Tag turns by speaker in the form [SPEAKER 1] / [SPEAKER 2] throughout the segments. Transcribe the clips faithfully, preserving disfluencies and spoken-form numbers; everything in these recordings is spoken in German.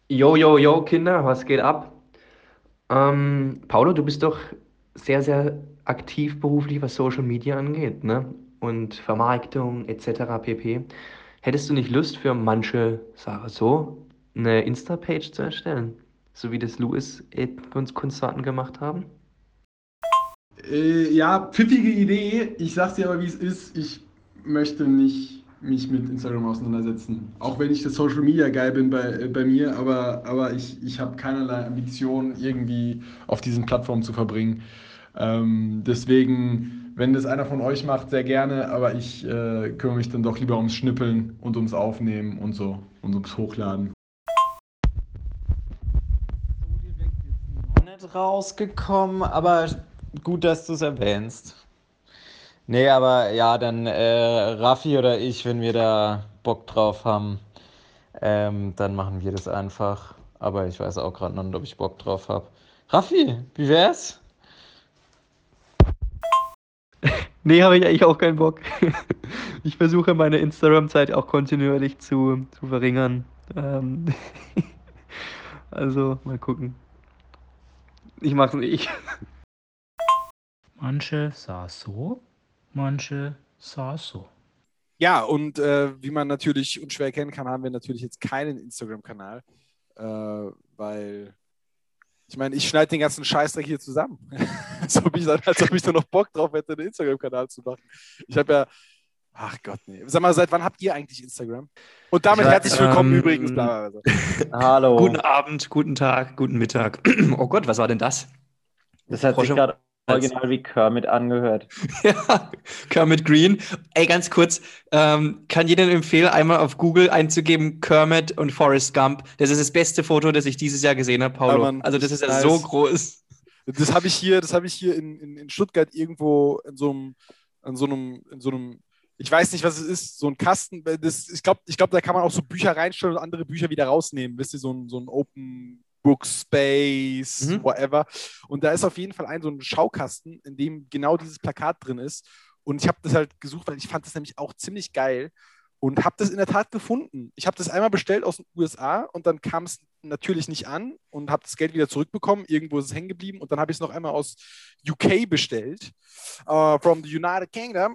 [SPEAKER 1] Jo, jo, jo, Kinder, was geht ab? Ähm, Paulo, du bist doch sehr, sehr aktiv beruflich, was Social Media angeht, ne? Und Vermarktung et cetera pp. Hättest du nicht Lust für manche, sage so, eine Insta-Page zu erstellen? So wie das Louis et uns Konstanten gemacht haben?
[SPEAKER 2] Äh, ja, pfiffige Idee. Ich sag's dir aber, wie es ist. Ich möchte nicht mich mit Instagram auseinandersetzen. Auch wenn ich das Social Media geil bin bei, äh, bei mir, aber, aber ich, ich habe keinerlei Ambition, irgendwie auf diesen Plattformen zu verbringen. Ähm, deswegen, wenn das einer von euch macht, sehr gerne, aber ich äh, kümmere mich dann doch lieber ums Schnippeln und ums Aufnehmen und so und ums Hochladen.
[SPEAKER 3] So direkt jetzt noch nicht rausgekommen, aber gut, dass du es erwähnst. Nee, aber ja, dann äh, Raffi oder ich, wenn wir da Bock drauf haben, ähm, dann machen wir das einfach. Aber ich weiß auch gerade noch nicht, ob ich Bock drauf habe. Raffi, wie wär's?
[SPEAKER 1] Nee, habe ich eigentlich auch keinen Bock. Ich versuche meine Instagram-Zeit auch kontinuierlich zu, zu verringern. Ähm, also, mal gucken. Ich mach's nicht.
[SPEAKER 4] Manche sah so, manche sah so.
[SPEAKER 5] Ja, und äh, wie man natürlich unschwer erkennen kann, haben wir natürlich jetzt keinen Instagram-Kanal, äh, weil ich meine, ich schneide den ganzen Scheißdreck hier zusammen. als, ob ich dann, als ob ich da noch Bock drauf hätte, einen Instagram-Kanal zu machen. Ich habe ja, ach Gott, nee. Sag mal, seit wann habt ihr eigentlich Instagram? Und damit
[SPEAKER 1] Ja,
[SPEAKER 5] herzlich willkommen
[SPEAKER 1] ähm,
[SPEAKER 5] übrigens. Bla, bla, bla.
[SPEAKER 3] Hallo.
[SPEAKER 1] Guten Abend, guten Tag, guten Mittag. Oh Gott, was war denn das?
[SPEAKER 3] Das hat sich
[SPEAKER 1] Frosch im
[SPEAKER 3] gerade
[SPEAKER 1] Hals.
[SPEAKER 3] original wie Kermit angehört.
[SPEAKER 1] Ja, Kermit Green. Ey, ganz kurz, ähm, kann jedem empfehlen, einmal auf Google einzugeben, Kermit und Forrest Gump. Das ist das beste Foto, das ich dieses Jahr gesehen habe, Paulo.
[SPEAKER 5] Ja, Mann,
[SPEAKER 1] also das ist ja
[SPEAKER 5] nice.
[SPEAKER 1] so groß.
[SPEAKER 5] Das habe ich hier, das habe ich hier in, in, in Stuttgart irgendwo in so einem, in so einem, in so einem, ich weiß nicht, was es ist, so ein Kasten. Das, ich glaube, ich glaub, da kann man auch so Bücher reinstellen und andere Bücher wieder rausnehmen. Wisst ihr, so ein, so ein Open Book Space,
[SPEAKER 1] Mhm.
[SPEAKER 5] whatever. Und da ist auf jeden Fall ein so ein Schaukasten, in dem genau dieses Plakat drin ist. Und ich habe das halt gesucht, weil ich fand das nämlich auch ziemlich geil und habe das in der Tat gefunden. Ich habe das einmal bestellt aus den U S A und dann kam es natürlich nicht an und habe das Geld wieder zurückbekommen. Irgendwo ist es hängen geblieben und dann habe ich es noch einmal aus U K bestellt, uh, from the United Kingdom.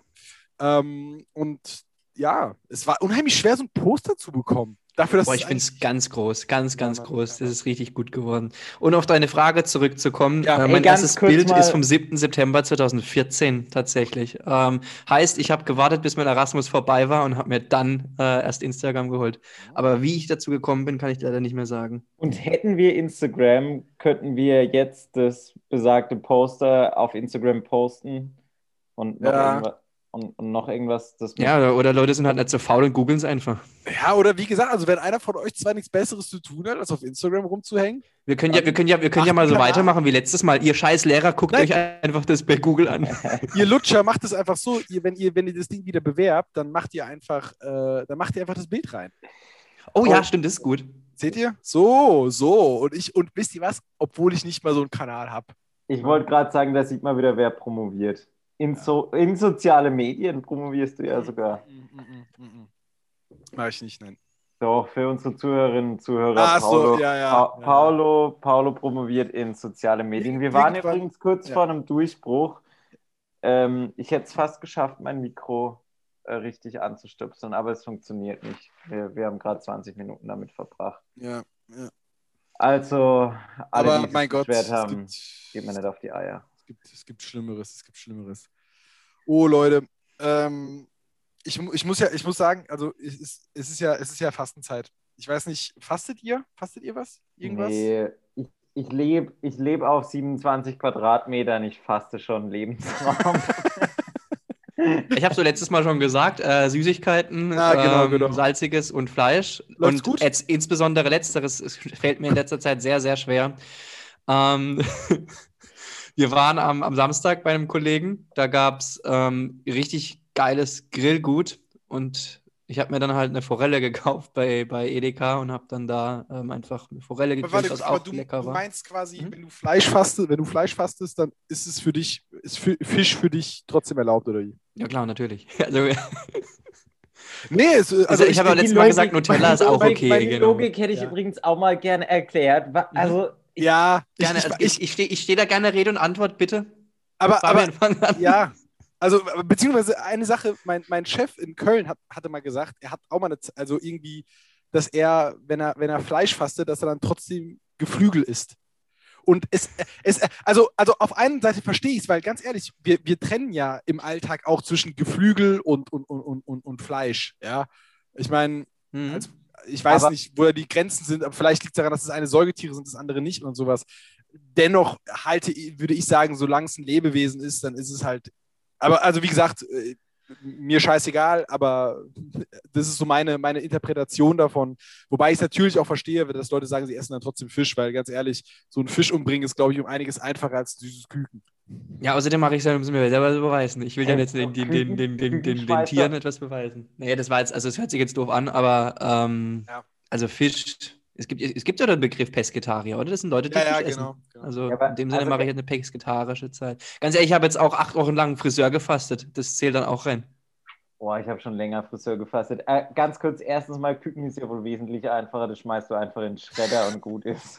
[SPEAKER 5] Ähm, und ja, es war unheimlich schwer, so ein Poster zu bekommen. Dafür, dass
[SPEAKER 1] Boah,
[SPEAKER 5] es
[SPEAKER 1] ich finde es
[SPEAKER 5] eigentlich-
[SPEAKER 1] ganz groß, ganz,
[SPEAKER 5] Ja,
[SPEAKER 1] ganz
[SPEAKER 5] Mann,
[SPEAKER 1] groß.
[SPEAKER 5] ja,
[SPEAKER 1] Das
[SPEAKER 5] Mann.
[SPEAKER 1] ist richtig gut geworden. Und auf deine Frage zurückzukommen,
[SPEAKER 5] Ja.
[SPEAKER 1] äh,
[SPEAKER 3] Ey,
[SPEAKER 1] mein
[SPEAKER 3] ganz
[SPEAKER 1] erstes
[SPEAKER 3] kurz
[SPEAKER 1] Bild
[SPEAKER 3] mal-
[SPEAKER 1] ist vom siebten September zweitausendvierzehn tatsächlich. Ähm, heißt, ich habe gewartet, bis mein Erasmus vorbei war und habe mir dann äh, erst Instagram geholt. Aber wie ich dazu gekommen bin, kann ich leider nicht mehr sagen.
[SPEAKER 3] Und hätten wir Instagram, könnten wir jetzt das besagte Poster auf Instagram posten und noch,
[SPEAKER 5] Ja.
[SPEAKER 3] irgendwas, und, und noch irgendwas. Das
[SPEAKER 1] Ja, oder, oder Leute sind halt nicht so faul und googeln es einfach.
[SPEAKER 5] Ja, oder wie gesagt, also wenn einer von euch zwar nichts Besseres zu tun hat, als auf Instagram rumzuhängen.
[SPEAKER 1] Wir können ja, wir können ja, wir können ja
[SPEAKER 5] Macht
[SPEAKER 1] mal
[SPEAKER 5] einen
[SPEAKER 1] so
[SPEAKER 5] Kanal.
[SPEAKER 1] weitermachen wie letztes Mal. Ihr scheiß Lehrer, guckt
[SPEAKER 5] Nein.
[SPEAKER 1] euch einfach das bei Google an.
[SPEAKER 5] Ihr Lutscher macht es einfach so, ihr, wenn, ihr, wenn ihr das Ding wieder bewerbt, dann macht ihr einfach, äh, dann macht ihr einfach das Bild rein.
[SPEAKER 1] Oh ja,
[SPEAKER 5] Oh.
[SPEAKER 1] stimmt, das ist gut.
[SPEAKER 5] Seht ihr? So, so. Und ich, und wisst ihr was? Obwohl ich nicht mal so einen Kanal habe.
[SPEAKER 3] Ich wollte gerade sagen, da sieht man wieder, wer promoviert. In, so, in soziale Medien promovierst du ja sogar.
[SPEAKER 5] Mach ich nicht, nein.
[SPEAKER 3] Doch, für unsere Zuhörerinnen und Zuhörer.
[SPEAKER 5] Ach so,
[SPEAKER 3] Paulo,
[SPEAKER 5] ja, ja,
[SPEAKER 3] Pa
[SPEAKER 5] ja.
[SPEAKER 3] Paulo, Paulo promoviert in soziale Medien. Wir waren
[SPEAKER 5] Irgendwann-
[SPEAKER 3] übrigens kurz
[SPEAKER 5] ja.
[SPEAKER 3] vor einem Durchbruch. Ähm, ich hätte es fast geschafft, mein Mikro äh, richtig anzustöpseln, aber es funktioniert nicht. Wir, wir haben gerade zwanzig Minuten damit verbracht.
[SPEAKER 5] Ja, ja.
[SPEAKER 3] Also, alle,
[SPEAKER 5] Aber
[SPEAKER 3] die sich
[SPEAKER 5] mein Gott,
[SPEAKER 3] beschwert
[SPEAKER 5] es
[SPEAKER 3] haben,
[SPEAKER 5] gibt,
[SPEAKER 3] geht mir nicht auf die Eier.
[SPEAKER 5] es gibt, es gibt Schlimmeres, es gibt Schlimmeres. Oh, Leute, ähm, ich, mu- ich muss ja, ich muss sagen, also es ist, es ist ja, es ist ja Fastenzeit. Ich weiß nicht, fastet ihr? Fastet ihr was? Irgendwas?
[SPEAKER 3] Nee, ich, ich lebe ich leb auf siebenundzwanzig Quadratmetern, ich faste schon Lebensraum.
[SPEAKER 1] Ich habe so letztes Mal schon gesagt, äh, Süßigkeiten,
[SPEAKER 5] Ah, genau,
[SPEAKER 1] ähm,
[SPEAKER 5] genau.
[SPEAKER 1] Salziges und Fleisch.
[SPEAKER 5] Läuft's
[SPEAKER 1] und
[SPEAKER 5] gut?
[SPEAKER 1] Jetzt insbesondere Letzteres es fällt mir in letzter Zeit sehr, sehr schwer. Ähm, wir waren am, am Samstag bei einem Kollegen, da gab es ähm, richtig geiles Grillgut und ich habe mir dann halt eine Forelle gekauft bei, bei Edeka und habe dann da ähm, einfach eine Forelle
[SPEAKER 5] Aber
[SPEAKER 1] gegrillt,
[SPEAKER 5] warte,
[SPEAKER 1] was
[SPEAKER 5] aber
[SPEAKER 1] auch
[SPEAKER 5] du,
[SPEAKER 1] lecker
[SPEAKER 5] du
[SPEAKER 1] war.
[SPEAKER 5] meinst quasi,
[SPEAKER 1] Mhm.
[SPEAKER 5] wenn du Fleisch fastest, wenn du Fleisch fastest, dann ist es für dich, ist Fi- Fisch für dich trotzdem erlaubt, oder wie?
[SPEAKER 1] Ja klar, natürlich. Also,
[SPEAKER 5] Nee, es, also,
[SPEAKER 1] Also ich habe ja
[SPEAKER 6] Die
[SPEAKER 1] letztes Mal gesagt,
[SPEAKER 6] Logik-
[SPEAKER 1] Nutella ist
[SPEAKER 6] meine-
[SPEAKER 1] auch
[SPEAKER 6] meine-
[SPEAKER 1] okay.
[SPEAKER 6] Meine
[SPEAKER 1] genau.
[SPEAKER 6] Logik hätte ich
[SPEAKER 5] Ja.
[SPEAKER 6] übrigens auch mal gerne erklärt. Wa- Also, ich,
[SPEAKER 5] ja, ich,
[SPEAKER 1] Gerne,
[SPEAKER 5] ich,
[SPEAKER 1] also
[SPEAKER 5] ich,
[SPEAKER 1] ich, ich stehe ich steh da gerne Rede und Antwort, bitte.
[SPEAKER 5] aber, aber
[SPEAKER 1] Fabian, fang an.
[SPEAKER 5] ja, also beziehungsweise eine Sache, mein, mein Chef in Köln hat, hatte mal gesagt, er hat auch mal eine, Z- also irgendwie, dass er, wenn er, wenn er Fleisch fastet, dass er dann trotzdem Geflügel isst. Und es, es also, also auf einer Seite verstehe ich es, weil ganz ehrlich, wir, wir trennen ja im Alltag auch zwischen Geflügel und, und, und, und, und, und Fleisch. Ja, ich meine,
[SPEAKER 1] Mhm.
[SPEAKER 5] als, ich weiß
[SPEAKER 6] Aber-
[SPEAKER 5] nicht, wo da die Grenzen sind, aber vielleicht liegt es daran, dass das eine Säugetiere sind, das andere nicht und sowas. Dennoch halte, würde ich sagen, solange es ein Lebewesen ist, dann ist es halt. Aber also wie gesagt, äh, mir scheißegal, aber das ist so meine, meine Interpretation davon. Wobei ich es natürlich auch verstehe, dass Leute sagen, sie essen dann trotzdem Fisch, weil ganz ehrlich, so ein Fisch umbringen ist, glaube ich, um einiges einfacher als ein süßes Küken.
[SPEAKER 1] Ja, außerdem mache ich es ja, müssen wir selber beweisen. Ich will ja
[SPEAKER 6] Äh,
[SPEAKER 1] jetzt den, den, den, den, den, den, den
[SPEAKER 6] Kükenschweizer.
[SPEAKER 1] Tieren etwas beweisen. Naja, das war jetzt, also es hört sich jetzt doof an, aber ähm,
[SPEAKER 5] Ja.
[SPEAKER 1] also Fisch, es gibt, es gibt ja den Begriff Pesketarier, oder? Das sind Leute, die
[SPEAKER 5] Ja, ja,
[SPEAKER 1] Fisch essen.
[SPEAKER 5] genau, genau.
[SPEAKER 1] Also
[SPEAKER 6] Ja, aber-
[SPEAKER 1] in dem Sinne
[SPEAKER 6] also-
[SPEAKER 1] mache ich jetzt eine pesketarische Zeit. Ganz ehrlich, ich habe jetzt auch acht Wochen lang Friseur gefastet. Das zählt dann auch rein.
[SPEAKER 6] boah, ich habe schon länger Friseur gefastet. Äh, ganz kurz, erstens mal, Küken ist ja wohl wesentlich einfacher. Das schmeißt du einfach in den Schredder und gut ist.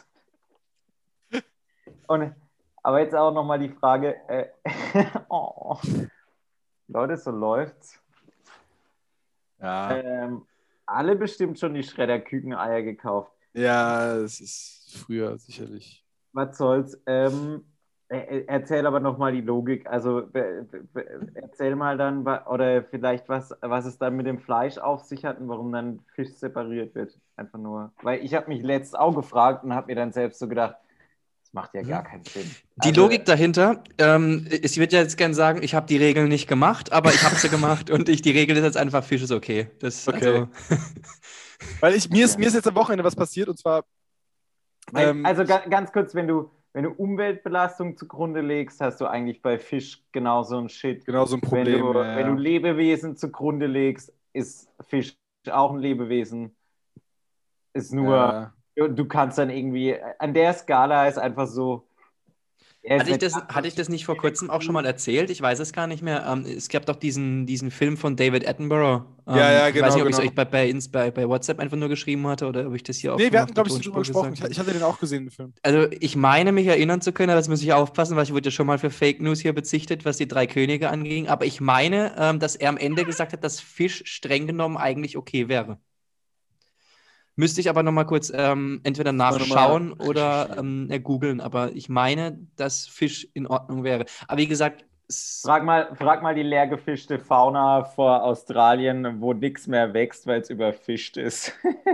[SPEAKER 6] Und, aber jetzt auch nochmal die Frage, äh, oh, Leute, so läuft's.
[SPEAKER 5] Ja,
[SPEAKER 6] Ähm, alle bestimmt schon die Schredder-Kükeneier gekauft.
[SPEAKER 5] ja, es ist früher sicherlich.
[SPEAKER 6] Was soll's? Ähm, er- er- erzähl aber nochmal die Logik. Also be- be- erzähl mal dann, wa- oder vielleicht was, was es dann mit dem Fleisch auf sich hat und warum dann Fisch separiert wird. Einfach nur. Weil ich habe mich letztens auch gefragt und habe mir dann selbst so gedacht, das macht ja gar keinen Sinn.
[SPEAKER 1] Die
[SPEAKER 6] Also,
[SPEAKER 1] Logik dahinter, ähm, ich würde ja jetzt gerne sagen, ich habe die Regeln nicht gemacht, aber ich habe sie gemacht und ich, die Regel ist jetzt einfach, Fisch ist okay. Das,
[SPEAKER 5] Okay.
[SPEAKER 1] Also,
[SPEAKER 5] Weil ich, mir, ist,
[SPEAKER 6] Ja.
[SPEAKER 5] mir ist jetzt am Wochenende was passiert und zwar.
[SPEAKER 6] Weil,
[SPEAKER 5] ähm,
[SPEAKER 6] also ga, ganz kurz, wenn du, wenn du Umweltbelastung zugrunde legst, hast du eigentlich bei Fisch genauso ein Shit.
[SPEAKER 5] genau so ein
[SPEAKER 6] Wenn
[SPEAKER 5] Problem.
[SPEAKER 6] du,
[SPEAKER 5] ja,
[SPEAKER 6] wenn
[SPEAKER 5] ja.
[SPEAKER 6] du Lebewesen zugrunde legst, ist Fisch auch ein Lebewesen. Ist nur,
[SPEAKER 5] Ja.
[SPEAKER 6] du, du kannst dann irgendwie, an der Skala ist einfach so. er ist
[SPEAKER 1] hatte ich, das,
[SPEAKER 6] nicht-
[SPEAKER 1] hatte ich das nicht vor kurzem auch schon mal erzählt? Ich weiß es gar nicht mehr. Ähm, es gab doch diesen, diesen Film von David Attenborough. Ähm,
[SPEAKER 5] Ja, ja,
[SPEAKER 1] ich
[SPEAKER 5] genau,
[SPEAKER 1] weiß nicht, ob ich es
[SPEAKER 5] genau.
[SPEAKER 1] euch bei, bei, Ins- bei, bei WhatsApp einfach nur geschrieben hatte oder ob ich das hier auch
[SPEAKER 5] Nee,
[SPEAKER 1] schon
[SPEAKER 5] wir
[SPEAKER 1] auf
[SPEAKER 5] hatten,
[SPEAKER 1] der
[SPEAKER 5] glaube ich, drüber
[SPEAKER 1] Tonspur
[SPEAKER 5] gesprochen. Ich,
[SPEAKER 1] gesagt
[SPEAKER 5] ich
[SPEAKER 1] habe.
[SPEAKER 5] hatte den auch gesehen, den Film.
[SPEAKER 1] Also ich meine mich erinnern zu können, aber das muss ich aufpassen, weil ich wurde ja schon mal für Fake News hier bezichtet, was die drei Könige anging. Aber ich meine, ähm, dass er am Ende gesagt hat, dass Fisch streng genommen eigentlich okay wäre. Müsste ich aber noch mal kurz ähm, entweder
[SPEAKER 5] mal noch mal
[SPEAKER 1] nachschauen oder
[SPEAKER 5] recherchieren.
[SPEAKER 1] ähm, äh, googeln. Aber ich meine, dass Fisch in Ordnung wäre. Aber wie gesagt, es-
[SPEAKER 6] Frag mal, frag mal die leer gefischte Fauna vor Australien, wo nichts mehr wächst, weil es überfischt ist.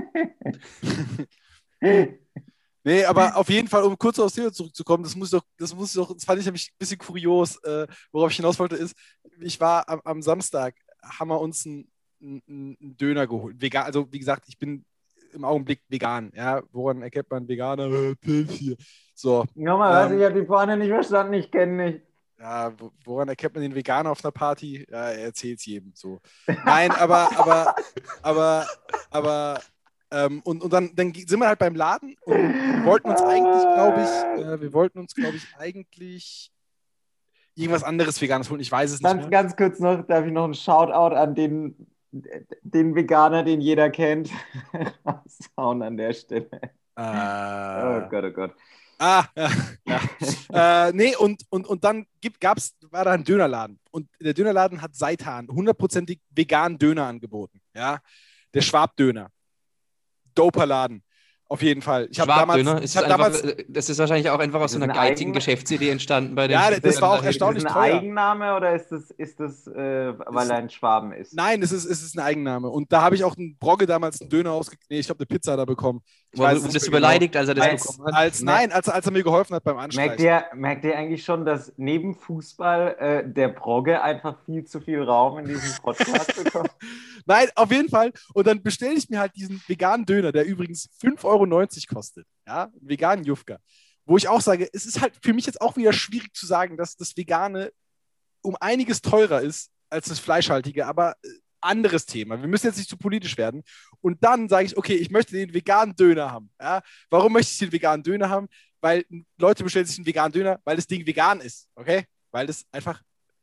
[SPEAKER 5] Nee, aber auf jeden Fall, um kurz aufs Thema zurückzukommen, das muss ich doch, das muss ich doch, das fand ich nämlich ein bisschen kurios, äh, worauf ich hinaus wollte, ist, ich war am, am Samstag, haben wir uns einen, einen, einen Döner geholt. Vegan, also wie gesagt, ich bin im Augenblick vegan, ja, woran erkennt man Veganer? Äh, Pilz hier. So,
[SPEAKER 6] Nochmal, was?
[SPEAKER 5] Ähm,
[SPEAKER 6] Ich habe die Vorne nicht verstanden, ich kenne nicht.
[SPEAKER 5] ja, wo- woran erkennt man den Veganer auf einer Party? Ja, er erzählt es jedem so. Nein, aber, aber, aber, aber, ähm, und, und dann, dann sind wir halt beim Laden und wir wollten uns eigentlich, glaube ich, äh, wir wollten uns, glaube ich, eigentlich irgendwas anderes Veganes holen. Ich weiß es nicht
[SPEAKER 6] Ganz,
[SPEAKER 5] mehr.
[SPEAKER 6] ganz kurz noch, darf ich noch einen Shoutout an den, den Veganer, den jeder kennt, raushauen an der Stelle. Oh
[SPEAKER 5] Äh,
[SPEAKER 6] Gott, oh Gott.
[SPEAKER 5] Ah, ja. ja. äh, nee, und, und, und dann gibt, gab's, war da ein Dönerladen. Und der Dönerladen hat Seitan hundertprozentig veganen Döner angeboten. Ja? Der Schwab-Döner. Doper Laden. Auf jeden Fall. Ich habe damals,
[SPEAKER 1] Schwabdöner,
[SPEAKER 5] ich
[SPEAKER 1] ist
[SPEAKER 5] hab
[SPEAKER 1] einfach,
[SPEAKER 5] damals
[SPEAKER 1] äh, das ist wahrscheinlich auch einfach aus
[SPEAKER 6] Ist
[SPEAKER 1] so einer
[SPEAKER 6] das ein
[SPEAKER 1] geizigen
[SPEAKER 6] Eigen-
[SPEAKER 1] Geschäftsidee entstanden bei den
[SPEAKER 5] Ja, das war auch
[SPEAKER 1] Schwabdönern.
[SPEAKER 5] erstaunlich
[SPEAKER 6] Ist das ein
[SPEAKER 5] teuer.
[SPEAKER 6] Eigenname oder ist das, ist das äh, weil er ein Schwaben ist?
[SPEAKER 5] Nein, es ist, es ist ein Eigenname. Und da habe ich auch einen Brogge damals einen Döner ausgegeben. Nee, ich habe eine Pizza da bekommen. Ich
[SPEAKER 1] Wurde-
[SPEAKER 5] weiß es
[SPEAKER 1] Wurdest
[SPEAKER 5] nicht
[SPEAKER 1] du
[SPEAKER 5] mehr genau.
[SPEAKER 1] beleidigt, als er das
[SPEAKER 6] Als-
[SPEAKER 1] bekommen hat?
[SPEAKER 5] Als, nein, als, als er mir geholfen hat beim Anstreichen.
[SPEAKER 6] Merkt ihr, merkt ihr eigentlich schon, dass neben Fußball äh, der Brogge einfach viel zu viel Raum in diesem Podcast bekommt?
[SPEAKER 5] Nein, auf jeden Fall. Und dann bestelle ich mir halt diesen veganen Döner, der übrigens fünf Euro neunzig kostet. Ja, einen veganen Jufka. Wo ich auch sage, es ist halt für mich jetzt auch wieder schwierig zu sagen, dass das Vegane um einiges teurer ist als das Fleischhaltige, aber äh, anderes Thema. Wir müssen jetzt nicht zu politisch werden. Und dann sage ich, okay, ich möchte den veganen Döner haben. Ja? Warum möchte ich den veganen Döner haben? Weil Leute bestellen sich einen veganen Döner, weil das Ding vegan ist. Okay? Weil das einfach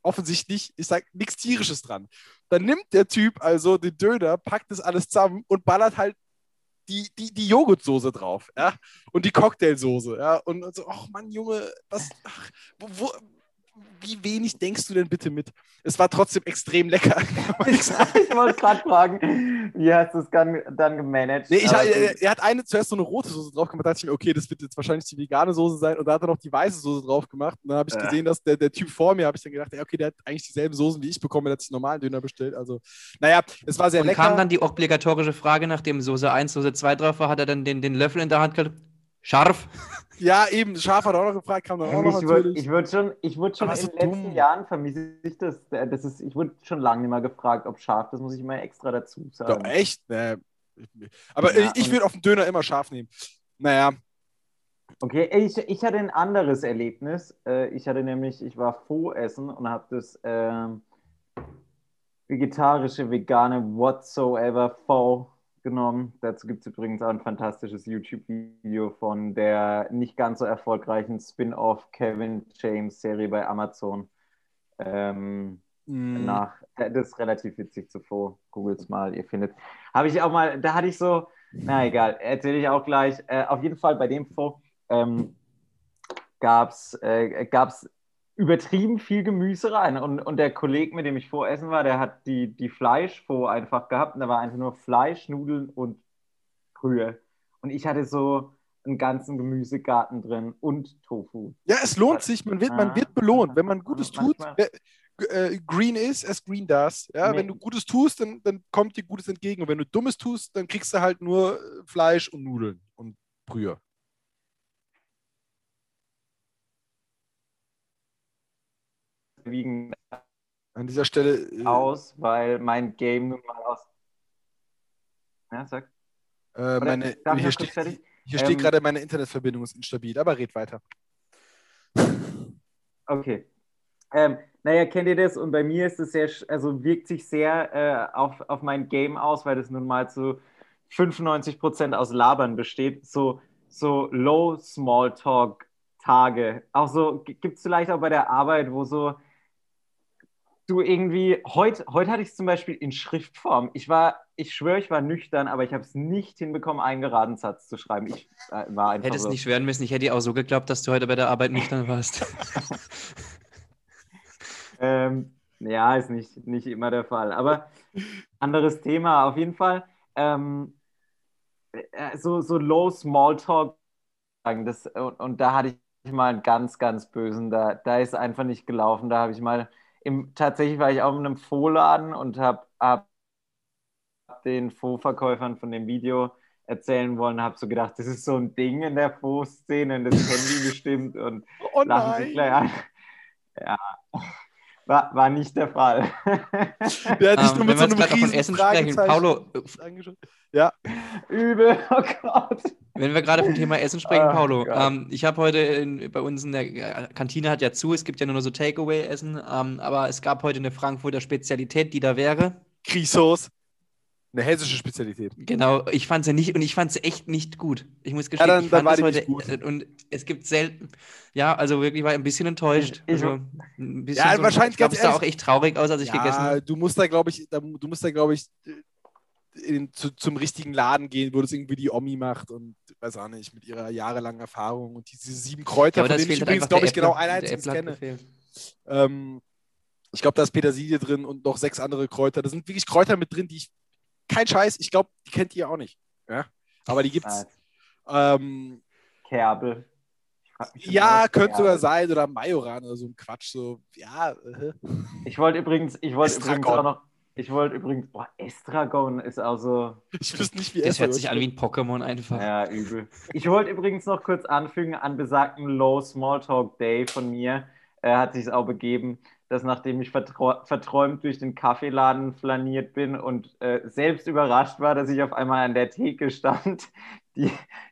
[SPEAKER 5] offensichtlich ist da nichts Tierisches dran. Dann nimmt der Typ also den Döner, packt das alles zusammen und ballert halt die, die, die Joghurtsoße drauf, ja, und die Cocktailsoße, ja, und, und so, ach Mann, Junge, was, ach, wo, wo, wie wenig denkst du denn bitte mit? Es war trotzdem extrem lecker.
[SPEAKER 6] Ich wollte gerade fragen, wie hast du es dann, dann gemanagt?
[SPEAKER 5] Nee, ich,
[SPEAKER 6] Aber
[SPEAKER 5] er, er hat eine zuerst so eine rote Soße drauf gemacht, da dachte ich mir, okay, das wird jetzt wahrscheinlich die vegane Soße sein, und da hat er noch die weiße Soße drauf gemacht, und dann habe ich
[SPEAKER 6] Äh.
[SPEAKER 5] gesehen, dass der, der Typ vor mir, habe ich dann gedacht, ja, okay, der hat eigentlich dieselben Soßen wie ich bekommen, der hat sich einen normalen Döner bestellt, also, naja, es war sehr
[SPEAKER 1] Und
[SPEAKER 5] lecker.
[SPEAKER 1] kam dann die obligatorische Frage, nachdem Soße eins, Soße zwei drauf war, hat er dann den, den Löffel in der Hand gehabt? Scharf.
[SPEAKER 5] Ja, eben, Schaf hat er auch noch gefragt, kam dann auch noch
[SPEAKER 6] ich würde
[SPEAKER 5] natürlich.
[SPEAKER 6] ich würd schon, ich würd schon
[SPEAKER 5] Aber
[SPEAKER 6] in
[SPEAKER 5] so
[SPEAKER 6] den letzten
[SPEAKER 5] dumm.
[SPEAKER 6] Jahren vermisse ich das. das ist, ich wurde schon lange nicht mehr gefragt, ob scharf, das muss ich mal extra dazu
[SPEAKER 5] Doch,
[SPEAKER 6] sagen.
[SPEAKER 5] echt? Nee. Aber
[SPEAKER 6] Ja,
[SPEAKER 5] ich
[SPEAKER 6] und-
[SPEAKER 5] würde auf den Döner immer scharf nehmen. Naja,
[SPEAKER 6] Okay, ich, ich hatte ein anderes Erlebnis. Äh, Ich hatte nämlich, ich war Pho essen und habe das ähm, vegetarische, vegane, whatsoever Pho genommen. Dazu gibt es übrigens auch ein fantastisches YouTube-Video von der nicht ganz so erfolgreichen Spin-off Kevin James Serie bei Amazon. Ähm,
[SPEAKER 5] mh,
[SPEAKER 6] nach, das ist relativ witzig zu Pho. Googles mal, ihr findet. Habe ich auch mal, da hatte ich so, na egal, erzähle ich auch gleich. Äh, auf jeden Fall bei dem Pho ähm, gab es äh, gab's übertrieben viel Gemüse rein. Und, und der Kollege, mit dem ich voressen war, der hat die, die Fleischpho einfach gehabt. Und da war einfach nur Fleisch, Nudeln und Brühe. Und ich hatte so einen ganzen Gemüsegarten drin und Tofu.
[SPEAKER 5] ja, es lohnt sich, man wird, man
[SPEAKER 6] Ah.
[SPEAKER 5] wird belohnt. Wenn man Gutes tut,
[SPEAKER 6] Manchmal-
[SPEAKER 5] äh, äh, green is as green does. Ja,
[SPEAKER 6] Nee.
[SPEAKER 5] wenn du Gutes tust, dann, dann kommt dir Gutes entgegen. Und wenn du Dummes tust, dann kriegst du halt nur äh, Fleisch und Nudeln und Brühe.
[SPEAKER 6] Wiegen
[SPEAKER 5] An dieser Stelle. Äh,
[SPEAKER 6] aus, weil mein Game nun mal aus. Ja, sag.
[SPEAKER 5] äh, meine,
[SPEAKER 6] darf ich
[SPEAKER 5] hier
[SPEAKER 6] noch
[SPEAKER 5] steht,
[SPEAKER 6] kurz fertig?
[SPEAKER 5] hier steht
[SPEAKER 6] Ähm,
[SPEAKER 5] gerade, meine Internetverbindung ist instabil, aber red weiter.
[SPEAKER 6] Okay. Ähm, naja, kennt ihr das? Und bei mir ist es sehr, sch- also wirkt sich sehr äh, auf, auf mein Game aus, weil das nun mal zu fünfundneunzig Prozent aus Labern besteht. So, so Low Smalltalk Tage. Auch so, gibt es vielleicht auch bei der Arbeit, wo so du irgendwie, heute heute hatte ich es zum Beispiel in Schriftform. Ich war, ich schwöre, ich war nüchtern, aber ich habe es nicht hinbekommen, einen geraden Satz zu schreiben. Ich äh, war einfach
[SPEAKER 1] Hättest
[SPEAKER 6] so.
[SPEAKER 1] nicht schwören müssen, ich hätte dir auch so geglaubt, dass du heute bei der Arbeit nüchtern warst.
[SPEAKER 6] Ähm, ja, ist nicht, nicht immer der Fall. Aber anderes Thema auf jeden Fall. Ähm, äh, so, so Low Smalltalk sagen. Das, und, und da hatte ich mal einen ganz, ganz bösen. Da, da ist einfach nicht gelaufen. Da habe ich mal, im, tatsächlich war ich auch in einem Fo-Laden und habe hab den Fo-Verkäufern von dem Video erzählen wollen, habe so gedacht, das ist so ein Ding in der Fo-Szene und das kennen die bestimmt und
[SPEAKER 5] Oh
[SPEAKER 6] lachen sich gleich an. Ja, war, war nicht der Fall.
[SPEAKER 5] Der hat dich nur
[SPEAKER 1] Ähm,
[SPEAKER 5] mit
[SPEAKER 1] wenn
[SPEAKER 5] so
[SPEAKER 1] wir jetzt
[SPEAKER 5] einem
[SPEAKER 1] gerade noch von
[SPEAKER 5] riesen
[SPEAKER 1] Essen sprechen,
[SPEAKER 5] Fragezeichen
[SPEAKER 1] Paulo,
[SPEAKER 5] angeschaut. Ja,
[SPEAKER 6] Übel, oh Gott.
[SPEAKER 1] wenn wir gerade vom Thema Essen sprechen,
[SPEAKER 6] Ach
[SPEAKER 1] Paulo,
[SPEAKER 6] Gott.
[SPEAKER 1] ähm, ich habe heute in, bei uns in der äh, Kantine hat ja zu, es gibt ja nur so Takeaway-Essen, ähm, aber es gab heute eine Frankfurter Spezialität, die da wäre.
[SPEAKER 5] Grisos. Eine hessische Spezialität.
[SPEAKER 1] Genau, ich fand sie nicht und ich fand sie echt nicht gut. Ich muss
[SPEAKER 5] Ja,
[SPEAKER 1] gestehen,
[SPEAKER 5] dann-
[SPEAKER 1] ich
[SPEAKER 5] dann
[SPEAKER 1] fand
[SPEAKER 5] war
[SPEAKER 1] es
[SPEAKER 5] die
[SPEAKER 1] heute
[SPEAKER 5] nicht gut.
[SPEAKER 1] äh, und es gibt selten, ja, also wirklich war ich ein bisschen enttäuscht.
[SPEAKER 6] Ich- ich-
[SPEAKER 1] also ein bisschen
[SPEAKER 5] Ja,
[SPEAKER 1] so,
[SPEAKER 5] wahrscheinlich
[SPEAKER 1] ich glaube,
[SPEAKER 5] ganz
[SPEAKER 1] es sah
[SPEAKER 5] ehrlich-
[SPEAKER 1] auch echt traurig aus, als ich gegessen
[SPEAKER 5] Ja,
[SPEAKER 1] habe.
[SPEAKER 5] du musst da, glaube ich, da, du musst da, glaube ich, in, zu, zum richtigen Laden gehen, wo das irgendwie die Omi macht und weiß auch nicht, mit ihrer jahrelangen Erfahrung und diese sieben Kräuter,
[SPEAKER 1] Ja, aber
[SPEAKER 5] von
[SPEAKER 1] das
[SPEAKER 5] denen ich
[SPEAKER 1] fehlt halt
[SPEAKER 5] übrigens,
[SPEAKER 1] einfach
[SPEAKER 5] glaube
[SPEAKER 1] der
[SPEAKER 5] ich, genau
[SPEAKER 1] Äpfel-
[SPEAKER 5] ein
[SPEAKER 1] der
[SPEAKER 5] einziges
[SPEAKER 1] Äpfel hat
[SPEAKER 5] kenne.
[SPEAKER 1] gefehlt.
[SPEAKER 5] Ähm, ich glaube, da ist Petersilie drin und noch sechs andere Kräuter. Da sind wirklich Kräuter mit drin, die ich, kein Scheiß, ich glaube, die kennt ihr auch nicht. Ja? Aber die gibt's. Ähm,
[SPEAKER 6] Kerbel. Ich frag mich schon
[SPEAKER 5] ja,
[SPEAKER 6] mal, was
[SPEAKER 5] könnte sogar
[SPEAKER 6] Kerbel.
[SPEAKER 5] sein oder Majoran oder so ein Quatsch. So, ja, äh.
[SPEAKER 6] Ich wollte übrigens, ich wollte übrigens
[SPEAKER 5] Estragon.
[SPEAKER 6] auch noch, ich wollte übrigens, boah, Estragon ist also,
[SPEAKER 5] Ich wüsste nicht, wie
[SPEAKER 1] Das
[SPEAKER 5] es
[SPEAKER 1] hört sich an wie ein Pokémon einfach.
[SPEAKER 6] ja, übel. Ich wollte übrigens noch kurz anfügen, an besagten Low Smalltalk Day von mir äh, hat sich auch begeben, dass nachdem ich vertrau- verträumt durch den Kaffeeladen flaniert bin und äh, selbst überrascht war, dass ich auf einmal an der Theke stand, die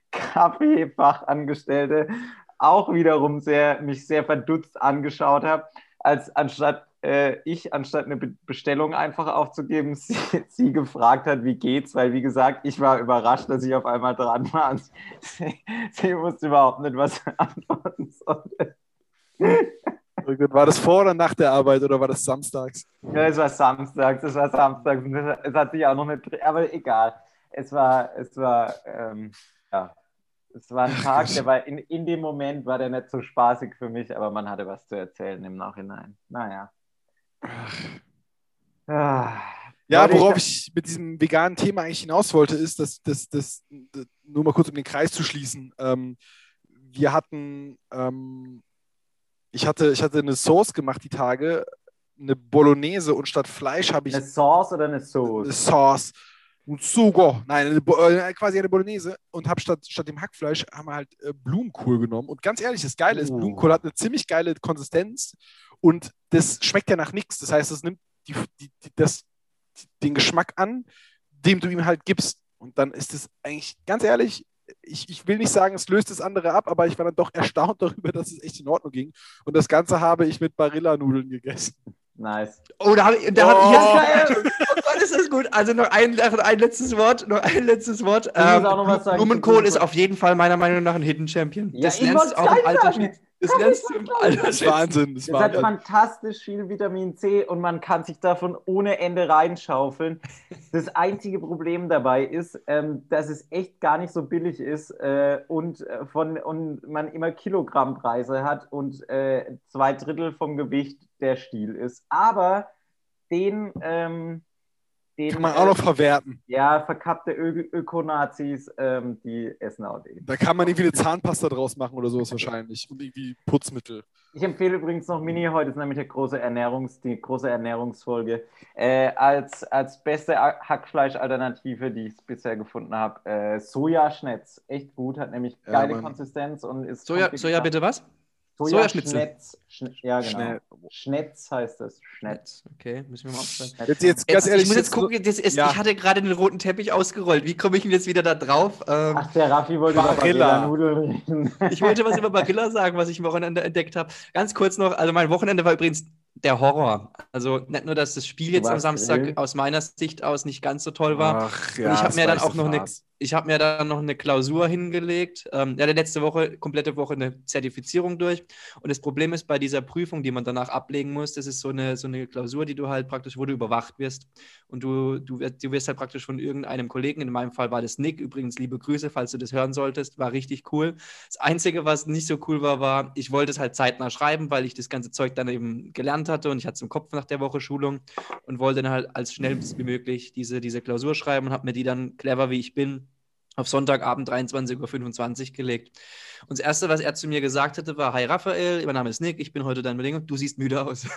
[SPEAKER 6] Kaffeefachangestellte auch wiederum sehr, mich sehr verdutzt angeschaut habe, als anstatt äh, ich, anstatt eine Be- Bestellung einfach aufzugeben, sie, sie gefragt hat, wie geht's, weil wie gesagt, ich war überrascht, dass ich auf einmal dran war und sie, sie wusste überhaupt nicht, was sie antworten sollte.
[SPEAKER 5] Oh Gott, war das vor oder nach der Arbeit oder war das samstags?
[SPEAKER 6] Ja, es war samstags, es war samstags. Und es es hat sich auch noch nicht, aber egal. Es war, es war, ähm, ja, es war ein Tag, der war in, in dem Moment war der nicht so spaßig für mich, aber man hatte was zu erzählen im Nachhinein. Naja. Ah,
[SPEAKER 5] Ja,
[SPEAKER 6] Leute,
[SPEAKER 5] worauf
[SPEAKER 6] ich,
[SPEAKER 5] ich mit diesem veganen Thema eigentlich hinaus wollte, ist, dass das, das, das nur mal kurz um den Kreis zu schließen. Ähm, wir hatten, ähm, ich hatte, ich hatte eine Sauce gemacht die Tage, eine Bolognese und statt Fleisch habe ich
[SPEAKER 6] eine Sauce oder eine
[SPEAKER 5] eine
[SPEAKER 6] Sauce?
[SPEAKER 5] Sauce. Und Sugo, nein, eine, Bo- äh, quasi eine Bolognese und habe statt, statt dem Hackfleisch haben wir halt äh, Blumenkohl genommen. Und ganz ehrlich, das Geile ist,
[SPEAKER 6] Uh.
[SPEAKER 5] Blumenkohl hat eine ziemlich geile Konsistenz und das schmeckt ja nach nichts. Das heißt, es nimmt die, die, die, das, den Geschmack an, dem du ihm halt gibst. Und dann ist es eigentlich, ganz ehrlich, ich, ich will nicht sagen, es löst das andere ab, aber ich war dann doch erstaunt darüber, dass es echt in Ordnung ging. Und das Ganze habe ich mit Barilla-Nudeln gegessen.
[SPEAKER 6] Nice.
[SPEAKER 1] Oh, da habe ich, da hab
[SPEAKER 5] Oh.
[SPEAKER 1] ich jetzt. Oh Gott, ist das gut. Also noch ein, noch ein letztes Wort. Noch ein letztes Wort.
[SPEAKER 6] Ich muss
[SPEAKER 1] Ähm,
[SPEAKER 6] auch noch was sagen zu
[SPEAKER 1] Blumenkohl ist
[SPEAKER 6] Blumenkohl.
[SPEAKER 1] auf jeden Fall meiner Meinung nach ein Hidden Champion.
[SPEAKER 6] Ja,
[SPEAKER 1] das
[SPEAKER 6] ich
[SPEAKER 1] lernst
[SPEAKER 6] wollt's
[SPEAKER 1] du auch im
[SPEAKER 6] gleich
[SPEAKER 1] Alter
[SPEAKER 6] sagen.
[SPEAKER 1] schätzen. Das lernst du im Alter
[SPEAKER 5] Das ist
[SPEAKER 1] schätzen.
[SPEAKER 5] Wahnsinn. Das
[SPEAKER 6] Es
[SPEAKER 5] war
[SPEAKER 6] hat fantastisch viel Vitamin C und man kann sich davon ohne Ende reinschaufeln. Das einzige Problem dabei ist, ähm, dass es echt gar nicht so billig ist äh, und, äh, von, und man immer Kilogrammpreise hat und äh, zwei Drittel vom Gewicht der Stiel ist. Aber den, ähm, den
[SPEAKER 5] kann man auch noch
[SPEAKER 6] äh,
[SPEAKER 5] verwerten.
[SPEAKER 6] ja, verkappte Ö Ökonazis, ähm, die essen auch den.
[SPEAKER 5] Da kann man irgendwie eine Zahnpasta draus machen oder sowas wahrscheinlich. Und irgendwie Putzmittel.
[SPEAKER 6] Ich empfehle übrigens noch Mini, heute ist nämlich die große, Ernährungs-, die große Ernährungsfolge, äh, als, als beste Hackfleisch-Alternative, die ich bisher gefunden habe, äh, Sojaschnetz. Echt gut, hat nämlich
[SPEAKER 5] Ja,
[SPEAKER 6] geile
[SPEAKER 5] Mann.
[SPEAKER 6] Konsistenz und ist
[SPEAKER 1] Soja,
[SPEAKER 6] komplett-
[SPEAKER 1] Soja bitte was?
[SPEAKER 6] Sojaschnitz.
[SPEAKER 1] Sojaschnitzel.
[SPEAKER 6] Schn ja, genau.
[SPEAKER 5] Schnell.
[SPEAKER 6] Schnetz heißt es. Schnetz.
[SPEAKER 1] Okay, müssen wir mal aufschreiben.
[SPEAKER 5] Jetzt, jetzt ganz
[SPEAKER 1] Jetzt,
[SPEAKER 5] ehrlich.
[SPEAKER 1] ich muss jetzt
[SPEAKER 5] jetzt
[SPEAKER 1] gucken, das ist,
[SPEAKER 5] ja.
[SPEAKER 1] ich hatte gerade den roten Teppich ausgerollt. Wie komme ich denn jetzt wieder da drauf? Ähm,
[SPEAKER 6] Ach, der Raffi wollte über
[SPEAKER 5] Barilla.
[SPEAKER 6] Barilla-Nudeln reden.
[SPEAKER 1] Ich wollte was über Barilla sagen, was ich am Wochenende entdeckt habe. Ganz kurz noch, also mein Wochenende war übrigens der Horror. Also nicht nur, dass das Spiel jetzt am
[SPEAKER 6] warst
[SPEAKER 1] Samstag
[SPEAKER 6] grillen?
[SPEAKER 1] aus meiner Sicht aus nicht ganz so toll war.
[SPEAKER 5] Ach,
[SPEAKER 1] Und ich habe
[SPEAKER 5] es
[SPEAKER 1] mir
[SPEAKER 5] war
[SPEAKER 1] dann
[SPEAKER 5] echt
[SPEAKER 1] auch noch eine,
[SPEAKER 5] Farce.
[SPEAKER 1] ich habe mir dann noch eine Klausur hingelegt. Ähm, ja, letzte Woche, komplette Woche eine Zertifizierung durch. Und das Problem ist bei dieser Prüfung, die man danach ablegen muss, das ist so eine, so eine Klausur, die du halt praktisch, wo du überwacht wirst. Und du, du, wirst, du wirst halt praktisch von irgendeinem Kollegen, in meinem Fall war das Nick, übrigens liebe Grüße, falls du das hören solltest, war richtig cool. Das Einzige, was nicht so cool war, war, ich wollte es halt zeitnah schreiben, weil ich das ganze Zeug dann eben gelernt hatte und ich hatte es im Kopf nach der Woche Schulung und wollte dann halt als schnell wie möglich diese, diese Klausur schreiben und habe mir die dann, clever wie ich bin, auf Sonntagabend dreiundzwanzig Uhr fünfundzwanzig gelegt. Und das Erste, was er zu mir gesagt hatte, war: Hi Raphael, mein Name ist Nick, ich bin heute dein Bedingung, du siehst müde aus.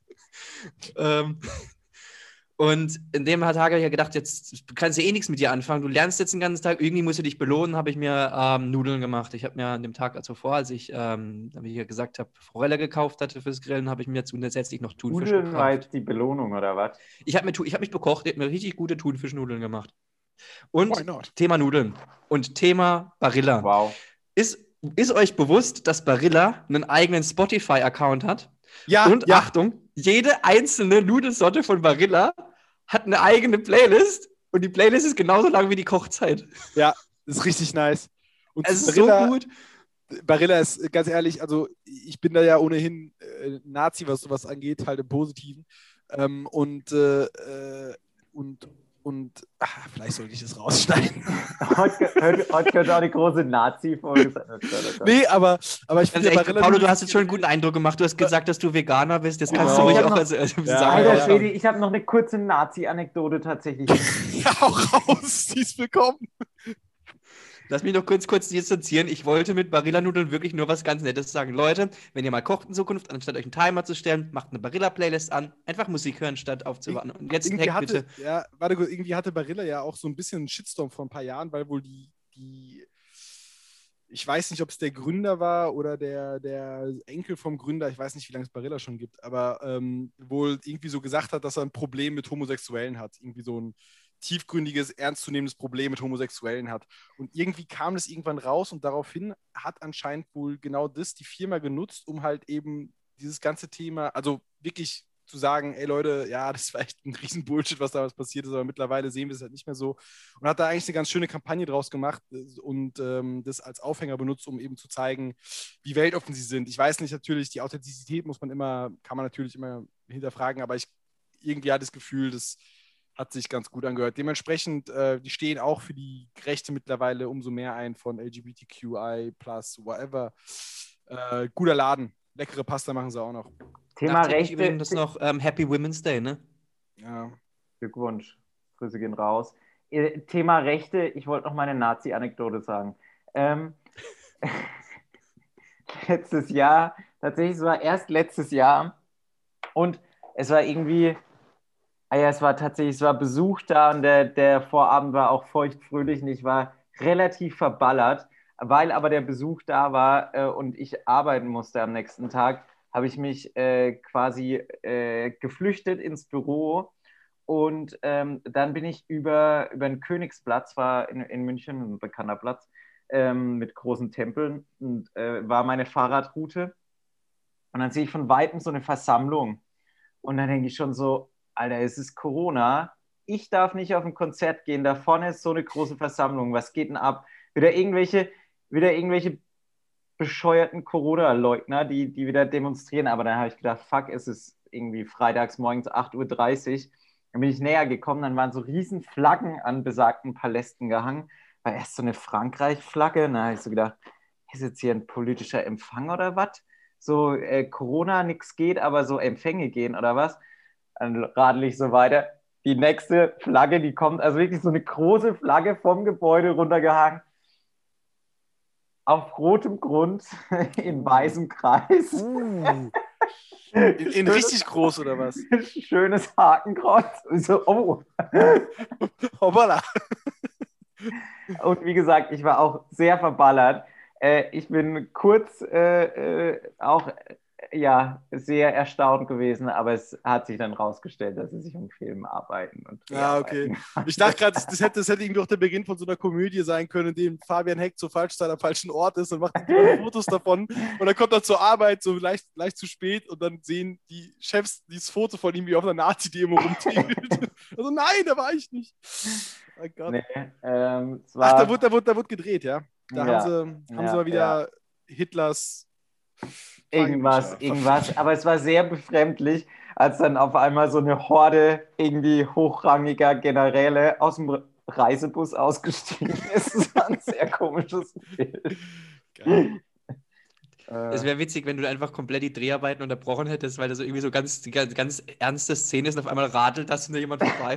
[SPEAKER 1] ähm, und in dem Tag habe ich ja gedacht, jetzt kannst du eh nichts mit dir anfangen, du lernst jetzt den ganzen Tag, irgendwie musst du dich belohnen, habe ich mir ähm, Nudeln gemacht. Ich habe mir an dem Tag zuvor, als ich, ähm, wie ich ja gesagt habe, Forelle gekauft hatte fürs Grillen, habe ich mir zusätzlich noch Thunfisch
[SPEAKER 6] Nudeln war
[SPEAKER 1] gekauft.
[SPEAKER 6] jetzt die Belohnung, oder was?
[SPEAKER 1] Ich habe hab mich bekocht, ich habe mir richtig gute Thunfischnudeln gemacht. Und
[SPEAKER 5] Why not?
[SPEAKER 1] Thema Nudeln und Thema Barilla.
[SPEAKER 6] Wow.
[SPEAKER 1] Ist, ist euch bewusst, dass Barilla einen eigenen Spotify-Account hat?
[SPEAKER 5] Ja,
[SPEAKER 1] Und
[SPEAKER 5] ja.
[SPEAKER 1] Achtung, jede einzelne Nudelsorte von Barilla hat eine eigene Playlist und die Playlist ist genauso lang wie die Kochzeit.
[SPEAKER 5] Ja, das ist richtig nice. Und
[SPEAKER 1] Es ist
[SPEAKER 5] Barilla,
[SPEAKER 1] so gut.
[SPEAKER 5] Barilla ist äh, ganz ehrlich, also ich bin da ja ohnehin äh, Nazi, was sowas angeht, halt im Positiven. Ähm, und, äh, äh, und, und ach, vielleicht sollte ich das rausschneiden.
[SPEAKER 6] Heute, heute, heute könnte auch die große Nazi-Folge sein.
[SPEAKER 5] Nee, aber, aber ich
[SPEAKER 1] Ganz
[SPEAKER 5] finde ja
[SPEAKER 1] ehrlich,
[SPEAKER 5] Barilla.
[SPEAKER 1] Paulo, du hast jetzt schon einen guten Eindruck gemacht. Du hast gesagt, dass du Veganer bist. Das kannst
[SPEAKER 6] Ja.
[SPEAKER 1] du ruhig
[SPEAKER 6] Ich hab
[SPEAKER 1] auch
[SPEAKER 6] noch-
[SPEAKER 1] als, als
[SPEAKER 5] Ja,
[SPEAKER 1] sagen.
[SPEAKER 6] Alter
[SPEAKER 5] ja.
[SPEAKER 6] Schwede, ich habe noch eine kurze Nazi-Anekdote tatsächlich.
[SPEAKER 5] Ja, auch raus, die ist willkommen.
[SPEAKER 1] Lass mich noch kurz, kurz distanzieren. Ich wollte mit Barilla-Nudeln wirklich nur was ganz Nettes sagen. Leute, wenn ihr mal kocht in Zukunft, anstatt euch einen Timer zu stellen, macht eine Barilla-Playlist an. Einfach Musik hören, statt aufzuwarten. Und jetzt
[SPEAKER 5] Irgendwie
[SPEAKER 1] Heck,
[SPEAKER 5] hatte,
[SPEAKER 1] bitte.
[SPEAKER 5] ja, warte kurz, irgendwie hatte Barilla ja auch so ein bisschen einen Shitstorm vor ein paar Jahren, weil wohl die, die ich weiß nicht, ob es der Gründer war oder der, der Enkel vom Gründer, ich weiß nicht, wie lange es Barilla schon gibt, aber ähm, wohl irgendwie so gesagt hat, dass er ein Problem mit Homosexuellen hat. Irgendwie so ein tiefgründiges, ernstzunehmendes Problem mit Homosexuellen hat. Und irgendwie kam das irgendwann raus und daraufhin hat anscheinend wohl genau das die Firma genutzt, um halt eben dieses ganze Thema, also wirklich zu sagen, ey Leute, ja, das war echt ein riesen Bullshit, was damals passiert ist, aber mittlerweile sehen wir es halt nicht mehr so. Und hat da eigentlich eine ganz schöne Kampagne draus gemacht und ähm, das als Aufhänger benutzt, um eben zu zeigen, wie weltoffen sie sind. Ich weiß nicht, natürlich, die Authentizität muss man immer, kann man natürlich immer hinterfragen, aber ich irgendwie hatte das Gefühl, das hat sich ganz gut angehört. Dementsprechend, äh, die stehen auch für die Rechte mittlerweile umso mehr ein von L G B T Q I plus, whatever. Äh, guter Laden. Leckere Pasta machen sie auch noch.
[SPEAKER 6] Thema
[SPEAKER 7] Nachträglich
[SPEAKER 6] Rechte.
[SPEAKER 7] übrigens noch ähm, Happy Women's Day, ne?
[SPEAKER 5] Ja.
[SPEAKER 6] Glückwunsch. Grüße gehen raus. Äh, Thema Rechte. Ich wollte noch meine Nazi-Anekdote sagen. Ähm, letztes Jahr, tatsächlich, es war erst letztes Jahr und es war irgendwie, ah ja, es war tatsächlich, es war Besuch da und der, der Vorabend war auch feuchtfröhlich und ich war relativ verballert. Weil aber der Besuch da war äh, und ich arbeiten musste am nächsten Tag, habe ich mich äh, quasi äh, geflüchtet ins Büro und ähm, dann bin ich über, über den Königsplatz, war in, in München ein bekannter Platz, ähm, mit großen Tempeln und äh, war meine Fahrradroute und dann sehe ich von Weitem so eine Versammlung und dann denke ich schon so, Alter, es ist Corona, ich darf nicht auf ein Konzert gehen, da vorne ist so eine große Versammlung, was geht denn ab? Wieder irgendwelche wieder irgendwelche bescheuerten Corona-Leugner, die, die wieder demonstrieren. Aber dann habe ich gedacht, fuck, es ist irgendwie freitags morgens acht Uhr dreißig. Dann bin ich näher gekommen, dann waren so riesen Flaggen an besagten Palästen gehangen. War erst so eine Frankreich-Flagge. Dann habe ich so gedacht, ist jetzt hier ein politischer Empfang oder was? So äh, Corona, nichts geht, aber so Empfänge gehen oder was? Dann radel ich so weiter. Die nächste Flagge, die kommt, also wirklich so eine große Flagge vom Gebäude runtergehangen. Auf rotem Grund, in weißem Kreis.
[SPEAKER 5] Uh. In, in richtig groß, oder was?
[SPEAKER 6] Schönes Hakenkreuz. So, oh.
[SPEAKER 5] Hoppala.
[SPEAKER 6] Und wie gesagt, ich war auch sehr verballert. Äh, ich bin kurz äh, äh, auch äh, ja, sehr erstaunt gewesen, aber es hat sich dann rausgestellt, dass es sich um Filmarbeiten und
[SPEAKER 5] Ja, okay. Ich dachte gerade, das, das, hätte, das hätte irgendwie doch der Beginn von so einer Komödie sein können, in dem Fabian Heck zur Falschzeit am falschen Ort ist und macht Fotos davon und dann kommt er zur Arbeit so leicht, leicht zu spät und dann sehen die Chefs dieses Foto von ihm, wie auf einer Nazi-Demo rumtingelt. Also nein, da war ich nicht. Oh Gott.
[SPEAKER 6] Nee, ähm, es war,
[SPEAKER 5] Ach, da wurde, da, wurde, da wurde gedreht, ja. Da
[SPEAKER 6] Ja.
[SPEAKER 5] haben sie, haben
[SPEAKER 6] Ja,
[SPEAKER 5] sie mal wieder
[SPEAKER 6] ja.
[SPEAKER 5] Hitlers
[SPEAKER 6] irgendwas,
[SPEAKER 5] Fragebücher
[SPEAKER 6] irgendwas. Aber es war sehr befremdlich, als dann auf einmal so eine Horde irgendwie hochrangiger Generäle aus dem Reisebus ausgestiegen ist. Das war ein sehr komisches Bild.
[SPEAKER 5] Geil.
[SPEAKER 7] Es wäre witzig, wenn du einfach komplett die Dreharbeiten unterbrochen hättest, weil da so irgendwie so ganz, ganz, ganz ernste Szene ist und auf einmal radelt das und da jemand vorbei.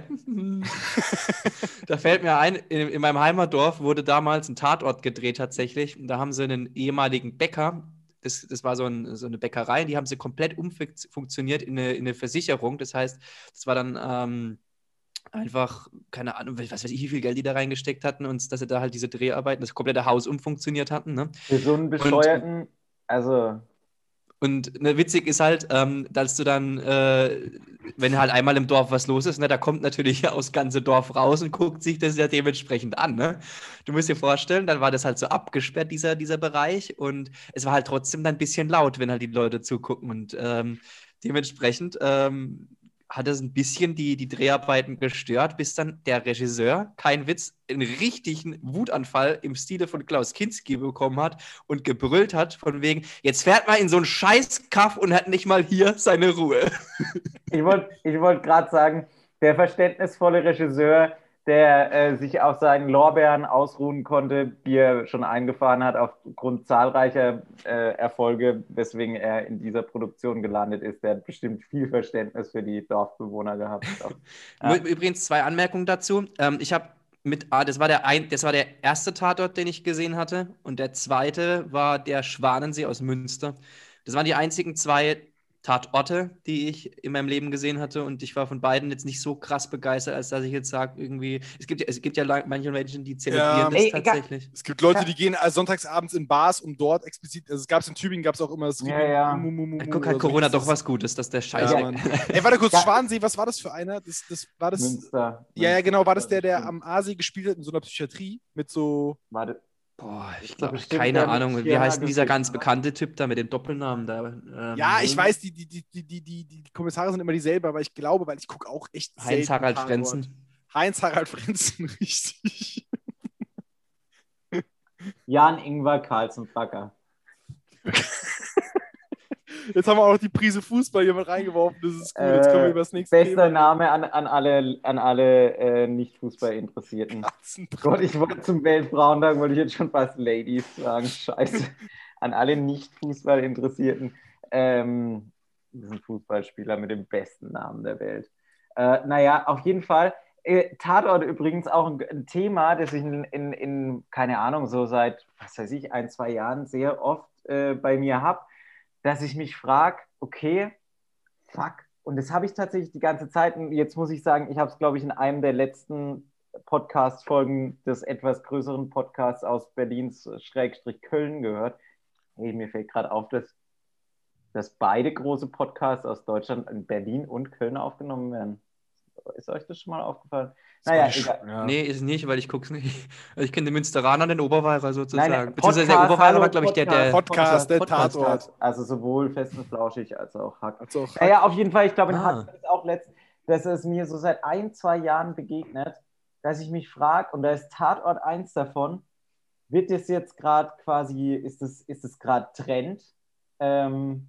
[SPEAKER 7] Da fällt mir ein, in, in meinem Heimatdorf wurde damals ein Tatort gedreht tatsächlich. Und da haben sie einen ehemaligen Bäcker, das, das war so, ein, so eine Bäckerei, die haben sie komplett umfunktioniert in eine, in eine Versicherung. Das heißt, das war dann ähm, einfach, keine Ahnung, was weiß ich, wie viel Geld die da reingesteckt hatten und dass sie da halt diese Dreharbeiten, das komplette Haus umfunktioniert hatten. Ne?
[SPEAKER 6] Für so einen bescheuerten, also
[SPEAKER 7] Und ne, witzig ist halt, ähm, dass du dann, äh, wenn halt einmal im Dorf was los ist, ne, da kommt natürlich das ganze Dorf raus und guckt sich das ja dementsprechend an. Ne? Du musst dir vorstellen, dann war das halt so abgesperrt, dieser, dieser Bereich. Und es war halt trotzdem dann ein bisschen laut, wenn halt die Leute zugucken. Und ähm, dementsprechend ähm, hat es ein bisschen die, die Dreharbeiten gestört, bis dann der Regisseur, kein Witz, einen richtigen Wutanfall im Stile von Klaus Kinski bekommen hat und gebrüllt hat, von wegen, jetzt fährt man in so einen Scheißkaff und hat nicht mal hier seine Ruhe.
[SPEAKER 6] ich wollte ich wollt gerade sagen, der verständnisvolle Regisseur, der äh, sich auf seinen Lorbeeren ausruhen konnte, die er schon eingefahren hat aufgrund zahlreicher äh, Erfolge, weswegen er in dieser Produktion gelandet ist. Der hat bestimmt viel Verständnis für die Dorfbewohner gehabt. Ja.
[SPEAKER 7] Übrigens zwei Anmerkungen dazu. Ähm, ich habe mit, ah, das war der ein, das war der erste Tatort, den ich gesehen hatte, und der zweite war der Schwanensee aus Münster. Das waren die einzigen zwei Tatorte, die ich in meinem Leben gesehen hatte, und ich war von beiden jetzt nicht so krass begeistert, als dass ich jetzt sage, irgendwie, es gibt ja, es gibt ja manche Menschen, die zelebrieren
[SPEAKER 5] Ja.
[SPEAKER 7] das
[SPEAKER 6] Ey,
[SPEAKER 7] tatsächlich.
[SPEAKER 5] Es gibt Leute, die gehen also sonntagsabends in Bars, um dort explizit, also es gab es in Tübingen, gab es auch immer das
[SPEAKER 6] Ja, ja.
[SPEAKER 5] Mu- Mu- Mu-
[SPEAKER 7] Dann
[SPEAKER 5] Mu-
[SPEAKER 7] guck halt
[SPEAKER 5] oder so.
[SPEAKER 7] Corona
[SPEAKER 5] Das
[SPEAKER 7] doch
[SPEAKER 5] ist-
[SPEAKER 7] was Gutes, dass der Scheiß
[SPEAKER 5] Ja,
[SPEAKER 7] weg.
[SPEAKER 5] Mann. Ey, warte kurz,
[SPEAKER 6] Ja.
[SPEAKER 5] Schwanensee, was war das für einer? Das, das, war das,
[SPEAKER 6] Münster.
[SPEAKER 5] ja, ja, genau, war das der, der
[SPEAKER 6] Stimmt.
[SPEAKER 5] am Aasee gespielt hat in so einer Psychiatrie mit so,
[SPEAKER 6] Warte.
[SPEAKER 7] Boah, ich
[SPEAKER 6] Ist doch
[SPEAKER 7] glaube,
[SPEAKER 6] bestimmt
[SPEAKER 7] keine
[SPEAKER 6] der mit
[SPEAKER 7] Ahnung. Wie
[SPEAKER 6] Schirner
[SPEAKER 7] heißt denn dieser ganz
[SPEAKER 6] gesehen, oder?
[SPEAKER 7] bekannte Typ da mit dem Doppelnamen da? Ähm,
[SPEAKER 5] Ja, ich weiß, die, die, die, die, die, die, die Kommissare sind immer dieselben, aber ich glaube, weil ich gucke auch echt selten
[SPEAKER 7] Heinz-Harald
[SPEAKER 5] Tatort.
[SPEAKER 7] Frenzen.
[SPEAKER 5] Heinz-Harald Frenzen, richtig.
[SPEAKER 6] Jan-Ingwer Carlsen-Backer.
[SPEAKER 5] Jetzt haben wir auch noch die Prise Fußball hier mit reingeworfen, das ist gut. Jetzt können wir
[SPEAKER 6] Äh,
[SPEAKER 5] über das nächste
[SPEAKER 6] bester
[SPEAKER 5] Thema
[SPEAKER 6] Name an, an alle, an alle äh, Nicht-Fußball-Interessierten.
[SPEAKER 5] reden.
[SPEAKER 6] Gott, ich wollte zum Weltfrauentag, wollte ich jetzt schon fast Ladies sagen. Scheiße. An alle Nicht-Fußball-Interessierten. Ähm, das ist ein Fußballspieler mit dem besten Namen der Welt. Äh, naja, auf jeden Fall. Äh, Tatort übrigens auch ein, ein Thema, das ich in, in, in, keine Ahnung, so seit, was weiß ich, ein, zwei Jahren sehr oft äh, bei mir habe, dass ich mich frage, okay, fuck. Und das habe ich tatsächlich die ganze Zeit. Und jetzt muss ich sagen, ich habe es, glaube ich, in einem der letzten Podcast-Folgen des etwas größeren Podcasts aus Berlins Schrägstrich Köln gehört. Hey, mir fällt gerade auf, dass, dass beide große Podcasts aus Deutschland in Berlin und Köln aufgenommen werden. Ist euch das schon mal aufgefallen? Naja, egal.
[SPEAKER 5] Ja.
[SPEAKER 7] Nee, ist nicht, weil ich guck's nicht. Ich kenne den Münsteraner, den Oberweirer sozusagen.
[SPEAKER 6] Nein,
[SPEAKER 7] Beziehungsweise der
[SPEAKER 6] Podcast,
[SPEAKER 7] Oberweirer
[SPEAKER 6] hallo,
[SPEAKER 7] war, glaube ich, der, der.
[SPEAKER 5] Podcast, der
[SPEAKER 7] Podcast.
[SPEAKER 5] Tatort.
[SPEAKER 6] Also sowohl fest und flauschig als auch Hack.
[SPEAKER 5] Also auch
[SPEAKER 6] Naja, auf jeden Fall, ich glaube, in
[SPEAKER 7] Ah.
[SPEAKER 6] Hack ist auch letzt, dass es mir so seit ein, zwei Jahren begegnet, dass ich mich frage, und da ist Tatort eins davon, wird das jetzt gerade quasi, ist es ist es gerade Trend? Ähm,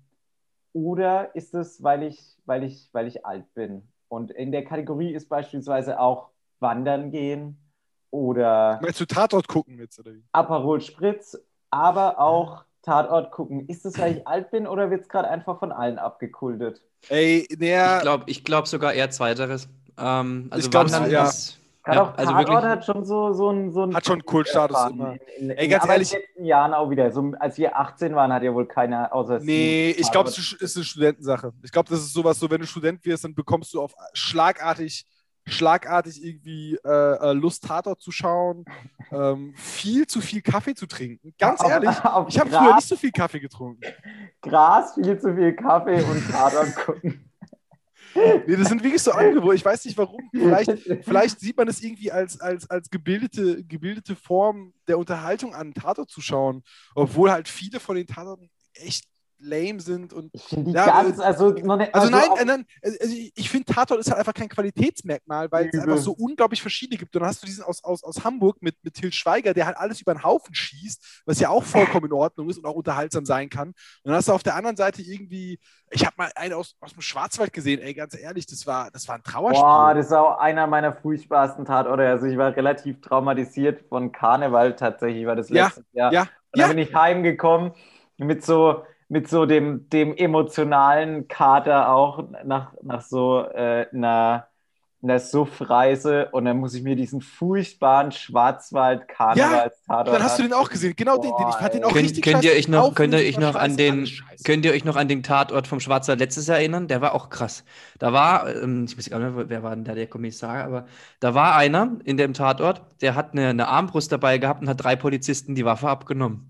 [SPEAKER 6] oder ist es, weil ich, weil, ich, weil ich alt bin? Und in der Kategorie ist beispielsweise auch Wandern gehen oder
[SPEAKER 5] Meinst du Tatort gucken jetzt, oder wie?
[SPEAKER 6] Aperol Spritz, aber auch Tatort gucken. Ist es, weil ich alt bin oder wird es gerade einfach von allen abgekultet?
[SPEAKER 5] Ey, der,
[SPEAKER 7] Ich glaube ich glaub sogar eher Zweiteres. Ähm, also
[SPEAKER 5] Ich glaub's,
[SPEAKER 7] Wandern
[SPEAKER 5] ja.
[SPEAKER 7] ist.
[SPEAKER 6] Gerade
[SPEAKER 7] Ja,
[SPEAKER 6] auch
[SPEAKER 7] also
[SPEAKER 6] Tatort
[SPEAKER 7] wirklich.
[SPEAKER 6] hat schon so, so ein, so ein
[SPEAKER 5] Hat schon einen Kultstatus
[SPEAKER 6] erfahren.
[SPEAKER 5] immer.
[SPEAKER 6] In, in,
[SPEAKER 5] Ey,
[SPEAKER 6] in,
[SPEAKER 5] ganz
[SPEAKER 6] aber
[SPEAKER 5] ehrlich-
[SPEAKER 6] in den letzten Jahren auch wieder. So, als wir achtzehn waren, hat ja wohl keiner außer
[SPEAKER 5] nee,
[SPEAKER 6] Steve
[SPEAKER 5] ich glaube, es
[SPEAKER 6] Tatort.
[SPEAKER 5] ist eine Studentensache. Ich glaube, das ist sowas, so wenn du Student wirst, dann bekommst du auf schlagartig, schlagartig irgendwie äh, äh, Lust, Tatort zu schauen, ähm, viel zu viel Kaffee zu trinken. Ganz
[SPEAKER 6] Auf-
[SPEAKER 5] ehrlich,
[SPEAKER 6] auf
[SPEAKER 5] ich habe
[SPEAKER 6] Gras.
[SPEAKER 5] früher nicht so viel Kaffee getrunken.
[SPEAKER 6] Gras, viel zu viel Kaffee und Tatort gucken.
[SPEAKER 5] Nee, das sind wirklich so Angebote. Ich weiß nicht warum. Vielleicht, vielleicht sieht man es irgendwie als, als, als gebildete, gebildete Form der Unterhaltung an, Tatort zu schauen. Obwohl halt viele von den Tatorten echt lame sind. Und
[SPEAKER 6] Ich finde die
[SPEAKER 5] Ja,
[SPEAKER 6] ganz,
[SPEAKER 5] äh,
[SPEAKER 6] also noch nicht
[SPEAKER 5] also
[SPEAKER 6] mal so
[SPEAKER 5] nein,
[SPEAKER 6] auf-
[SPEAKER 5] äh, nein, also ich, ich finde Tatort ist halt einfach kein Qualitätsmerkmal, weil es
[SPEAKER 6] Übel.
[SPEAKER 5] einfach so unglaublich verschiedene gibt. Und dann hast du diesen aus, aus, aus Hamburg mit, mit Til Schweiger, der halt alles über den Haufen schießt, was ja auch vollkommen in Ordnung ist und auch unterhaltsam sein kann. Und dann hast du auf der anderen Seite irgendwie, ich habe mal einen aus, aus dem Schwarzwald gesehen, ey, ganz ehrlich, das war, das war ein Trauerspiel.
[SPEAKER 6] Boah, das ist auch einer meiner furchtbarsten Tatorte. Also ich war relativ traumatisiert von Karneval tatsächlich, war das
[SPEAKER 5] Ja,
[SPEAKER 6] letztes Jahr.
[SPEAKER 5] ja,
[SPEAKER 6] Und dann
[SPEAKER 5] ja.
[SPEAKER 6] bin ich heimgekommen mit so, mit so dem, dem emotionalen Kater auch nach, nach so äh, einer, einer Suffreise und dann muss ich mir diesen furchtbaren Schwarzwald-Karnevals-Tatort
[SPEAKER 5] Dann hast du den auch
[SPEAKER 6] angucken.
[SPEAKER 5] gesehen. Genau den, den ich fand den auch
[SPEAKER 6] Boah,
[SPEAKER 7] Könnt,
[SPEAKER 5] richtig
[SPEAKER 7] könnt ihr
[SPEAKER 5] scheiße.
[SPEAKER 7] euch noch, könnt ihr euch
[SPEAKER 5] Auflösung
[SPEAKER 7] noch
[SPEAKER 5] war
[SPEAKER 7] an
[SPEAKER 5] scheiße,
[SPEAKER 7] den,
[SPEAKER 5] alles scheiße.
[SPEAKER 7] könnt ihr euch noch an den Tatort vom Schwarzwald letztes Jahr erinnern? Der war auch krass. Da war, ähm, ich weiß gar nicht mehr, wer war denn da der Kommissar, aber da war einer in dem Tatort, der hat eine, eine Armbrust dabei gehabt und hat drei Polizisten die Waffe abgenommen.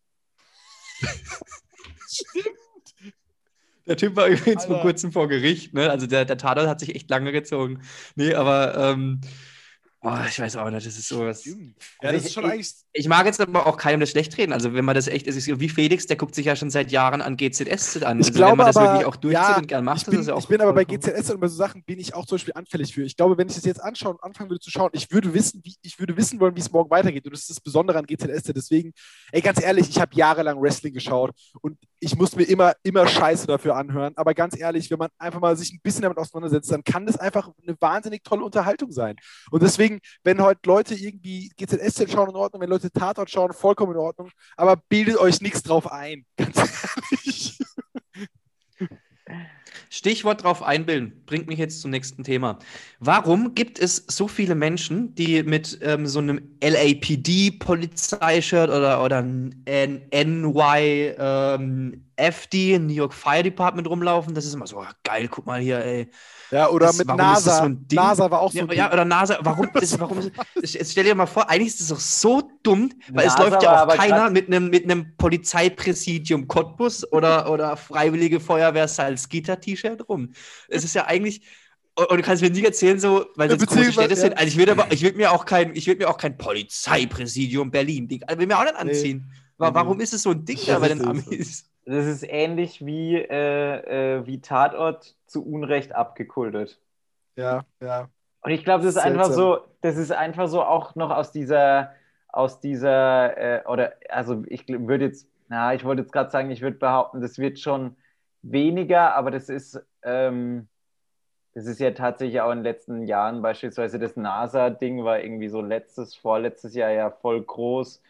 [SPEAKER 7] Der Typ war übrigens vor
[SPEAKER 5] Alter.
[SPEAKER 7] kurzem vor Gericht, ne? Also der, der Tatort hat sich echt lange gezogen. Nee, aber ähm, oh, ich weiß auch nicht, das ist sowas.
[SPEAKER 5] Ja, das ist schon
[SPEAKER 6] Ich-
[SPEAKER 5] eigentlich.
[SPEAKER 7] Ich mag jetzt aber auch keinem das schlecht reden. Also wenn man das echt, es ist so wie Felix, der guckt sich ja schon seit Jahren an G Z S an.
[SPEAKER 5] Ich
[SPEAKER 7] Also
[SPEAKER 5] glaube
[SPEAKER 7] wenn man das
[SPEAKER 5] aber,
[SPEAKER 7] wirklich auch durchzieht
[SPEAKER 5] ja,
[SPEAKER 7] und gern macht,
[SPEAKER 5] ich
[SPEAKER 7] das
[SPEAKER 5] bin,
[SPEAKER 7] ist ja auch
[SPEAKER 5] ich bin aber bei G
[SPEAKER 7] vollkommen-
[SPEAKER 5] Z S und bei so Sachen bin ich auch zum Beispiel anfällig für. Ich glaube, wenn ich das jetzt anschauen und anfangen würde zu schauen, ich würde wissen, wie, ich würde wissen wollen, wie es morgen weitergeht. Und das ist das Besondere an G Z S. Deswegen, ey, ganz ehrlich, ich habe jahrelang Wrestling geschaut und ich muss mir immer, immer Scheiße dafür anhören. Aber ganz ehrlich, wenn man einfach mal sich ein bisschen damit auseinandersetzt, dann kann das einfach eine wahnsinnig tolle Unterhaltung sein. Und deswegen, wenn heute Leute irgendwie G Z S schauen, in Ordnung, wenn Leute Tatort schauen, vollkommen in Ordnung. Aber bildet euch nichts drauf ein. Ganz ehrlich.
[SPEAKER 7] Stichwort drauf einbilden, bringt mich jetzt zum nächsten Thema. Warum gibt es so viele Menschen, die mit ähm, so einem L A P D-Polizeishirt oder, oder ein N Y ähm, F D, New York Fire Department rumlaufen? Das ist immer so, oh, geil, guck mal hier, ey.
[SPEAKER 5] Ja, oder
[SPEAKER 7] Das-
[SPEAKER 5] mit
[SPEAKER 7] warum ist das
[SPEAKER 5] NASA.
[SPEAKER 7] so ein Ding?
[SPEAKER 5] NASA war auch so
[SPEAKER 7] Ja,
[SPEAKER 5] ein
[SPEAKER 7] ja,
[SPEAKER 5] Ding.
[SPEAKER 7] oder NASA, warum ist, warum ist, ich- jetzt stell dir mal vor, eigentlich ist es doch so dumm, weil es
[SPEAKER 6] NASA
[SPEAKER 7] läuft
[SPEAKER 6] war
[SPEAKER 7] ja auch
[SPEAKER 6] aber
[SPEAKER 7] keiner
[SPEAKER 6] grad-
[SPEAKER 7] mit einem mit einem Polizeipräsidium Cottbus oder, oder Freiwillige Feuerwehr Salzgitter T-Shirt rum. Es ist ja eigentlich, Und du kannst mir nicht erzählen, so, weil das große Städte
[SPEAKER 5] ja.
[SPEAKER 7] sind. Also ich würde aber, ich würde mir auch kein, ich würde mir auch kein Polizeipräsidium Berlin-Ding, also will mir auch nicht anziehen.
[SPEAKER 5] Nee.
[SPEAKER 7] Wa-
[SPEAKER 5] Nee,
[SPEAKER 7] Warum
[SPEAKER 5] nee.
[SPEAKER 7] ist es so ein Ding
[SPEAKER 5] Das
[SPEAKER 7] da bei
[SPEAKER 5] ist
[SPEAKER 7] den
[SPEAKER 5] es.
[SPEAKER 7] Amis?
[SPEAKER 6] Das ist ähnlich wie, äh, äh, wie Tatort zu Unrecht abgekultet.
[SPEAKER 5] Ja, ja.
[SPEAKER 6] Und ich glaube, das ist einfach
[SPEAKER 5] Seltsam.
[SPEAKER 6] so, das ist einfach so auch noch aus dieser, aus dieser, äh, oder also ich gl- würde jetzt, na, ich wollte jetzt gerade sagen, ich würde behaupten, das wird schon weniger, aber das ist, ähm, das ist ja tatsächlich auch in den letzten Jahren, beispielsweise das NASA-Ding war irgendwie so letztes, vorletztes Jahr ja voll groß.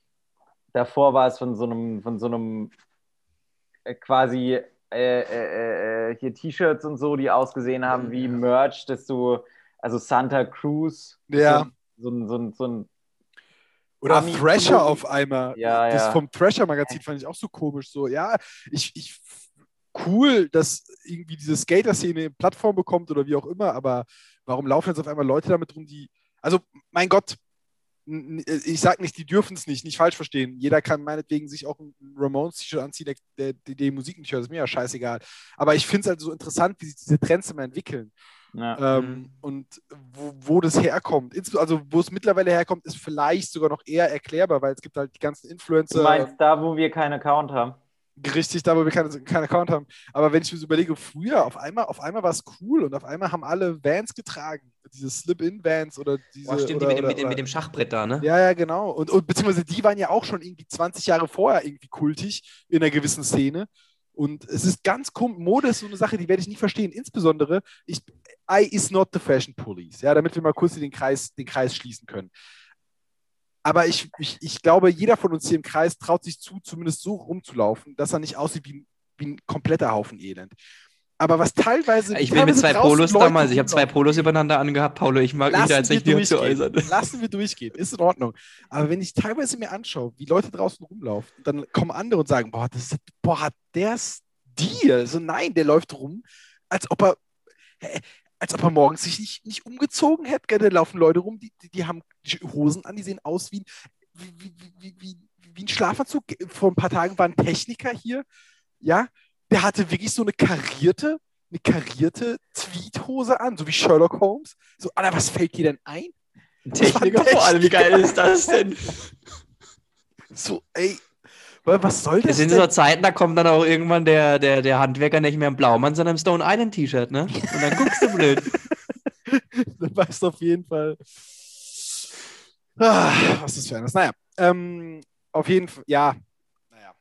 [SPEAKER 6] Davor war es von so einem, von so einem äh, quasi äh, äh, äh, hier T-Shirts und so, die ausgesehen haben wie Merch, dass du, also Santa Cruz,
[SPEAKER 5] Ja.
[SPEAKER 6] so, ein- so, ein- so ein
[SPEAKER 5] Oder
[SPEAKER 6] Ami-
[SPEAKER 5] Thrasher auf einmal.
[SPEAKER 6] Ja,
[SPEAKER 5] das
[SPEAKER 6] ja.
[SPEAKER 5] vom Thrasher-Magazin fand ich auch so komisch. So, ja, ich, ich cool, dass irgendwie diese Skater-Szene eine Plattform bekommt oder wie auch immer, aber warum laufen jetzt auf einmal Leute damit rum, die. Also, mein Gott, n- n- ich sag nicht, die dürfen es nicht, nicht falsch verstehen. Jeder kann meinetwegen sich auch ein Ramones-T-Shirt anziehen, der, der, der die Musik nicht hört, ist mir ja scheißegal. Aber ich finde es halt so interessant, wie sich diese Trends immer entwickeln.
[SPEAKER 6] Ja.
[SPEAKER 5] Ähm,
[SPEAKER 7] Mhm.
[SPEAKER 5] Und wo, wo das herkommt. Insbe- Also wo es mittlerweile herkommt, ist vielleicht sogar noch eher erklärbar, weil es gibt halt die ganzen
[SPEAKER 6] Du
[SPEAKER 5] Influencer,
[SPEAKER 6] meinst da, wo wir keinen Account haben?
[SPEAKER 5] richtig, da wo wir keinen keinen Account haben. Aber wenn ich mir so überlege, früher, auf einmal, auf einmal war es cool und auf einmal haben alle Vans getragen. Diese Slip-In-Vans oder diese.
[SPEAKER 7] Boah, stimmt,
[SPEAKER 5] oder,
[SPEAKER 7] die mit dem,
[SPEAKER 5] oder,
[SPEAKER 7] mit, dem,
[SPEAKER 5] oder,
[SPEAKER 7] mit dem Schachbrett da, ne?
[SPEAKER 5] ja, ja, genau. Und, und beziehungsweise die waren ja auch schon irgendwie zwanzig Jahre vorher irgendwie kultig in einer gewissen Szene. Und es ist ganz komisch. Mode ist so eine Sache, die werde ich nie verstehen. Insbesondere, ich, I is not the fashion police. Ja, damit wir mal kurz den Kreis, den Kreis schließen können. Aber ich, ich, ich glaube, jeder von uns hier im Kreis traut sich zu, zumindest so rumzulaufen, dass er nicht aussieht wie, ein- wie ein kompletter Haufen Elend. Aber was teilweise.
[SPEAKER 7] Ich bin mit
[SPEAKER 5] teilweise
[SPEAKER 7] zwei
[SPEAKER 5] draußen
[SPEAKER 7] Polos
[SPEAKER 5] Leute
[SPEAKER 7] damals, ich habe zwei
[SPEAKER 5] rumlaufen,
[SPEAKER 7] Polos übereinander angehabt, Paulo, ich mag mich da
[SPEAKER 5] Lassen
[SPEAKER 7] jetzt
[SPEAKER 5] wir
[SPEAKER 7] nicht näher zu
[SPEAKER 5] durchgehen.
[SPEAKER 7] äußern.
[SPEAKER 5] Lassen wir durchgehen. Ist in Ordnung. Aber wenn ich teilweise mir anschaue, wie Leute draußen rumlaufen, dann kommen andere und sagen, boah, das ist, boah, hat der Stil? So, nein, der läuft rum, als ob er, äh, als ob er morgens sich nicht, nicht umgezogen hätte. Gell? Da laufen Leute rum, die, die, die haben Hosen an, die sehen aus wie, ein- wie, wie, wie, wie, wie ein Schlafanzug. Vor ein paar Tagen war ein Techniker hier, ja, der hatte wirklich so eine karierte, eine karierte Tweethose an, so wie Sherlock Holmes. So, Alter, was fällt dir denn ein?
[SPEAKER 7] Techniker vor allem, wie geil ist das denn?
[SPEAKER 5] So, ey, wa- was soll das
[SPEAKER 7] Es sind
[SPEAKER 5] denn?
[SPEAKER 7] so Zeiten, da kommt dann auch irgendwann der, der, der Handwerker nicht mehr im Blaumann, sondern im Stone Island T-Shirt, ne? Und dann guckst du blöd.
[SPEAKER 5] Dann weißt du auf jeden Fall, ah, was ist für eines. Naja, ähm, auf jeden Fall, ja, naja,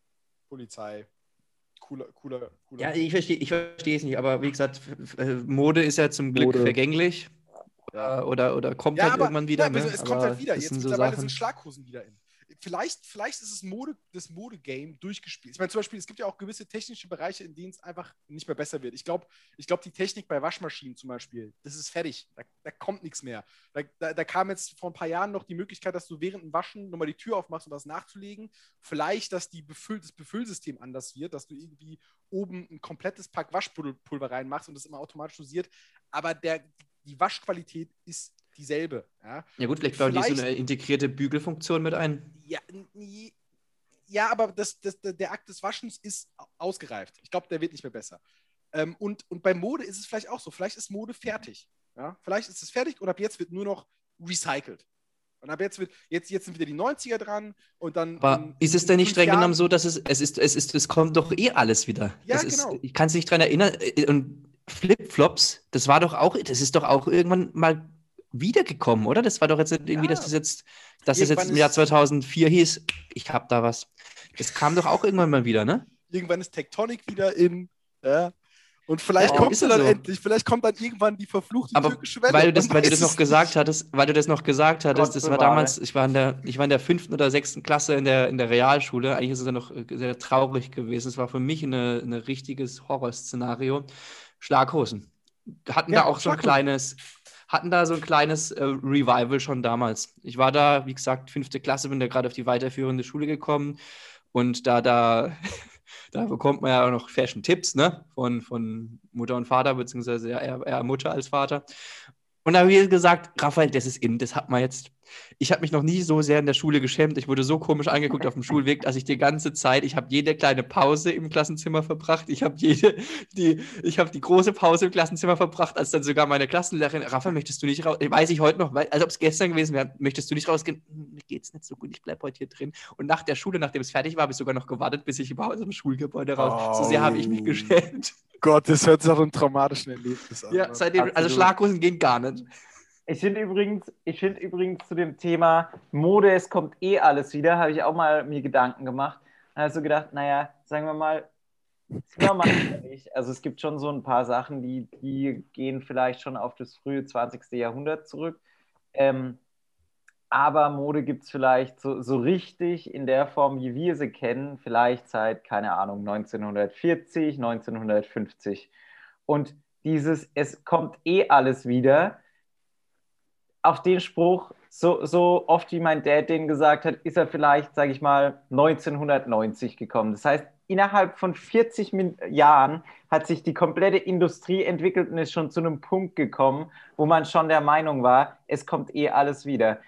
[SPEAKER 5] Polizei, cooler, cooler, cooler.
[SPEAKER 7] Ja, ich verstehe ich verstehe es nicht, aber wie gesagt, f- f- äh, Mode ist ja zum Glück
[SPEAKER 5] Mode.
[SPEAKER 7] vergänglich.
[SPEAKER 5] Ja.
[SPEAKER 7] Äh, Oder, oder kommt
[SPEAKER 5] Ja,
[SPEAKER 7] halt
[SPEAKER 5] aber
[SPEAKER 7] irgendwann wieder.
[SPEAKER 5] ja,
[SPEAKER 7] Ne?
[SPEAKER 5] es kommt
[SPEAKER 7] Aber
[SPEAKER 5] halt wieder.
[SPEAKER 7] das
[SPEAKER 5] Jetzt
[SPEAKER 7] sind so
[SPEAKER 5] mittlerweile
[SPEAKER 7] Sachen.
[SPEAKER 5] sind Schlaghosen wieder in. Vielleicht, vielleicht ist es Mode, das Mode-Game durchgespielt. Ich meine, zum Beispiel, es gibt ja auch gewisse technische Bereiche, in denen es einfach nicht mehr besser wird. Ich glaube, ich glaub, die Technik bei Waschmaschinen zum Beispiel, das ist fertig. Da, da kommt nichts mehr. Da, da, da kam jetzt vor ein paar Jahren noch die Möglichkeit, dass du während dem Waschen nochmal die Tür aufmachst, um was nachzulegen. Vielleicht, dass die Befüll, das Befüllsystem anders wird, dass du irgendwie oben ein komplettes Pack Waschpulver reinmachst und das immer automatisch dosiert. Aber der, die Waschqualität ist dieselbe. Ja,
[SPEAKER 7] Ja gut, vielleicht bauen die so
[SPEAKER 5] Vielleicht-
[SPEAKER 7] eine integrierte Bügelfunktion mit ein.
[SPEAKER 5] ja, n- ja aber das, das, der Akt des Waschens ist ausgereift. Ich glaube, der wird nicht mehr besser. Ähm, und, und bei Mode ist es vielleicht auch so. Vielleicht ist Mode fertig. Ja? Vielleicht ist es fertig und ab jetzt wird nur noch recycelt. Und ab jetzt wird, jetzt, jetzt sind wieder die neunziger dran und dann.
[SPEAKER 7] Aber
[SPEAKER 5] in-
[SPEAKER 7] ist es
[SPEAKER 5] in
[SPEAKER 7] denn nicht
[SPEAKER 5] fünf
[SPEAKER 7] streng
[SPEAKER 5] Jahren-
[SPEAKER 7] genommen so, dass es, es ist, es ist, es kommt doch eh alles wieder.
[SPEAKER 5] Ja,
[SPEAKER 7] es ist,
[SPEAKER 5] genau.
[SPEAKER 7] Ich kann es nicht dran erinnern. äh, Und Flipflops, das war doch auch, das ist doch auch irgendwann mal wiedergekommen, oder? Das war doch jetzt irgendwie,
[SPEAKER 5] Ja.
[SPEAKER 7] dass das jetzt, dass das jetzt
[SPEAKER 5] Irgendwann
[SPEAKER 7] im Jahr
[SPEAKER 5] ist-
[SPEAKER 7] zweitausendvier hieß, ich hab da was. Das kam doch auch irgendwann mal wieder, ne?
[SPEAKER 5] Irgendwann ist Tectonic wieder in. Ja. Und vielleicht
[SPEAKER 7] Ja,
[SPEAKER 5] kommt
[SPEAKER 7] ist
[SPEAKER 5] sie
[SPEAKER 7] es
[SPEAKER 5] dann
[SPEAKER 7] so.
[SPEAKER 5] endlich. Vielleicht kommt dann irgendwann die verfluchte
[SPEAKER 7] Aber
[SPEAKER 5] türkische Welle.
[SPEAKER 7] weil du das,
[SPEAKER 5] Man
[SPEAKER 7] weil du
[SPEAKER 5] weiß
[SPEAKER 7] das noch
[SPEAKER 5] es
[SPEAKER 7] gesagt
[SPEAKER 5] nicht.
[SPEAKER 7] hattest, weil du das noch gesagt hattest,
[SPEAKER 6] Gott
[SPEAKER 7] das war
[SPEAKER 6] bewahre.
[SPEAKER 7] damals, ich war in der, ich war in der fünften oder sechsten Klasse in der, in der Realschule. Eigentlich ist es ja noch äh, sehr traurig gewesen. Es war für mich eine, ein richtiges Horrorszenario. Schlaghosen. Hatten
[SPEAKER 5] Ja,
[SPEAKER 7] da auch so ein
[SPEAKER 5] Schlaghosen.
[SPEAKER 7] kleines, hatten da so ein kleines äh, Revival schon damals. Ich war da, wie gesagt, fünfte Klasse, bin da gerade auf die weiterführende Schule gekommen und da, da, da bekommt man ja auch noch Fashion-Tipps, ne? Von, von Mutter und Vater, beziehungsweise eher, eher Mutter als Vater. Und da habe ich gesagt, Raphael, das ist in, das hat man jetzt. ich habe mich noch nie so sehr in der Schule geschämt. Ich wurde so komisch angeguckt auf dem Schulweg, dass ich die ganze Zeit, ich habe jede kleine Pause im Klassenzimmer verbracht. Ich habe jede, die, ich habe die große Pause im Klassenzimmer verbracht, als dann sogar meine Klassenlehrerin, Rafa, möchtest du nicht raus? Weiß ich heute noch, weil, als ob es gestern gewesen wäre, möchtest du nicht rausgehen? Hm, mir geht's nicht so gut, ich bleibe heute hier drin. Und nach der Schule, nachdem es fertig war, habe ich sogar noch gewartet, bis ich überhaupt aus dem Schulgebäude raus. So sehr habe ich mich geschämt.
[SPEAKER 5] Gott, das hört sich nach einem traumatischen Erlebnis an.
[SPEAKER 7] Ja, seitdem, also
[SPEAKER 6] Absolut.
[SPEAKER 7] Schlaghosen gehen gar nicht.
[SPEAKER 6] Ich finde übrigens, ich finde übrigens zu dem Thema Mode, es kommt eh alles wieder, habe ich auch mal mir Gedanken gemacht. Dann habe ich so gedacht, naja, sagen wir mal, sind wir mal ehrlich, also es gibt schon so ein paar Sachen, die, die gehen vielleicht schon auf das frühe zwanzigste Jahrhundert zurück. Ähm, aber Mode gibt es vielleicht so, so richtig in der Form, wie wir sie kennen, vielleicht seit, keine Ahnung, neunzehnhundertvierzig, neunzehnhundertfünfzig. Und dieses, es kommt eh alles wieder, auf den Spruch, so, so oft wie mein Dad den gesagt hat, ist er vielleicht, sage ich mal, neunzehnhundertneunzig gekommen. Das heißt, innerhalb von vierzig Min- Jahren hat sich die komplette Industrie entwickelt und ist schon zu einem Punkt gekommen, wo man schon der Meinung war, es kommt eh alles wieder.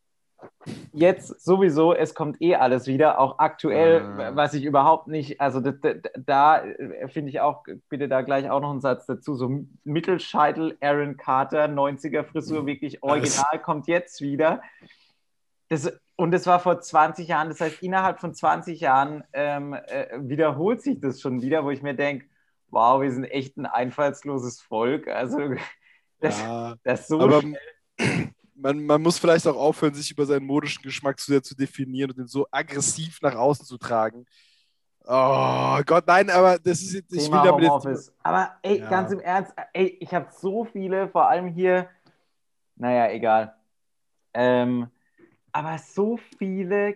[SPEAKER 6] Jetzt sowieso, es kommt eh alles wieder, auch aktuell,
[SPEAKER 2] Ah.
[SPEAKER 6] was ich überhaupt nicht, also da, da, da äh, finde ich auch, bitte da gleich auch noch einen Satz dazu, so Mittelscheitel, Aaron Carter, neunziger Frisur, wirklich original, kommt jetzt wieder. Das, und das war vor zwanzig Jahren, das heißt, innerhalb von zwanzig Jahren ähm, äh, wiederholt sich das schon wieder, wo ich mir denke, wow, wir sind echt ein einfallsloses Volk, also das,
[SPEAKER 5] Ja,
[SPEAKER 6] das so
[SPEAKER 5] aber
[SPEAKER 6] schnell.
[SPEAKER 5] man, man muss vielleicht auch aufhören, sich über seinen modischen Geschmack zu sehr zu definieren und den so aggressiv nach außen zu tragen. Oh Gott, nein, aber das ist jetzt, ich will
[SPEAKER 6] Thema
[SPEAKER 5] damit jetzt,
[SPEAKER 6] Homeoffice. Aber ey,
[SPEAKER 5] Ja.
[SPEAKER 6] ganz im Ernst, ey, ich habe so viele, vor allem hier, naja, egal. Ähm, aber so viele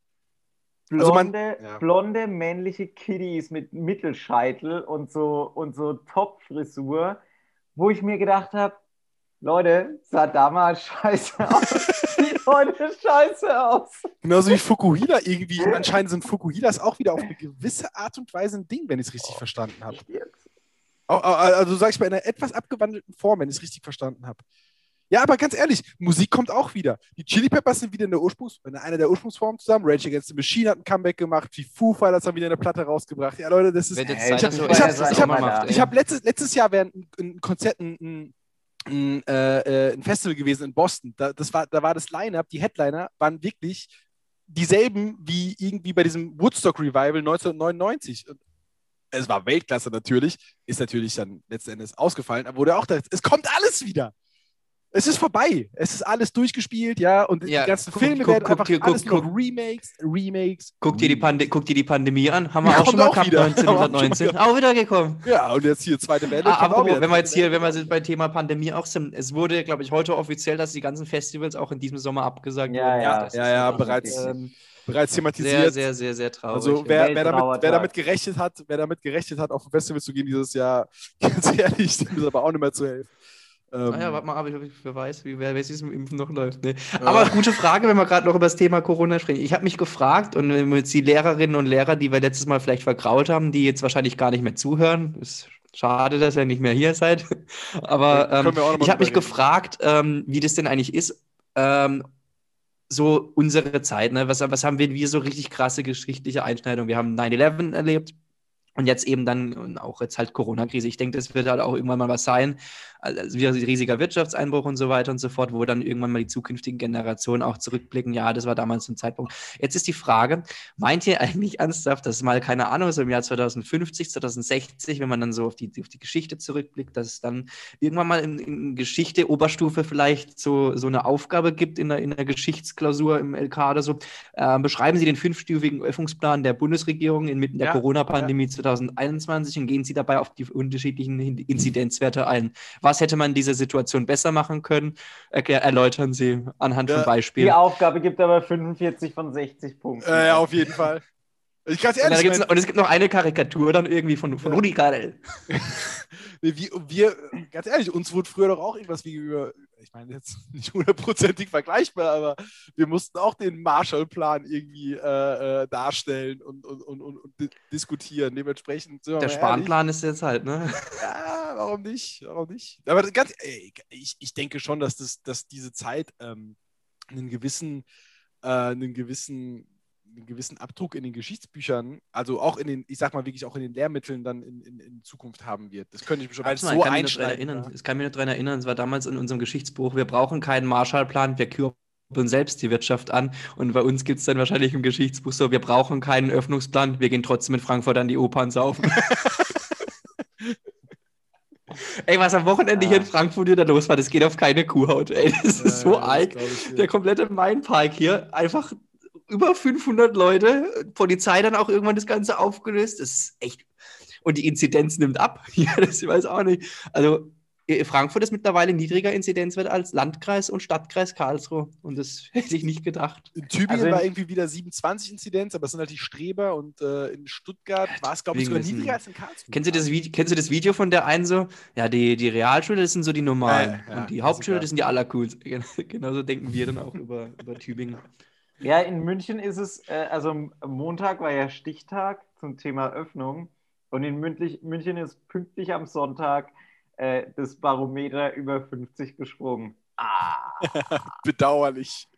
[SPEAKER 5] Also man-
[SPEAKER 6] blonde,
[SPEAKER 5] ja.
[SPEAKER 6] blonde männliche Kiddies mit Mittelscheitel und so, und so Top-Frisur, wo ich mir gedacht habe, Leute, sah damals scheiße aus, sieht heute scheiße aus.
[SPEAKER 5] genauso wie Fukuhila irgendwie, anscheinend sind Fukuhilas auch wieder auf eine gewisse Art und Weise ein Ding, wenn ich es richtig verstanden habe. Au- au- Also sag ich mal in einer etwas abgewandelten Form, wenn ich es richtig verstanden habe. Ja, aber ganz ehrlich, Musik kommt auch wieder. Die Chili Peppers sind wieder in der Ursprungs, in einer der Ursprungsformen zusammen. Rage Against the Machine hat ein Comeback gemacht. Die Foo Fighters haben wieder eine Platte rausgebracht. Ja, Leute, das ist.
[SPEAKER 7] Wird jetzt
[SPEAKER 6] Ey,
[SPEAKER 7] Zeit,
[SPEAKER 6] ich
[SPEAKER 7] dass
[SPEAKER 6] hab-
[SPEAKER 7] du
[SPEAKER 6] ich hab-
[SPEAKER 7] etwas
[SPEAKER 6] ich hab-
[SPEAKER 7] auch mal macht, ey.
[SPEAKER 5] Ich habe letztes, letztes Jahr während ein, ein Konzert, ein, ein, ein, äh, ein Festival gewesen in Boston. Da, das war, da war das Line-Up, die Headliner waren wirklich dieselben wie irgendwie bei diesem Woodstock Revival neunzehnhundertneunundneunzig. Und es war Weltklasse natürlich, ist natürlich dann letzten Endes ausgefallen, aber wurde auch da, es kommt alles wieder. Es ist vorbei. Es ist alles durchgespielt, ja, und
[SPEAKER 7] Ja,
[SPEAKER 5] die ganzen
[SPEAKER 7] guck-
[SPEAKER 5] Filme
[SPEAKER 7] guck-
[SPEAKER 5] werden
[SPEAKER 7] guck
[SPEAKER 5] einfach
[SPEAKER 7] dir- guck-
[SPEAKER 5] alles nur
[SPEAKER 7] guck-
[SPEAKER 5] Remakes, Remakes.
[SPEAKER 7] Guck dir, die Pande guck dir die Pandemie an. Haben wir
[SPEAKER 5] Ja,
[SPEAKER 7] auch schon
[SPEAKER 5] kommt
[SPEAKER 7] mal
[SPEAKER 5] auch
[SPEAKER 7] gehabt,
[SPEAKER 5] wieder.
[SPEAKER 7] neunzehnhundertneunzehn.
[SPEAKER 5] Haben wir auch
[SPEAKER 7] Auch wieder gekommen.
[SPEAKER 5] Ja, und jetzt hier zweite Welle.
[SPEAKER 7] Ah,
[SPEAKER 5] kommt auch
[SPEAKER 7] apropos,
[SPEAKER 5] wieder.
[SPEAKER 7] wenn wir jetzt hier, wenn wir jetzt beim Thema Pandemie auch sind, es wurde, glaube ich, heute offiziell, dass die ganzen Festivals auch in diesem Sommer abgesagt
[SPEAKER 6] Ja,
[SPEAKER 7] wurden.
[SPEAKER 6] ja.
[SPEAKER 7] Das
[SPEAKER 5] Ja,
[SPEAKER 7] ist
[SPEAKER 5] ja,
[SPEAKER 7] wirklich,
[SPEAKER 5] bereits,
[SPEAKER 7] ähm,
[SPEAKER 5] bereits
[SPEAKER 7] sehr,
[SPEAKER 5] thematisiert.
[SPEAKER 7] sehr, sehr, sehr traurig.
[SPEAKER 5] Also
[SPEAKER 7] ja.
[SPEAKER 5] wer, wer, damit, wer
[SPEAKER 6] Welttrauertag.
[SPEAKER 5] damit gerechnet hat, wer damit gerechnet hat, auf ein Festival zu gehen dieses Jahr, ganz ehrlich, dem ist aber auch nicht mehr zu helfen. Ähm,
[SPEAKER 7] Naja, warte mal ab, ich, wer weiß, wie, wer weiß, wie es mit dem Impfen noch läuft. Nee. Aber gute Frage, wenn wir gerade noch über das Thema Corona sprechen. Ich habe mich gefragt, und wenn wir jetzt die Lehrerinnen und Lehrer, die wir letztes Mal vielleicht vergrault haben, die jetzt wahrscheinlich gar nicht mehr zuhören, ist schade, dass ihr nicht mehr hier seid. Aber
[SPEAKER 5] Da
[SPEAKER 7] ähm,
[SPEAKER 5] können wir auch noch mal
[SPEAKER 7] ich habe mich
[SPEAKER 5] drüber reden.
[SPEAKER 7] gefragt, ähm, wie das denn eigentlich ist, ähm, so unsere Zeit, ne? Was, was haben wir, wir so richtig krasse geschichtliche Einschneidungen? Wir haben neun elf erlebt. Und jetzt eben dann und auch jetzt halt Corona-Krise. Ich denke, das wird halt auch irgendwann mal was sein. Also wieder ein riesiger Wirtschaftseinbruch und so weiter und so fort, wo dann irgendwann mal die zukünftigen Generationen auch zurückblicken. Ja, das war damals ein Zeitpunkt. Jetzt ist die Frage, meint ihr eigentlich ernsthaft, dass mal, keine Ahnung, so im Jahr zweitausendfünfzig, zweitausendsechzig, wenn man dann so auf die, auf die Geschichte zurückblickt, dass es dann irgendwann mal in, in Geschichte, Oberstufe vielleicht so, so eine Aufgabe gibt in der, in der Geschichtsklausur im L K oder so. Ähm, beschreiben Sie den fünfstufigen Öffnungsplan der Bundesregierung inmitten der
[SPEAKER 5] Ja,
[SPEAKER 7] Corona-Pandemie zweitausendeinundzwanzig und gehen Sie dabei auf die unterschiedlichen Inzidenzwerte ein. Was hätte man in dieser Situation besser machen können? Erklär, erläutern Sie anhand
[SPEAKER 5] Ja,
[SPEAKER 7] von
[SPEAKER 6] Die
[SPEAKER 7] Beispielen.
[SPEAKER 6] Aufgabe gibt aber fünfundvierzig von sechzig Punkten.
[SPEAKER 5] äh, ja, auf jeden Fall. Ich ganz
[SPEAKER 7] Und, dann
[SPEAKER 5] ehrlich,
[SPEAKER 7] gibt's
[SPEAKER 5] mein,
[SPEAKER 7] noch, und es gibt noch eine Karikatur dann irgendwie von, von
[SPEAKER 5] Ja.
[SPEAKER 7] Rudi Carrell.
[SPEAKER 5] wir, wir, ganz ehrlich, uns wurde früher doch auch irgendwas wie über, ich meine jetzt nicht hundertprozentig vergleichbar, aber wir mussten auch den Marshallplan irgendwie äh, äh, darstellen und, und, und, und, und di- diskutieren. Dementsprechend sind wir
[SPEAKER 7] Der
[SPEAKER 5] mal ehrlich.
[SPEAKER 7] Spanplan ist jetzt halt, ne?
[SPEAKER 5] Ja, warum nicht? Warum nicht? Aber ganz, ey, ich, ich denke schon, dass, das, dass diese Zeit ähm, einen gewissen, äh, einen gewissen, einen gewissen Abdruck in den Geschichtsbüchern, also auch in den, ich sag mal wirklich auch in den Lehrmitteln dann in, in, in Zukunft haben wird. Das könnte ich mir schon, weil es
[SPEAKER 7] Warte mal,
[SPEAKER 5] so
[SPEAKER 7] ich kann mich noch dran
[SPEAKER 5] einschneidend
[SPEAKER 7] erinnern.
[SPEAKER 5] war.
[SPEAKER 7] Ich kann mich noch daran erinnern, es war damals in unserem Geschichtsbuch, wir brauchen keinen Marshallplan, wir kurbeln selbst die Wirtschaft an. Und bei uns gibt es dann wahrscheinlich im Geschichtsbuch so, wir brauchen keinen Öffnungsplan, wir gehen trotzdem in Frankfurt an die Opern saufen. Ey, was am Wochenende
[SPEAKER 6] Ah.
[SPEAKER 7] hier in Frankfurt wieder los war, das geht auf keine Kuhhaut. Ey, das ist so
[SPEAKER 5] Ja, das
[SPEAKER 7] arg.
[SPEAKER 5] glaub ich dir.
[SPEAKER 7] Der komplette Mainpark hier, einfach über fünfhundert Leute, Polizei dann auch irgendwann das Ganze aufgelöst. Das ist echt. Und die Inzidenz nimmt ab. Ja, das ich weiß auch nicht. Also äh, Frankfurt ist mittlerweile niedriger Inzidenzwert als Landkreis und Stadtkreis Karlsruhe. Und das hätte ich nicht gedacht.
[SPEAKER 5] In Tübingen
[SPEAKER 6] Also in-
[SPEAKER 5] war irgendwie wieder siebenundzwanzig Inzidenz, aber es sind halt die Streber und äh, in Stuttgart war es, glaube ich, sogar
[SPEAKER 7] Deswegen
[SPEAKER 5] niedriger
[SPEAKER 7] wissen-
[SPEAKER 5] als in Karlsruhe.
[SPEAKER 7] Kennst du, das Video, kennst du das Video von der einen so? Ja, die, die Realschule, das sind so die normalen.
[SPEAKER 5] Ja, ja,
[SPEAKER 7] und die
[SPEAKER 5] Klassiker.
[SPEAKER 7] Hauptschule, das sind die allercoolsten. Genauso denken wir dann auch über, über Tübingen.
[SPEAKER 6] Ja, in München ist es, äh, also am Montag war ja Stichtag zum Thema Öffnung und in München, München ist pünktlich am Sonntag äh, das Barometer über fünfzig gesprungen. Ah,
[SPEAKER 5] Bedauerlich.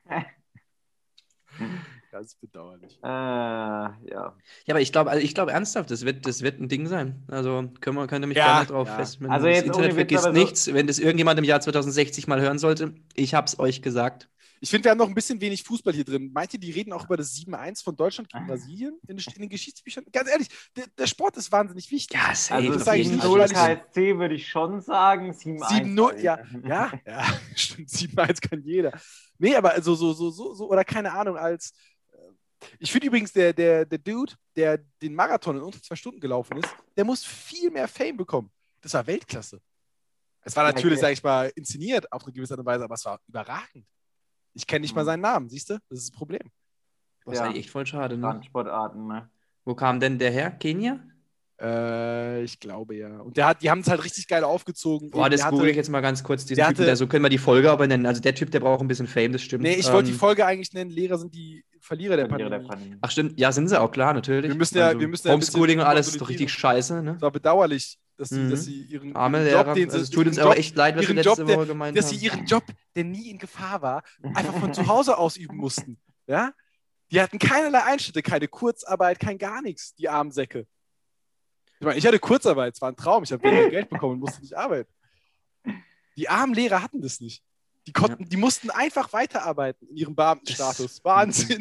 [SPEAKER 5] Ganz bedauerlich.
[SPEAKER 6] äh, ja.
[SPEAKER 7] Ja, aber ich glaube also ich glaube ernsthaft, das wird, das wird ein Ding sein. Also können wir, könnt ihr mich
[SPEAKER 5] Ja,
[SPEAKER 7] gerne drauf
[SPEAKER 5] ja.
[SPEAKER 7] festmachen.
[SPEAKER 6] Also
[SPEAKER 7] das
[SPEAKER 6] jetzt
[SPEAKER 7] Internet
[SPEAKER 6] ohne Witz,
[SPEAKER 7] vergisst
[SPEAKER 6] aber so-
[SPEAKER 7] nichts. Wenn das irgendjemand im Jahr zweitausendsechzig mal hören sollte, ich hab's euch gesagt.
[SPEAKER 5] Ich finde, wir haben noch ein bisschen wenig Fußball hier drin. Meint ihr, die reden auch über das sieben eins von Deutschland gegen Brasilien in, in den Geschichtsbüchern? Ganz ehrlich, der, der Sport ist wahnsinnig wichtig.
[SPEAKER 7] Ja, safe,
[SPEAKER 6] Also
[SPEAKER 5] das
[SPEAKER 7] auf
[SPEAKER 5] sag ich
[SPEAKER 7] jeden
[SPEAKER 5] nicht,
[SPEAKER 7] Fall.
[SPEAKER 5] weil
[SPEAKER 6] sieben
[SPEAKER 5] ich-
[SPEAKER 6] null K S C würde ich schon sagen. sieben eins.
[SPEAKER 5] sieben null, ja, ja, ja, stimmt, sieben eins kann jeder. Nee, aber also so, so, so, so, oder keine Ahnung, als äh, ich finde übrigens, der, der, der Dude, der den Marathon in unter zwei Stunden gelaufen ist, der muss viel mehr Fame bekommen. Das war Weltklasse. Es war
[SPEAKER 6] Ja,
[SPEAKER 5] natürlich,
[SPEAKER 6] okay.
[SPEAKER 5] sag ich mal, inszeniert auf eine gewisse Art und Weise, aber es war überragend. Ich kenne nicht mal
[SPEAKER 6] Mhm.
[SPEAKER 5] seinen Namen, siehst du? Das ist das Problem.
[SPEAKER 7] Das ist
[SPEAKER 6] Ja.
[SPEAKER 7] eigentlich echt voll schade, ne?
[SPEAKER 6] Randsportarten, ne?
[SPEAKER 7] Wo kam denn der her? Kenia?
[SPEAKER 5] Äh, ich glaube ja. Und der hat, die haben es halt richtig geil aufgezogen.
[SPEAKER 7] Boah, das
[SPEAKER 5] Der hatte-
[SPEAKER 7] google ich jetzt mal ganz kurz. Diesen
[SPEAKER 5] der
[SPEAKER 7] Typen,
[SPEAKER 5] hatte-
[SPEAKER 7] der, so können wir die Folge aber nennen. Also der Typ, der braucht ein bisschen Fame, das stimmt.
[SPEAKER 5] Nee, ich wollte die
[SPEAKER 7] Ähm,
[SPEAKER 5] Folge eigentlich nennen, Lehrer sind die Verlierer der
[SPEAKER 6] Verlierer
[SPEAKER 5] Pandemie.
[SPEAKER 6] der Pandemie.
[SPEAKER 7] Ach stimmt, ja, sind sie auch, klar, natürlich.
[SPEAKER 5] Wir müssen ja- wir müssen ja ein bisschen
[SPEAKER 7] Homeschooling und alles ist doch richtig
[SPEAKER 5] konsolidieren.
[SPEAKER 7] scheiße, ne?
[SPEAKER 5] Es war bedauerlich, dass sie,
[SPEAKER 7] Mhm.
[SPEAKER 5] dass sie ihren,
[SPEAKER 7] Arme
[SPEAKER 5] ihren
[SPEAKER 7] Lehrer.
[SPEAKER 5] Job, den sie,
[SPEAKER 7] Also es tut uns
[SPEAKER 5] ihren
[SPEAKER 7] aber
[SPEAKER 5] Job,
[SPEAKER 7] echt leid, was wir
[SPEAKER 5] ihren
[SPEAKER 7] letzte
[SPEAKER 5] Job, der-
[SPEAKER 7] Woche gemeint
[SPEAKER 5] dass
[SPEAKER 7] haben.
[SPEAKER 5] sie ihren Job, der nie in Gefahr war, einfach von zu Hause aus üben mussten. Ja? Die hatten keinerlei Einschnitte, keine Kurzarbeit, kein gar nichts, die armen Säcke. Ich meine, ich hatte Kurzarbeit, es war ein Traum, ich habe weniger Geld bekommen und musste nicht arbeiten. Die armen Lehrer hatten das nicht. Die, konnten, die mussten einfach weiterarbeiten in ihrem Beamtenstatus. Wahnsinn.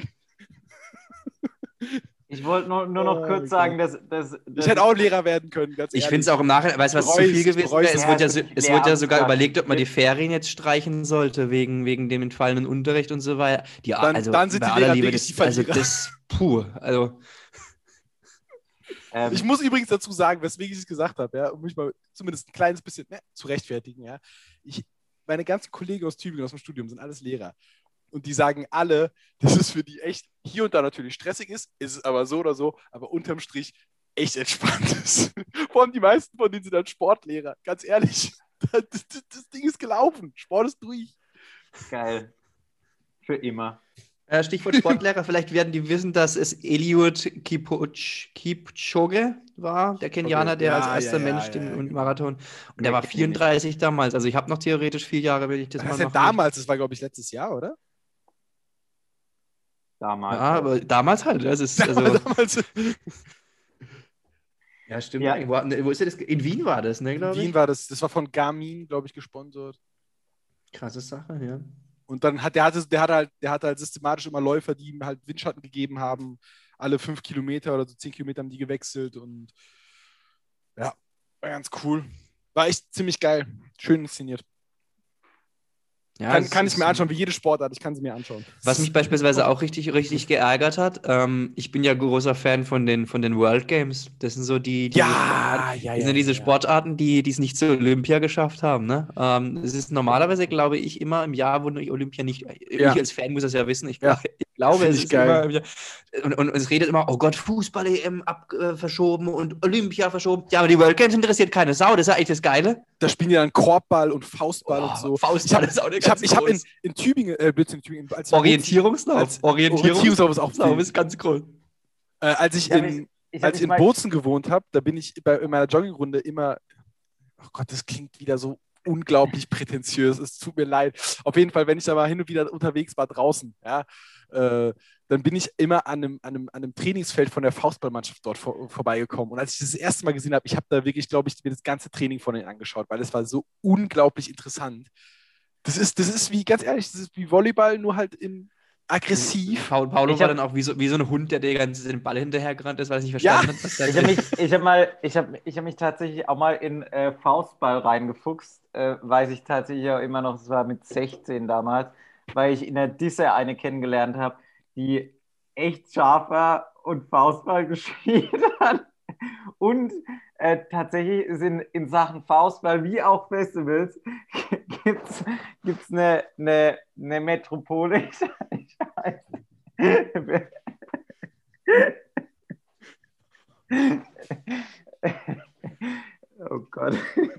[SPEAKER 6] Ich wollte nur, nur noch
[SPEAKER 5] Oh
[SPEAKER 6] kurz
[SPEAKER 5] Gott.
[SPEAKER 6] sagen, dass, dass, dass
[SPEAKER 5] Ich hätte auch Lehrer werden können, ganz
[SPEAKER 7] Ich
[SPEAKER 5] ehrlich.
[SPEAKER 7] finde es auch im Nachhinein, weißt du, was zu
[SPEAKER 5] Bereust,
[SPEAKER 7] viel gewesen
[SPEAKER 5] bereust.
[SPEAKER 7] wäre? Es
[SPEAKER 6] Ja,
[SPEAKER 7] wurde ja,
[SPEAKER 6] es
[SPEAKER 7] so,
[SPEAKER 6] ist
[SPEAKER 7] es wurde ja sogar
[SPEAKER 6] Lehramtsquatsch.
[SPEAKER 7] überlegt, ob man die Ferien jetzt streichen sollte, wegen, wegen dem entfallenen Unterricht und so weiter. Die,
[SPEAKER 5] Dann-
[SPEAKER 7] also,
[SPEAKER 5] dann sind
[SPEAKER 7] bei
[SPEAKER 5] die
[SPEAKER 7] aller
[SPEAKER 5] Lehrer
[SPEAKER 7] Liebe,
[SPEAKER 5] wirklich
[SPEAKER 7] das,
[SPEAKER 5] die
[SPEAKER 7] also
[SPEAKER 5] Verlierer.
[SPEAKER 7] das, puh, also,
[SPEAKER 6] ähm,
[SPEAKER 5] Ich muss übrigens dazu sagen, weswegen ich es gesagt habe, ja, um mich mal zumindest ein kleines bisschen ne, zu rechtfertigen. Ja. Ich, meine ganzen Kollegen aus Tübingen, aus dem Studium, sind alles Lehrer. Und die sagen alle, dass es für die echt hier und da natürlich stressig ist, ist es aber so oder so, aber unterm Strich echt entspannt ist. Vor allem die meisten von denen sind dann Sportlehrer. Ganz ehrlich, das, das, das Ding ist gelaufen. Sport ist durch.
[SPEAKER 6] geil. Für immer.
[SPEAKER 7] äh, Stichwort Sportlehrer, vielleicht werden die wissen, dass es Eliud Kipchoge Kipchoge war, der Kenianer, der
[SPEAKER 5] Ja,
[SPEAKER 7] als
[SPEAKER 5] ja,
[SPEAKER 7] erster
[SPEAKER 5] ja,
[SPEAKER 7] Mensch
[SPEAKER 5] ja,
[SPEAKER 7] den
[SPEAKER 5] ja,
[SPEAKER 7] und
[SPEAKER 5] genau.
[SPEAKER 7] Marathon. Und der war
[SPEAKER 6] Welche kenne ich?
[SPEAKER 7] vierunddreißig damals. Also ich habe noch theoretisch vier Jahre, wenn ich das
[SPEAKER 5] Was
[SPEAKER 7] mal
[SPEAKER 5] ist denn
[SPEAKER 7] machen
[SPEAKER 5] damals? Das war, glaube ich, letztes Jahr, oder?
[SPEAKER 6] Damals.
[SPEAKER 7] Ja, aber damals halt. Das ist, also,
[SPEAKER 5] damals.
[SPEAKER 7] ja, stimmt.
[SPEAKER 6] Ja.
[SPEAKER 7] eigentlich. Wo, ne, wo ist das? In Wien war das, ne,
[SPEAKER 5] In
[SPEAKER 7] glaube
[SPEAKER 5] Wien
[SPEAKER 7] ich.
[SPEAKER 5] war das, das war von Garmin, glaube ich, gesponsert.
[SPEAKER 7] Krasse Sache, ja.
[SPEAKER 5] Und dann hat der hatte, der hatte halt, der hatte halt systematisch immer Läufer, die ihm halt Windschatten gegeben haben. Alle fünf Kilometer oder so zehn Kilometer haben die gewechselt und ja, war ganz cool. War echt ziemlich geil. Schön inszeniert.
[SPEAKER 7] Ja,
[SPEAKER 5] kann
[SPEAKER 7] es
[SPEAKER 5] kann ich
[SPEAKER 7] ist-
[SPEAKER 5] mir anschauen, wie jede Sportart, ich kann sie mir anschauen.
[SPEAKER 7] Was mich beispielsweise auch richtig, richtig geärgert hat, ähm, ich bin ja großer Fan von den, von den World Games. Das sind so die, die
[SPEAKER 5] Ja,
[SPEAKER 7] Sportarten,
[SPEAKER 5] ja,
[SPEAKER 7] das
[SPEAKER 5] ja,
[SPEAKER 7] sind diese
[SPEAKER 5] ja.
[SPEAKER 7] Sportarten, die die es nicht zur Olympia geschafft haben. Ne? Ähm, es ist normalerweise, glaube ich, immer im Jahr, wo die Olympia nicht,
[SPEAKER 5] Ja.
[SPEAKER 7] ich als Fan muss das ja wissen, ich,
[SPEAKER 5] Ja.
[SPEAKER 7] glaub- ich glaube,
[SPEAKER 5] Find
[SPEAKER 7] es
[SPEAKER 5] ich
[SPEAKER 7] ist
[SPEAKER 5] geil.
[SPEAKER 7] immer im Jahr, und, und es redet immer, oh Gott, Fußball-E M ab, äh, verschoben und Olympia verschoben. Ja, aber die World Games interessiert keine Sau, das ist ja eigentlich das Geile.
[SPEAKER 5] Da spielen die dann Korbball und Faustball
[SPEAKER 7] Oh,
[SPEAKER 5] und so.
[SPEAKER 7] Faustball
[SPEAKER 5] ich
[SPEAKER 7] ist auch eine
[SPEAKER 5] Ich habe
[SPEAKER 7] ganz
[SPEAKER 5] ich hab in,
[SPEAKER 7] groß.
[SPEAKER 5] in Tübingen, äh, Blödsinn, in Tübingen, als ich
[SPEAKER 7] Orientierungslauf.
[SPEAKER 5] als-
[SPEAKER 7] Orientierungslauf
[SPEAKER 5] Orientierungslauf ist auch wild.
[SPEAKER 7] ist ganz groß.
[SPEAKER 5] Äh, als ich
[SPEAKER 6] Ja,
[SPEAKER 5] in,
[SPEAKER 6] ich- ich hab
[SPEAKER 5] als ich
[SPEAKER 6] mich
[SPEAKER 5] in
[SPEAKER 6] mal-
[SPEAKER 5] Bozen gewohnt habe, da bin ich bei, in meiner Joggingrunde immer, oh Gott, das klingt wieder so unglaublich prätentiös. Es tut mir leid. Auf jeden Fall, wenn ich da mal hin und wieder unterwegs war draußen, ja, äh, dann bin ich immer an einem, an, einem, an einem Trainingsfeld von der Faustballmannschaft dort vor, vorbeigekommen. Und als ich das, das erste Mal gesehen habe, ich habe da wirklich, glaube ich, mir das ganze Training von denen angeschaut, weil es war so unglaublich interessant. Das ist, das ist wie, ganz ehrlich, das ist wie Volleyball, nur halt in aggressiv.
[SPEAKER 7] Paul, Paulo
[SPEAKER 6] Ich
[SPEAKER 7] war
[SPEAKER 6] hab-
[SPEAKER 7] dann auch wie so, wie so ein Hund, der dir ganze den Ball hinterhergerannt ist, weil er nicht
[SPEAKER 5] Ja.
[SPEAKER 7] verstanden hat, was da
[SPEAKER 6] Ich habe mich, ich hab mal, ich hab, ich hab mich tatsächlich auch mal in äh, Faustball reingefuchst, äh, weiß ich tatsächlich auch immer noch, es war mit sechzehn damals, weil ich in der Disse eine kennengelernt habe, die echt scharf war und Faustball gespielt hat. Und äh, tatsächlich sind in Sachen Faustball wie auch Festivals gibt es eine, eine, eine Metropole. Ich weiß. Oh Gott.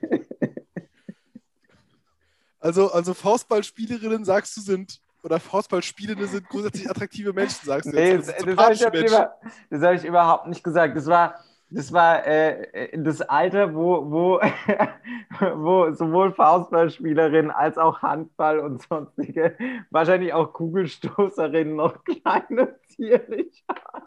[SPEAKER 5] Also, also Faustballspielerinnen, sagst du, sind, oder Faustballspielende sind grundsätzlich attraktive Menschen, sagst du
[SPEAKER 6] Nee,
[SPEAKER 5] jetzt.
[SPEAKER 6] das,
[SPEAKER 5] Also
[SPEAKER 6] das habe ich,
[SPEAKER 5] sympathische
[SPEAKER 6] über, das hab ich überhaupt nicht gesagt. Das war, das, war äh, das Alter, wo, wo, wo sowohl Faustballspielerinnen als auch Handball und sonstige, wahrscheinlich auch Kugelstoßerinnen noch klein und zierlich waren.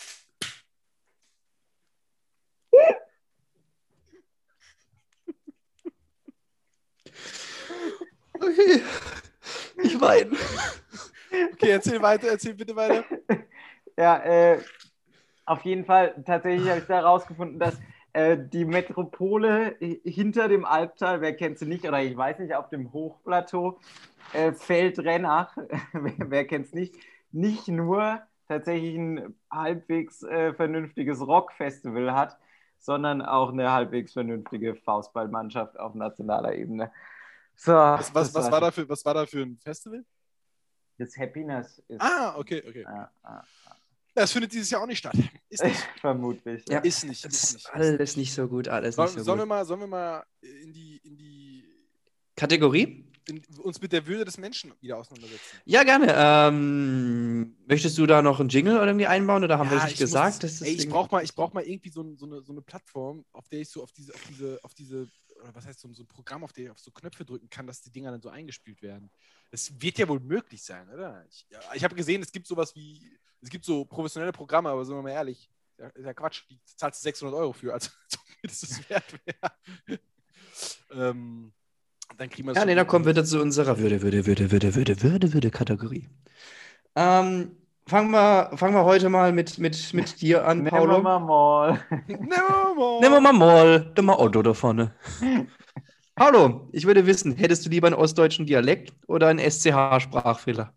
[SPEAKER 7] Okay. Ich weine.
[SPEAKER 5] Okay, erzähl weiter, erzähl bitte weiter.
[SPEAKER 6] Ja, äh, auf jeden Fall, tatsächlich habe ich da herausgefunden, dass äh, die Metropole hinter dem Albtal, wer kennt sie nicht, oder ich weiß nicht, auf dem Hochplateau, äh, Feldrennach, wer, wer kennt es nicht, nicht nur tatsächlich ein halbwegs äh, vernünftiges Rockfestival hat, sondern auch eine halbwegs vernünftige Faustballmannschaft auf nationaler Ebene. So,
[SPEAKER 5] Was, was,
[SPEAKER 6] das
[SPEAKER 5] was, war da für, was war da für ein Festival?
[SPEAKER 6] Das Happiness ist.
[SPEAKER 5] Ah, okay, okay.
[SPEAKER 6] Ja, ja,
[SPEAKER 5] Das findet dieses Jahr auch nicht statt. Ist nicht.
[SPEAKER 6] vermutlich.
[SPEAKER 7] Ja.
[SPEAKER 5] Ist nicht.
[SPEAKER 7] Das
[SPEAKER 5] Ist
[SPEAKER 7] ist
[SPEAKER 5] nicht.
[SPEAKER 7] alles nicht so gut, alles
[SPEAKER 5] Soll,
[SPEAKER 7] nicht so
[SPEAKER 5] sollen, wir
[SPEAKER 7] gut.
[SPEAKER 5] mal, sollen wir mal in die, in die
[SPEAKER 7] Kategorie?
[SPEAKER 5] in, uns mit der Würde des Menschen wieder auseinandersetzen?
[SPEAKER 7] Ja, gerne. Ähm, möchtest du da noch einen Jingle oder irgendwie einbauen oder haben wir das nicht
[SPEAKER 5] ich muss
[SPEAKER 7] gesagt?
[SPEAKER 5] das-
[SPEAKER 7] dass das
[SPEAKER 5] ey, ich
[SPEAKER 7] irgendwie-
[SPEAKER 5] brauche mal, ich brauch mal irgendwie so, ein- so, eine, so eine Plattform, auf der ich so auf diese, auf diese, auf diese, oder was heißt so, so ein Programm, auf der ich auf so Knöpfe drücken kann, dass die Dinger dann so eingespielt werden. Das wird ja wohl möglich sein, oder? Ich, ja, ich habe gesehen, es gibt sowas wie, es gibt so professionelle Programme, aber sind wir mal ehrlich, ja, ist ja Quatsch, die zahlst du sechshundert Euro für, also als ob mir das wert wäre. ähm, dann kriegen wir
[SPEAKER 7] Ja, nee, dann kommen wir zu unserer Würde, Würde, Würde, Würde, Würde, Würde, Würde Kategorie. Ähm, fangen wir, fangen wir heute mal mit, mit, mit dir an,
[SPEAKER 6] Nehmen wir
[SPEAKER 7] Paulo.
[SPEAKER 6] mal mal.
[SPEAKER 5] Nehmen wir mal.
[SPEAKER 7] Nehmen wir mal mal, da mal Otto da vorne. Paulo, ich würde wissen, hättest du lieber einen ostdeutschen Dialekt oder einen S C H-Sprachfehler?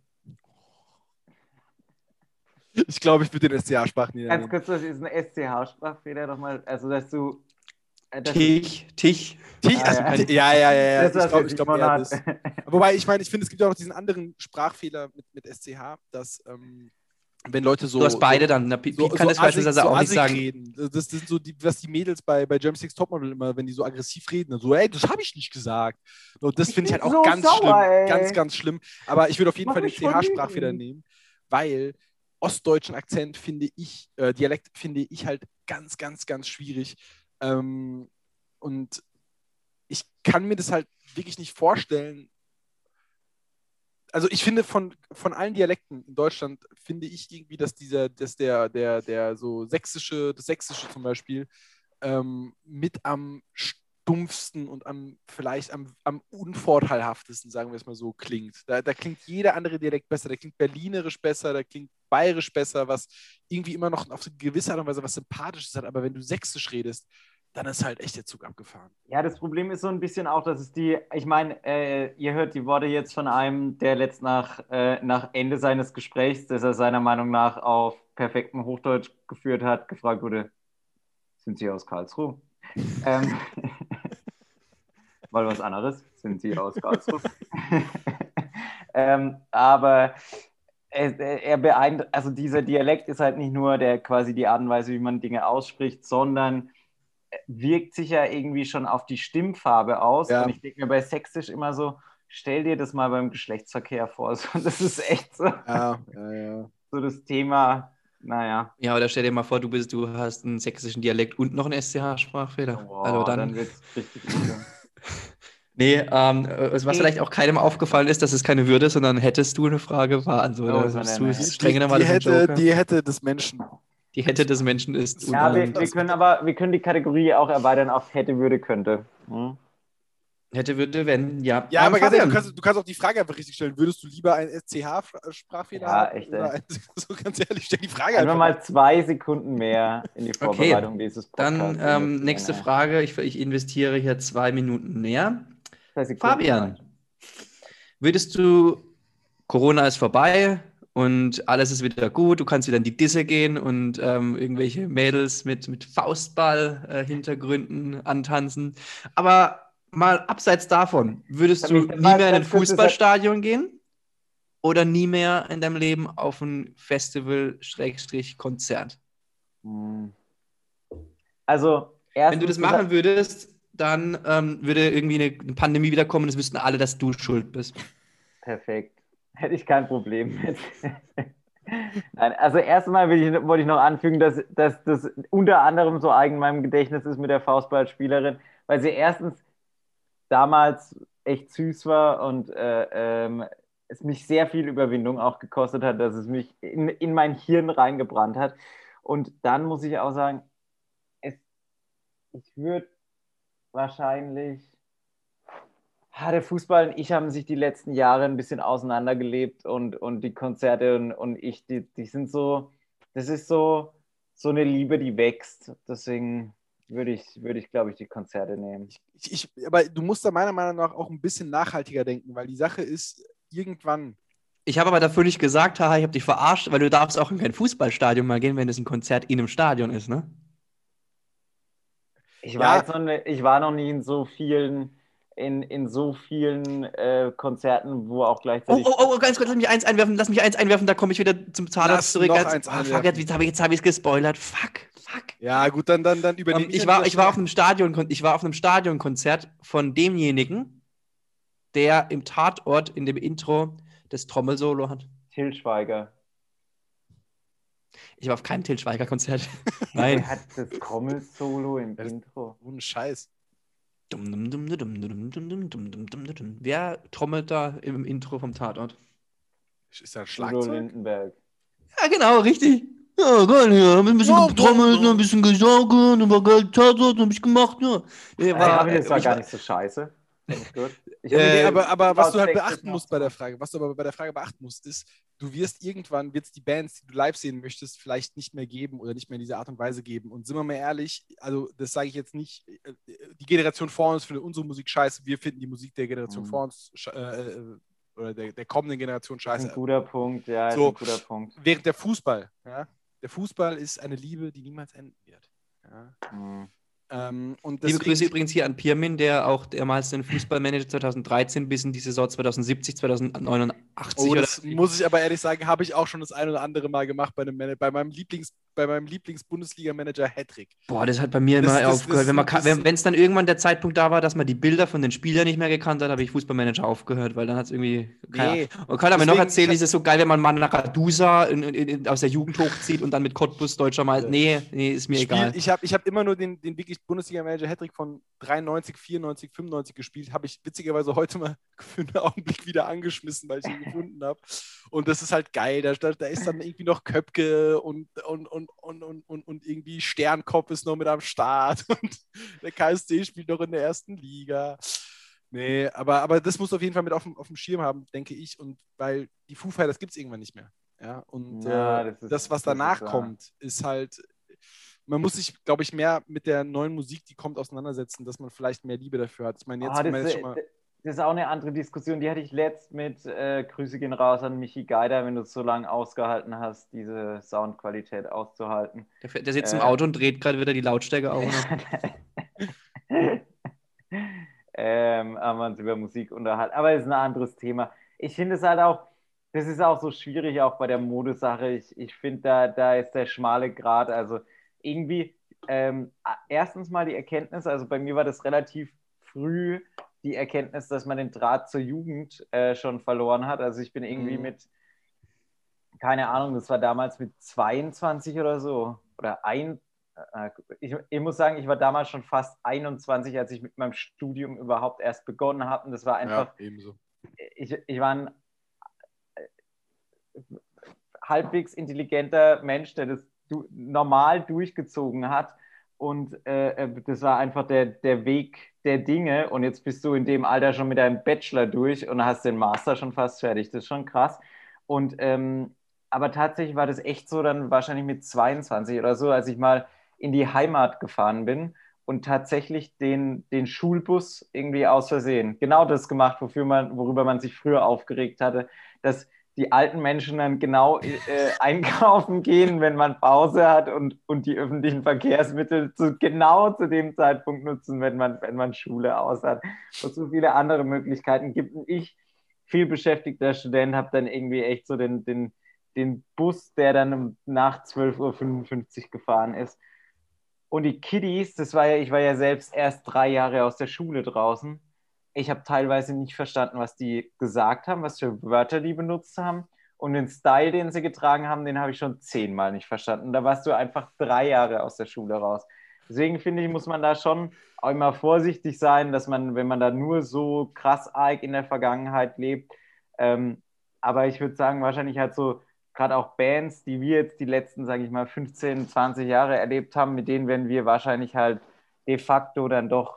[SPEAKER 5] Ich glaube, ich würde den S C A-Sprachen nie
[SPEAKER 6] Ganz
[SPEAKER 5] nehmen.
[SPEAKER 6] kurz, das ist ein S C H-Sprachfehler nochmal. Also, dass du. äh, dass du-
[SPEAKER 7] Tich, Tich.
[SPEAKER 5] Die,
[SPEAKER 6] Ah,
[SPEAKER 5] also,
[SPEAKER 6] ja.
[SPEAKER 5] die- ja, ja, ja, ja.
[SPEAKER 6] Das, was
[SPEAKER 5] Ich glaube,
[SPEAKER 6] jetzt
[SPEAKER 5] ich glaub,
[SPEAKER 6] Simon
[SPEAKER 5] eher
[SPEAKER 6] hat.
[SPEAKER 5] das. Wobei, ich meine, ich finde, es gibt ja auch noch diesen anderen Sprachfehler mit, mit S C H, dass, ähm, wenn Leute so.
[SPEAKER 7] Du hast beide
[SPEAKER 5] so,
[SPEAKER 7] dann. Na, Pete
[SPEAKER 5] So,
[SPEAKER 7] kann
[SPEAKER 5] so
[SPEAKER 7] das beispielsweise
[SPEAKER 5] assig- so
[SPEAKER 7] auch nicht
[SPEAKER 5] assig
[SPEAKER 7] sagen.
[SPEAKER 5] reden. Das, das sind so die, was die Mädels bei, bei Germany's Next Topmodel immer, wenn die so aggressiv reden, so, ey, das habe ich nicht gesagt. Und das
[SPEAKER 6] Ich
[SPEAKER 5] finde ich halt
[SPEAKER 6] bin
[SPEAKER 5] auch
[SPEAKER 6] so
[SPEAKER 5] ganz
[SPEAKER 6] sauer,
[SPEAKER 5] schlimm.
[SPEAKER 6] ey.
[SPEAKER 5] Ganz, ganz schlimm. Aber ich würde auf jeden
[SPEAKER 6] Mach
[SPEAKER 5] Fall den
[SPEAKER 6] mich voll
[SPEAKER 5] C H-Sprachfehler
[SPEAKER 6] wütend.
[SPEAKER 5] nehmen, weil ostdeutschen Akzent finde ich, äh, Dialekt finde ich halt ganz, ganz, ganz schwierig. Ähm, und ich kann mir das halt wirklich nicht vorstellen. Also ich finde von, von allen Dialekten in Deutschland finde ich irgendwie, dass dieser, dass der, der, der so sächsische, das Sächsische zum Beispiel, ähm, mit am stumpfsten und am vielleicht am, am unvorteilhaftesten, sagen wir es mal so, klingt. Da, da klingt jeder andere Dialekt besser, da klingt berlinerisch besser, da klingt bayerisch besser, was irgendwie immer noch auf eine gewisse Art und Weise was Sympathisches hat, aber wenn du sächsisch redest, dann ist halt echt der Zug abgefahren.
[SPEAKER 6] Ja, das Problem ist so ein bisschen auch, dass es die, ich meine, äh, ihr hört die Worte jetzt von einem, der letzt nach, äh, nach Ende seines Gesprächs, das er seiner Meinung nach auf perfektem Hochdeutsch geführt hat, gefragt wurde, sind Sie aus Karlsruhe? ähm, mal was anderes, sind Sie aus Karlsruhe? ähm, aber er, er beeindruckt, also dieser Dialekt ist halt nicht nur der quasi die Art und Weise, wie man Dinge ausspricht, sondern wirkt sich ja irgendwie schon auf die Stimmfarbe aus.
[SPEAKER 5] Ja.
[SPEAKER 6] Und ich denke mir bei Sächsisch immer so, stell dir das mal beim Geschlechtsverkehr vor. So, das ist echt so,
[SPEAKER 5] Ja, ja, ja.
[SPEAKER 6] so das Thema, naja.
[SPEAKER 7] Ja, oder stell dir mal vor, du bist, du hast einen sächsischen Dialekt und noch einen S C H-Sprachfehler.
[SPEAKER 6] Wow,
[SPEAKER 7] also dann,
[SPEAKER 6] dann wird es richtig übel.
[SPEAKER 7] Nee, ähm, äh, was
[SPEAKER 6] Nee.
[SPEAKER 7] vielleicht auch keinem aufgefallen ist, dass es keine Würde, sondern hättest du eine Frage war. Also,
[SPEAKER 6] Oh,
[SPEAKER 7] da
[SPEAKER 6] so
[SPEAKER 7] bist
[SPEAKER 6] eine-
[SPEAKER 7] du
[SPEAKER 6] die-
[SPEAKER 7] streng
[SPEAKER 5] Die,
[SPEAKER 7] nochmal
[SPEAKER 5] die,
[SPEAKER 7] das
[SPEAKER 5] hätte,
[SPEAKER 7] Joker.
[SPEAKER 5] die hätte des Menschen.
[SPEAKER 7] Die Hätte des Menschen ist
[SPEAKER 6] Ja, wir,
[SPEAKER 7] unbedingt.
[SPEAKER 6] wir können aber, wir können die Kategorie auch erweitern auf hätte, würde, könnte. Hm?
[SPEAKER 7] Hätte, würde, wenn, ja.
[SPEAKER 5] Ja,
[SPEAKER 7] Ähm,
[SPEAKER 5] aber ganz ehrlich,
[SPEAKER 7] Fabian.
[SPEAKER 5] du kannst, du kannst auch die Frage einfach richtig stellen. Würdest du lieber einen S C H-Sprachfehler
[SPEAKER 6] Ja,
[SPEAKER 5] haben?
[SPEAKER 6] echt,
[SPEAKER 5] Oder
[SPEAKER 6] ey.
[SPEAKER 5] ein, so ganz ehrlich, stell die Frage
[SPEAKER 6] Einfach
[SPEAKER 5] einfach.
[SPEAKER 6] mal zwei Sekunden mehr in die
[SPEAKER 7] Okay,
[SPEAKER 6] Vorbereitung dieses Podcasts.
[SPEAKER 7] dann ähm,
[SPEAKER 6] investieren,
[SPEAKER 7] nächste
[SPEAKER 6] ey.
[SPEAKER 7] Frage. Ich, ich investiere hier zwei Minuten mehr.
[SPEAKER 6] Zwei Sekunden
[SPEAKER 7] Fabian,
[SPEAKER 6] reicht.
[SPEAKER 7] würdest du, Corona ist vorbei und alles ist wieder gut, du kannst wieder in die Disse gehen und ähm, irgendwelche Mädels mit, mit Faustball-Hintergründen antanzen. Aber mal abseits davon, würdest
[SPEAKER 6] Kann
[SPEAKER 7] du
[SPEAKER 6] ich-
[SPEAKER 7] nie mehr in ein
[SPEAKER 6] ganz kurz, das hat-
[SPEAKER 7] Fußballstadion gehen oder nie mehr in deinem Leben auf ein Festival-Konzert?
[SPEAKER 6] Hm. Also,
[SPEAKER 7] Wenn du
[SPEAKER 6] erstens,
[SPEAKER 7] das machen würdest, dann ähm, würde irgendwie eine, eine Pandemie wiederkommen und es wüssten alle, dass du schuld bist.
[SPEAKER 6] perfekt. Hätte ich kein Problem mit. Nein, also erstmal will ich, wollte ich noch anfügen, dass, dass das unter anderem so eigen meinem Gedächtnis ist mit der Faustballspielerin, weil sie erstens damals echt süß war und äh, ähm, es mich sehr viel Überwindung auch gekostet hat, dass es mich in, in mein Hirn reingebrannt hat. Und dann muss ich auch sagen, es, ich würde wahrscheinlich... Ah, der Fußball und ich haben sich die letzten Jahre ein bisschen auseinandergelebt und, und die Konzerte und, und ich, die, die sind so, das ist so, so eine Liebe, die wächst. Deswegen würde ich, würde ich, glaube ich, die Konzerte nehmen.
[SPEAKER 5] Ich, ich, aber du musst da meiner Meinung nach auch ein bisschen nachhaltiger denken, weil die Sache ist, irgendwann.
[SPEAKER 7] Ich habe aber dafür nicht gesagt, haha, ich habe dich verarscht, weil du darfst auch in kein Fußballstadion mal gehen, wenn es ein Konzert in einem Stadion ist, ne?
[SPEAKER 6] Ich,
[SPEAKER 5] Ja.
[SPEAKER 6] war, jetzt noch ne, ich war noch nie in so vielen, in, in so vielen äh, Konzerten, wo auch
[SPEAKER 7] Oh,
[SPEAKER 6] gleichzeitig...
[SPEAKER 7] oh, oh, ganz kurz, lass mich eins einwerfen, lass mich eins einwerfen, da komme ich wieder zum
[SPEAKER 5] Lass
[SPEAKER 7] Zahnarzt zurück.
[SPEAKER 5] noch
[SPEAKER 7] Als,
[SPEAKER 5] eins
[SPEAKER 7] oh, fuck,
[SPEAKER 5] einwerfen.
[SPEAKER 7] jetzt habe ich es hab gespoilert. Fuck, fuck.
[SPEAKER 5] Ja, gut, dann, dann, dann übernehme
[SPEAKER 7] Ähm,
[SPEAKER 5] ich.
[SPEAKER 7] ich,
[SPEAKER 5] an
[SPEAKER 7] war,
[SPEAKER 5] dieser
[SPEAKER 7] ich, war auf
[SPEAKER 5] Stelle.
[SPEAKER 7] einem Stadion, ich war auf einem Stadionkonzert von demjenigen, der im Tatort in dem Intro das Trommelsolo hat.
[SPEAKER 6] Till Schweiger.
[SPEAKER 7] Ich war auf keinem Til Schweiger-Konzert.
[SPEAKER 6] Der
[SPEAKER 7] Nein.
[SPEAKER 6] hat das Trommelsolo im
[SPEAKER 5] Das-
[SPEAKER 6] Intro.
[SPEAKER 5] Ohne Scheiß.
[SPEAKER 7] Dum, dum, dum, dum, dum, dum, dum, dum, dum, dum, dum. Wer trommelt da im Intro vom Tatort?
[SPEAKER 5] Ist da ein
[SPEAKER 6] Udo
[SPEAKER 5] Schlagzeug?
[SPEAKER 6] Lindenberg.
[SPEAKER 7] Ja, genau, richtig. Ja, geil, ja. Haben ein bisschen
[SPEAKER 5] Wow,
[SPEAKER 7] getrommelt,
[SPEAKER 5] wow, wow.
[SPEAKER 7] ein bisschen gesaugt, und war geil, Tatort, hab ich gemacht, ja. Nee,
[SPEAKER 6] Ja,
[SPEAKER 7] war,
[SPEAKER 6] das war
[SPEAKER 7] ich
[SPEAKER 6] gar
[SPEAKER 7] war-
[SPEAKER 6] nicht so scheiße. Das ist gut. Ich
[SPEAKER 7] Äh,
[SPEAKER 6] hab
[SPEAKER 5] Nee,
[SPEAKER 6] mir-
[SPEAKER 5] aber, aber was du halt
[SPEAKER 6] Soundtext
[SPEAKER 5] beachten
[SPEAKER 6] noch
[SPEAKER 5] musst bei der
[SPEAKER 6] zu
[SPEAKER 5] Frage, was du aber bei der Frage beachten musst, ist, du wirst irgendwann, wird es die Bands, die du live sehen möchtest, vielleicht nicht mehr geben oder nicht mehr in dieser Art und Weise geben. Und sind wir mal ehrlich, also das sage ich jetzt nicht, äh, die Generation vor uns findet unsere Musik scheiße, wir finden die Musik der Generation
[SPEAKER 6] Mhm.
[SPEAKER 5] vor uns sche- äh, äh, oder der, der kommenden Generation
[SPEAKER 6] Das ist ein
[SPEAKER 5] scheiße.
[SPEAKER 6] guter Punkt, ja, ist
[SPEAKER 5] So.
[SPEAKER 6] ein guter Punkt.
[SPEAKER 5] Während der Fußball, ja, der Fußball ist eine Liebe, die niemals enden wird. Ja.
[SPEAKER 6] Mhm.
[SPEAKER 5] Ähm, und
[SPEAKER 7] Liebe
[SPEAKER 5] deswegen,
[SPEAKER 7] Grüße übrigens hier an Pirmin, der auch damals den Fußballmanager zweitausenddreizehn bis in die Saison zweitausendsiebzig, zweitausendneunundachtzig
[SPEAKER 5] Oh,
[SPEAKER 7] oder
[SPEAKER 5] das muss ich aber ehrlich sagen, habe ich auch schon das ein oder andere Mal gemacht bei, einem Man- bei meinem Lieblings, bei meinem Lieblings-Bundesliga-Manager Hattrick.
[SPEAKER 7] Boah, das hat bei mir
[SPEAKER 5] Das-
[SPEAKER 7] immer
[SPEAKER 5] das-
[SPEAKER 7] aufgehört.
[SPEAKER 5] das-
[SPEAKER 7] wenn man
[SPEAKER 5] das-
[SPEAKER 7] wenn es dann irgendwann der Zeitpunkt da war, dass man die Bilder von den Spielern nicht mehr gekannt hat, habe ich Fußballmanager aufgehört, weil dann hat es irgendwie. Keine
[SPEAKER 5] Nee.
[SPEAKER 7] Ahnung. Und kann aber noch
[SPEAKER 5] Deswegen,
[SPEAKER 7] erzählen,
[SPEAKER 5] ich
[SPEAKER 7] ist es so geil, wenn man Manaradusa in, in, in, aus der Jugend hochzieht und dann mit Cottbus deutscher Meister. Nee, nee, ist mir
[SPEAKER 5] Spiel,
[SPEAKER 7] egal.
[SPEAKER 5] ich habe ich hab immer nur den, den wirklich Bundesliga-Manager Hattrick von dreiundneunzig, vierundneunzig, fünfundneunzig gespielt. Habe ich witzigerweise heute mal für einen Augenblick wieder angeschmissen, weil ich ihn gefunden habe. Und das ist halt geil. Da, da, da ist dann irgendwie noch Köpke und, und, und, und, und, und, und irgendwie Sternkopf ist noch mit am Start. Und der K S C spielt noch in der ersten Liga. Nee, aber, aber das musst du auf jeden Fall mit auf dem, auf dem Schirm haben, denke ich. Und weil die Foo Fighters gibt es irgendwann nicht mehr. Ja, und
[SPEAKER 6] Ja,
[SPEAKER 5] äh,
[SPEAKER 6] das
[SPEAKER 5] das,
[SPEAKER 6] ist-
[SPEAKER 5] was
[SPEAKER 6] das
[SPEAKER 5] danach
[SPEAKER 6] ist wahr.
[SPEAKER 5] kommt, ist halt, man muss sich, glaube ich, mehr mit der neuen Musik, die kommt, auseinandersetzen, dass man vielleicht mehr Liebe dafür hat. Ich meine, jetzt,
[SPEAKER 6] Ah,
[SPEAKER 5] wenn man
[SPEAKER 6] das,
[SPEAKER 5] jetzt schon mal.
[SPEAKER 6] das ist auch eine andere Diskussion, die hatte ich letzt mit, äh, Grüße gehen raus an Michi Geider, wenn du es so lange ausgehalten hast, diese Soundqualität auszuhalten.
[SPEAKER 7] Der, der sitzt im
[SPEAKER 6] äh,
[SPEAKER 7] Auto und dreht gerade wieder die Lautstärke auf.
[SPEAKER 6] ähm, haben wir uns über Musik unterhalten. Aber das ist ein anderes Thema. Ich finde es halt auch, das ist auch so schwierig, auch bei der Modesache. Ich, ich finde, da, da ist der schmale Grat. Also irgendwie, ähm, erstens mal die Erkenntnis, also bei mir war das relativ früh die Erkenntnis, dass man den Draht zur Jugend äh, schon verloren hat. Also ich bin irgendwie
[SPEAKER 5] Mhm.
[SPEAKER 6] mit, keine Ahnung, das war damals mit zweiundzwanzig oder so, oder ein, Äh, Ich, ich muss sagen, ich war damals schon fast einundzwanzig, als ich mit meinem Studium überhaupt erst begonnen habe. Und das war einfach,
[SPEAKER 5] Ja, ebenso.
[SPEAKER 6] ich, ich war ein halbwegs intelligenter Mensch, der das du, normal durchgezogen hat. Und äh, das war einfach der, der Weg der Dinge. Und jetzt bist du in dem Alter schon mit deinem Bachelor durch und hast den Master schon fast fertig. Das ist schon krass. Und ähm, aber tatsächlich war das echt so dann wahrscheinlich mit zweiundzwanzig oder so, als ich mal in die Heimat gefahren bin und tatsächlich den, den Schulbus irgendwie aus Versehen genau das gemacht, wofür man, worüber man sich früher aufgeregt hatte, dass die alten Menschen dann genau äh, einkaufen gehen, wenn man Pause hat und, und die öffentlichen Verkehrsmittel zu, genau zu dem Zeitpunkt nutzen, wenn man, wenn man Schule aus hat. Und so viele andere Möglichkeiten gibt. Und ich, viel beschäftigter Student, habe dann irgendwie echt so den, den, den Bus, der dann nach zwölf Uhr fünfundfünfzig gefahren ist. Und die Kiddies, das war ja, ich war ja selbst erst drei Jahre aus der Schule draußen. Ich habe teilweise nicht verstanden, was die gesagt haben, was für Wörter die benutzt haben. Und den Style, den sie getragen haben, den habe ich schon zehnmal nicht verstanden. Da warst du einfach drei Jahre aus der Schule raus. Deswegen finde ich, muss man da schon auch immer vorsichtig sein, dass man, wenn man da nur so krass arg in der Vergangenheit lebt. Ähm, aber ich würde sagen, wahrscheinlich halt so gerade auch Bands, die wir jetzt die letzten, sage ich mal, fünfzehn, zwanzig Jahre erlebt haben, mit denen werden wir wahrscheinlich halt de facto dann doch,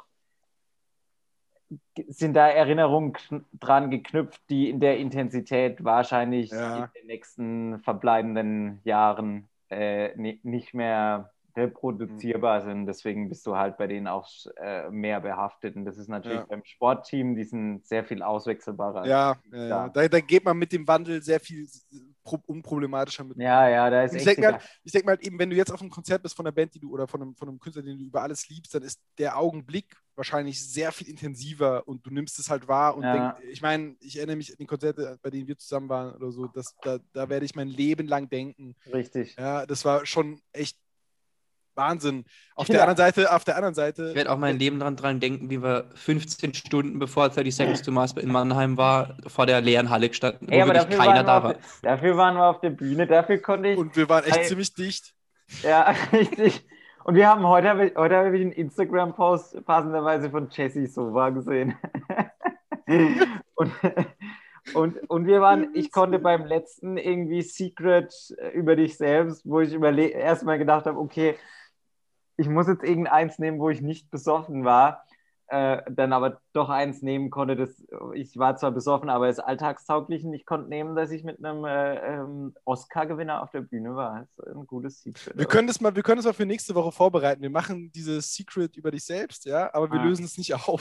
[SPEAKER 6] sind da Erinnerungen dran geknüpft, die in der Intensität wahrscheinlich
[SPEAKER 5] Ja.
[SPEAKER 6] in den nächsten verbleibenden Jahren äh, nicht mehr reproduzierbar sind. Deswegen bist du halt bei denen auch äh, mehr behaftet. Und das ist natürlich
[SPEAKER 5] Ja.
[SPEAKER 6] beim Sportteam, die sind sehr viel auswechselbarer.
[SPEAKER 5] Ja, ja, ja.
[SPEAKER 6] Ja.
[SPEAKER 5] Da, da geht man mit dem Wandel sehr viel pro- unproblematischer mit.
[SPEAKER 6] Ja, ja, da ist
[SPEAKER 5] Und ich
[SPEAKER 6] echt
[SPEAKER 5] denke mal,
[SPEAKER 6] egal.
[SPEAKER 5] ich denk mal halt eben, wenn du jetzt auf einem Konzert bist von einer Band, die du oder von einem, von einem Künstler, den du über alles liebst, dann ist der Augenblick wahrscheinlich sehr viel intensiver und du nimmst es halt wahr und
[SPEAKER 6] Ja.
[SPEAKER 5] denk, ich meine, ich erinnere mich an die Konzerte, bei denen wir zusammen waren oder so, dass, da, da werde ich mein Leben lang denken.
[SPEAKER 6] Richtig.
[SPEAKER 5] Ja, das war schon echt Wahnsinn. Auf
[SPEAKER 6] Ja.
[SPEAKER 5] der anderen Seite, auf der anderen Seite.
[SPEAKER 7] Ich werde auch mein Leben dran, dran denken, wie wir fünfzehn Stunden bevor dreißig Seconds to Mars in Mannheim war, vor der leeren Halle gestanden, wo
[SPEAKER 6] Ey, aber
[SPEAKER 7] wirklich
[SPEAKER 6] dafür
[SPEAKER 7] keiner
[SPEAKER 6] waren, wir
[SPEAKER 7] da
[SPEAKER 6] auf
[SPEAKER 7] war.
[SPEAKER 6] der, dafür waren wir auf der Bühne, dafür konnte ich.
[SPEAKER 5] Und wir waren echt
[SPEAKER 6] Ey.
[SPEAKER 5] ziemlich dicht.
[SPEAKER 6] Ja, richtig. Und wir haben heute, habe ich- heute habe ich einen Instagram-Post passenderweise von Jesse Sova gesehen. und, und, und wir waren, ich konnte beim letzten irgendwie Secret über dich selbst, wo ich überle- erstmal gedacht habe, okay, ich muss jetzt irgendeins nehmen, wo ich nicht besoffen war. Äh, dann aber doch eins nehmen konnte, das, ich war zwar besoffen, aber es ist alltagstauglich und ich konnte nehmen, dass ich mit einem äh, ähm, Oscar-Gewinner auf der Bühne war. Das ist ein gutes Secret.
[SPEAKER 5] Wir können, das mal, wir können das mal für nächste Woche vorbereiten. Wir machen dieses Secret über dich selbst, ja, aber wir
[SPEAKER 6] Ah.
[SPEAKER 5] lösen es nicht auf.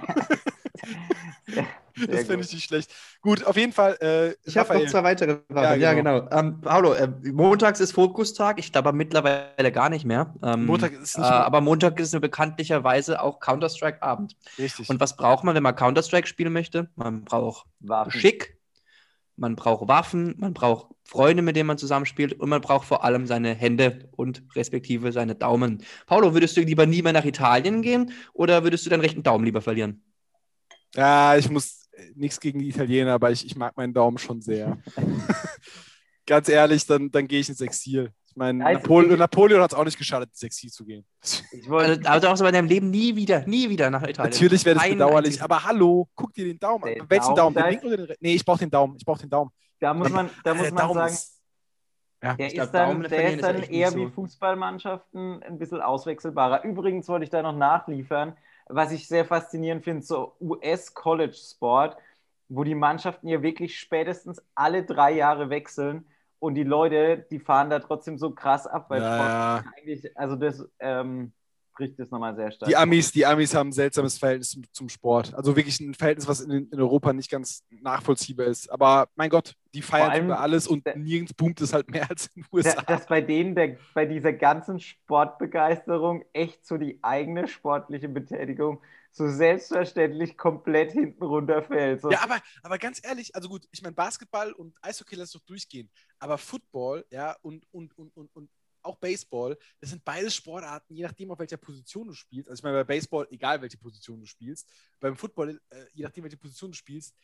[SPEAKER 6] Sehr
[SPEAKER 5] Das fände
[SPEAKER 6] gut.
[SPEAKER 5] ich nicht schlecht. Gut, auf jeden Fall. Äh,
[SPEAKER 7] Ich habe noch
[SPEAKER 5] Raphael.
[SPEAKER 7] zwei weitere Fragen.
[SPEAKER 5] Ja,
[SPEAKER 7] Ja,
[SPEAKER 5] genau.
[SPEAKER 7] genau. Ähm, Paolo, äh, montags ist Fokustag. Ich glaube mittlerweile gar nicht mehr. Ähm,
[SPEAKER 5] Montag ist
[SPEAKER 7] äh,
[SPEAKER 5] nicht mehr-
[SPEAKER 7] aber Montag ist bekanntlicherweise auch Counter-Strike-Abend.
[SPEAKER 5] Richtig.
[SPEAKER 7] Und was braucht man, wenn man Counter-Strike spielen möchte? Man braucht
[SPEAKER 6] Waffen.
[SPEAKER 7] Geschick, man braucht Waffen, man braucht Freunde, mit denen man zusammenspielt und man braucht vor allem seine Hände und respektive seine Daumen. Paolo, würdest du lieber nie mehr nach Italien gehen oder würdest du deinen rechten Daumen lieber verlieren?
[SPEAKER 5] Ja, ich muss äh, nichts gegen die Italiener, aber ich, ich mag meinen Daumen schon sehr. Ganz ehrlich, dann, dann gehe ich ins Exil. Ich meine,
[SPEAKER 6] Ja, es-
[SPEAKER 5] Napol
[SPEAKER 6] ich-
[SPEAKER 5] Napoleon hat es auch nicht geschadet, ins Exil zu gehen.
[SPEAKER 6] Ich wollte,
[SPEAKER 7] Also, also auch so in deinem Leben nie wieder, nie wieder nach Italien.
[SPEAKER 5] Natürlich wäre das
[SPEAKER 7] Kein
[SPEAKER 5] bedauerlich,
[SPEAKER 7] einziges-
[SPEAKER 5] aber hallo, guck dir den Daumen
[SPEAKER 6] Der
[SPEAKER 5] an. Welchen
[SPEAKER 6] Daumen,
[SPEAKER 5] Daumen? Den
[SPEAKER 6] da
[SPEAKER 5] linken
[SPEAKER 6] ist-
[SPEAKER 5] oder den rechten? Nee, ich brauche den Daumen. Ich brauche den Daumen.
[SPEAKER 6] da muss man, da muss
[SPEAKER 5] Der
[SPEAKER 6] man
[SPEAKER 5] Daumen
[SPEAKER 6] sagen,
[SPEAKER 5] ist- Ja.
[SPEAKER 6] der
[SPEAKER 7] Ich glaub,
[SPEAKER 6] ist dann,
[SPEAKER 7] Daumen
[SPEAKER 6] der
[SPEAKER 7] verlieren
[SPEAKER 6] ist
[SPEAKER 7] ist
[SPEAKER 6] dann
[SPEAKER 7] echt nicht
[SPEAKER 6] eher
[SPEAKER 7] so.
[SPEAKER 6] wie Fußballmannschaften ein bisschen auswechselbarer. Übrigens wollte ich da noch nachliefern, was ich sehr faszinierend finde, so U S-College-Sport, wo die Mannschaften ja wirklich spätestens alle drei Jahre wechseln und die Leute, die fahren da trotzdem so krass ab, weil
[SPEAKER 5] Ja,
[SPEAKER 6] Sport eigentlich, also das ähm, bricht das nochmal sehr stark.
[SPEAKER 5] Die Amis, die Amis haben ein seltsames Verhältnis zum, zum Sport. Also wirklich ein Verhältnis, was in, in Europa nicht ganz nachvollziehbar ist. Aber mein Gott, die feiern
[SPEAKER 6] allem
[SPEAKER 5] über alles und
[SPEAKER 6] der-
[SPEAKER 5] nirgends boomt es halt mehr als in den U S
[SPEAKER 6] Da-
[SPEAKER 5] A.
[SPEAKER 6] dass bei denen, der, bei dieser ganzen Sportbegeisterung echt so die eigene sportliche Betätigung so selbstverständlich komplett hinten runterfällt. So,
[SPEAKER 5] Ja, aber, aber ganz ehrlich, also gut, ich meine, Basketball und Eishockey lässt doch durchgehen. Aber Football, ja, und, und, und, und, und auch Baseball, das sind beides Sportarten, je nachdem, auf welcher Position du spielst. Also ich meine, bei Baseball, egal welche Position du spielst, beim Football, äh, je nachdem, welche Position du spielst,